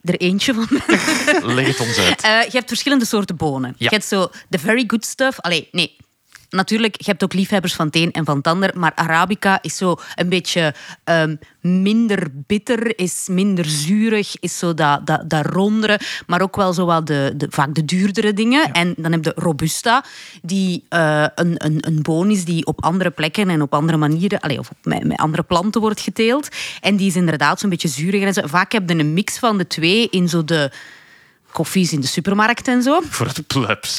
B: er eentje van.
C: Leg het ons uit.
B: Uh, je hebt verschillende soorten bonen.
C: Ja.
B: Je hebt zo de very good stuff. Allee, nee. Natuurlijk, je hebt ook liefhebbers van het een en van het ander. Maar Arabica is zo een beetje um, minder bitter, is minder zuurig, is zo dat, dat, dat rondere, maar ook wel zo wat de, de, vaak de duurdere dingen. Ja. En dan heb je Robusta, die uh, een, een, een boon is die op andere plekken en op andere manieren, allee, of met, met andere planten wordt geteeld. En die is inderdaad zo'n beetje zuuriger. En zo. Vaak heb je een mix van de twee in zo de koffies in de supermarkt en zo.
C: Voor de plebs.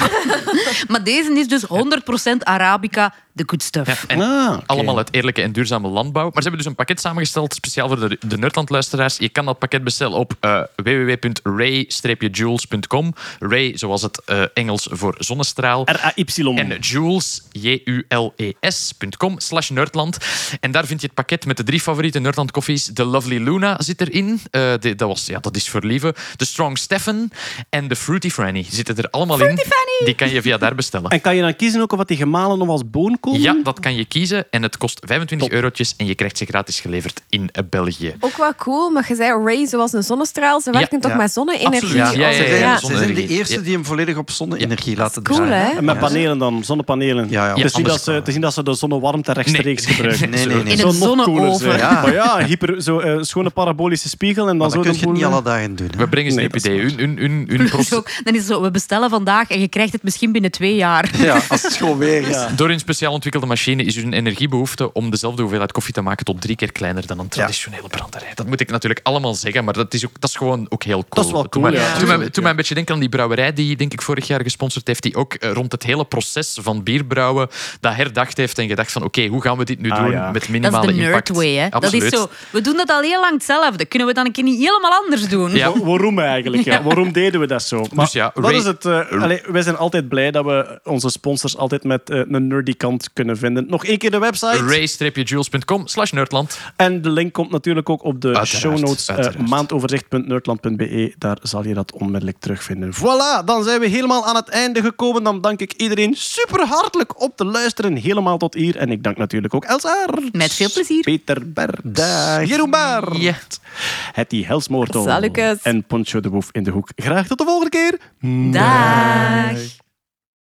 B: Maar deze is dus honderd procent Arabica, the good stuff.
C: Ja, en
A: Ah, okay.
C: allemaal uit eerlijke en duurzame landbouw. Maar ze hebben dus een pakket samengesteld, speciaal voor de, de Nerdland-luisteraars. Je kan dat pakket bestellen op uh, w w w punt ray jules punt com. Ray, zoals het uh, Engels voor zonnestraal.
A: R A Y.
C: En Jules, J U L E S punt com slash Nerdland. En daar vind je het pakket met de drie favoriete Nerdland koffies. De Lovely Luna zit erin. Uh, de, dat, was, ja, dat is voor lieve. De Strong Stefan en de Fruity Franny zitten er allemaal
B: Fruity
C: in.
B: Franny!
C: Die kan je via daar bestellen.
A: En kan je dan kiezen ook of wat die gemalen of als boon komen?
C: Ja, dat kan je kiezen. En het kost vijfentwintig eurotjes en je krijgt ze gratis geleverd in België.
G: Ook wel cool, maar je zei Ray zoals een zonnestraal. Ze werken
C: Ja.
G: toch
D: Ja.
G: met zonne-energie?
C: Absoluut. Ja, ja,
D: Ze
C: ja,
D: zijn,
C: ja.
D: ze zijn de
C: Zonne-energie.
D: eerste
C: Ja.
D: die hem volledig op zonne-energie laten
G: cool,
D: draaien.
G: hè?
A: En met
D: Ja.
A: panelen dan, zonnepanelen.
D: Ja, ja.
A: Het is niet
C: anders-
A: dat ze, het is niet dat ze de zonnewarmte rechtstreeks
C: Nee.
A: gebruiken.
D: Nee, nee, nee.
B: In
A: Zou
B: een
A: nog cooler
B: zonneoven.
A: zijn.
D: Ja.
A: Maar ja, hyper, zo, uh, schone parabolische spiegel en dan
D: Maar
A: zo
D: dat kun
A: de
D: je niet
A: boel-
D: alle dagen doen. hè.
C: We brengen ze
A: Nee,
C: een
A: dat is
C: idee. Hun, hun, hun, hun
B: Dus
C: proces-
B: ook, dan is het zo, we bestellen vandaag en je krijgt het misschien binnen twee jaar.
D: Ja, als het gewoon weer is.
A: Ja.
C: Door hun speciaal ontwikkelde machine is hun energiebehoefte om dezelfde hoeveelheid koffie te maken tot drie keer kleiner dan een traditionele branderij. Dat moet ik natuurlijk allemaal zeggen, maar dat is, ook, dat is gewoon ook heel cool.
A: Dat is wel
C: Toen
A: cool,
C: mij-
A: ja.
C: Toen mij, toen mij een beetje denken aan die brouwerij die denk ik vorig jaar gesponsord heeft, die ook eh, rond het hele proces van bierbrouwen dat herdacht heeft en gedacht van oké, hoe gaan we dit nu
A: Ah,
C: doen
A: ja.
C: met
B: Dat
C: minimale
B: is de
C: impact.
B: nerd way, hè. Dat
C: Absoluut.
B: is zo, we doen dat al heel lang hetzelfde. Kunnen we dan een keer niet helemaal anders doen?
C: Ja.
A: Wa- Waarom eigenlijk? Ja? Waarom deden we dat zo? Maar
C: Dus ja,
A: wat
C: Ray-
A: is het? Uh, allee, wij zijn altijd blij dat we onze sponsors altijd met uh, een nerdy kant kunnen vinden. Nog één keer de website.
C: ray jules punt com slash Nerdland.
A: En de link komt natuurlijk ook op de
C: Uiteraard,
A: show notes. Uh,
C: uiteraard.
A: maandoverzicht punt nerdland punt b e. Daar zal je dat onmiddellijk terugvinden. Voilà, dan zijn we helemaal aan het einde gekomen. Dan dank ik iedereen super hartelijk op te luisteren. Helemaal tot hier. En ik dank natuurlijk ook Elsaar.
B: Met veel plezier.
A: Peter Bert.
D: Dag.
A: Jeroen Baert.
C: Ja.
A: Hetty Helsmoortel.
G: Salukes.
A: En Poncho de Boef in de hoek. Graag tot de volgende keer.
B: Dag.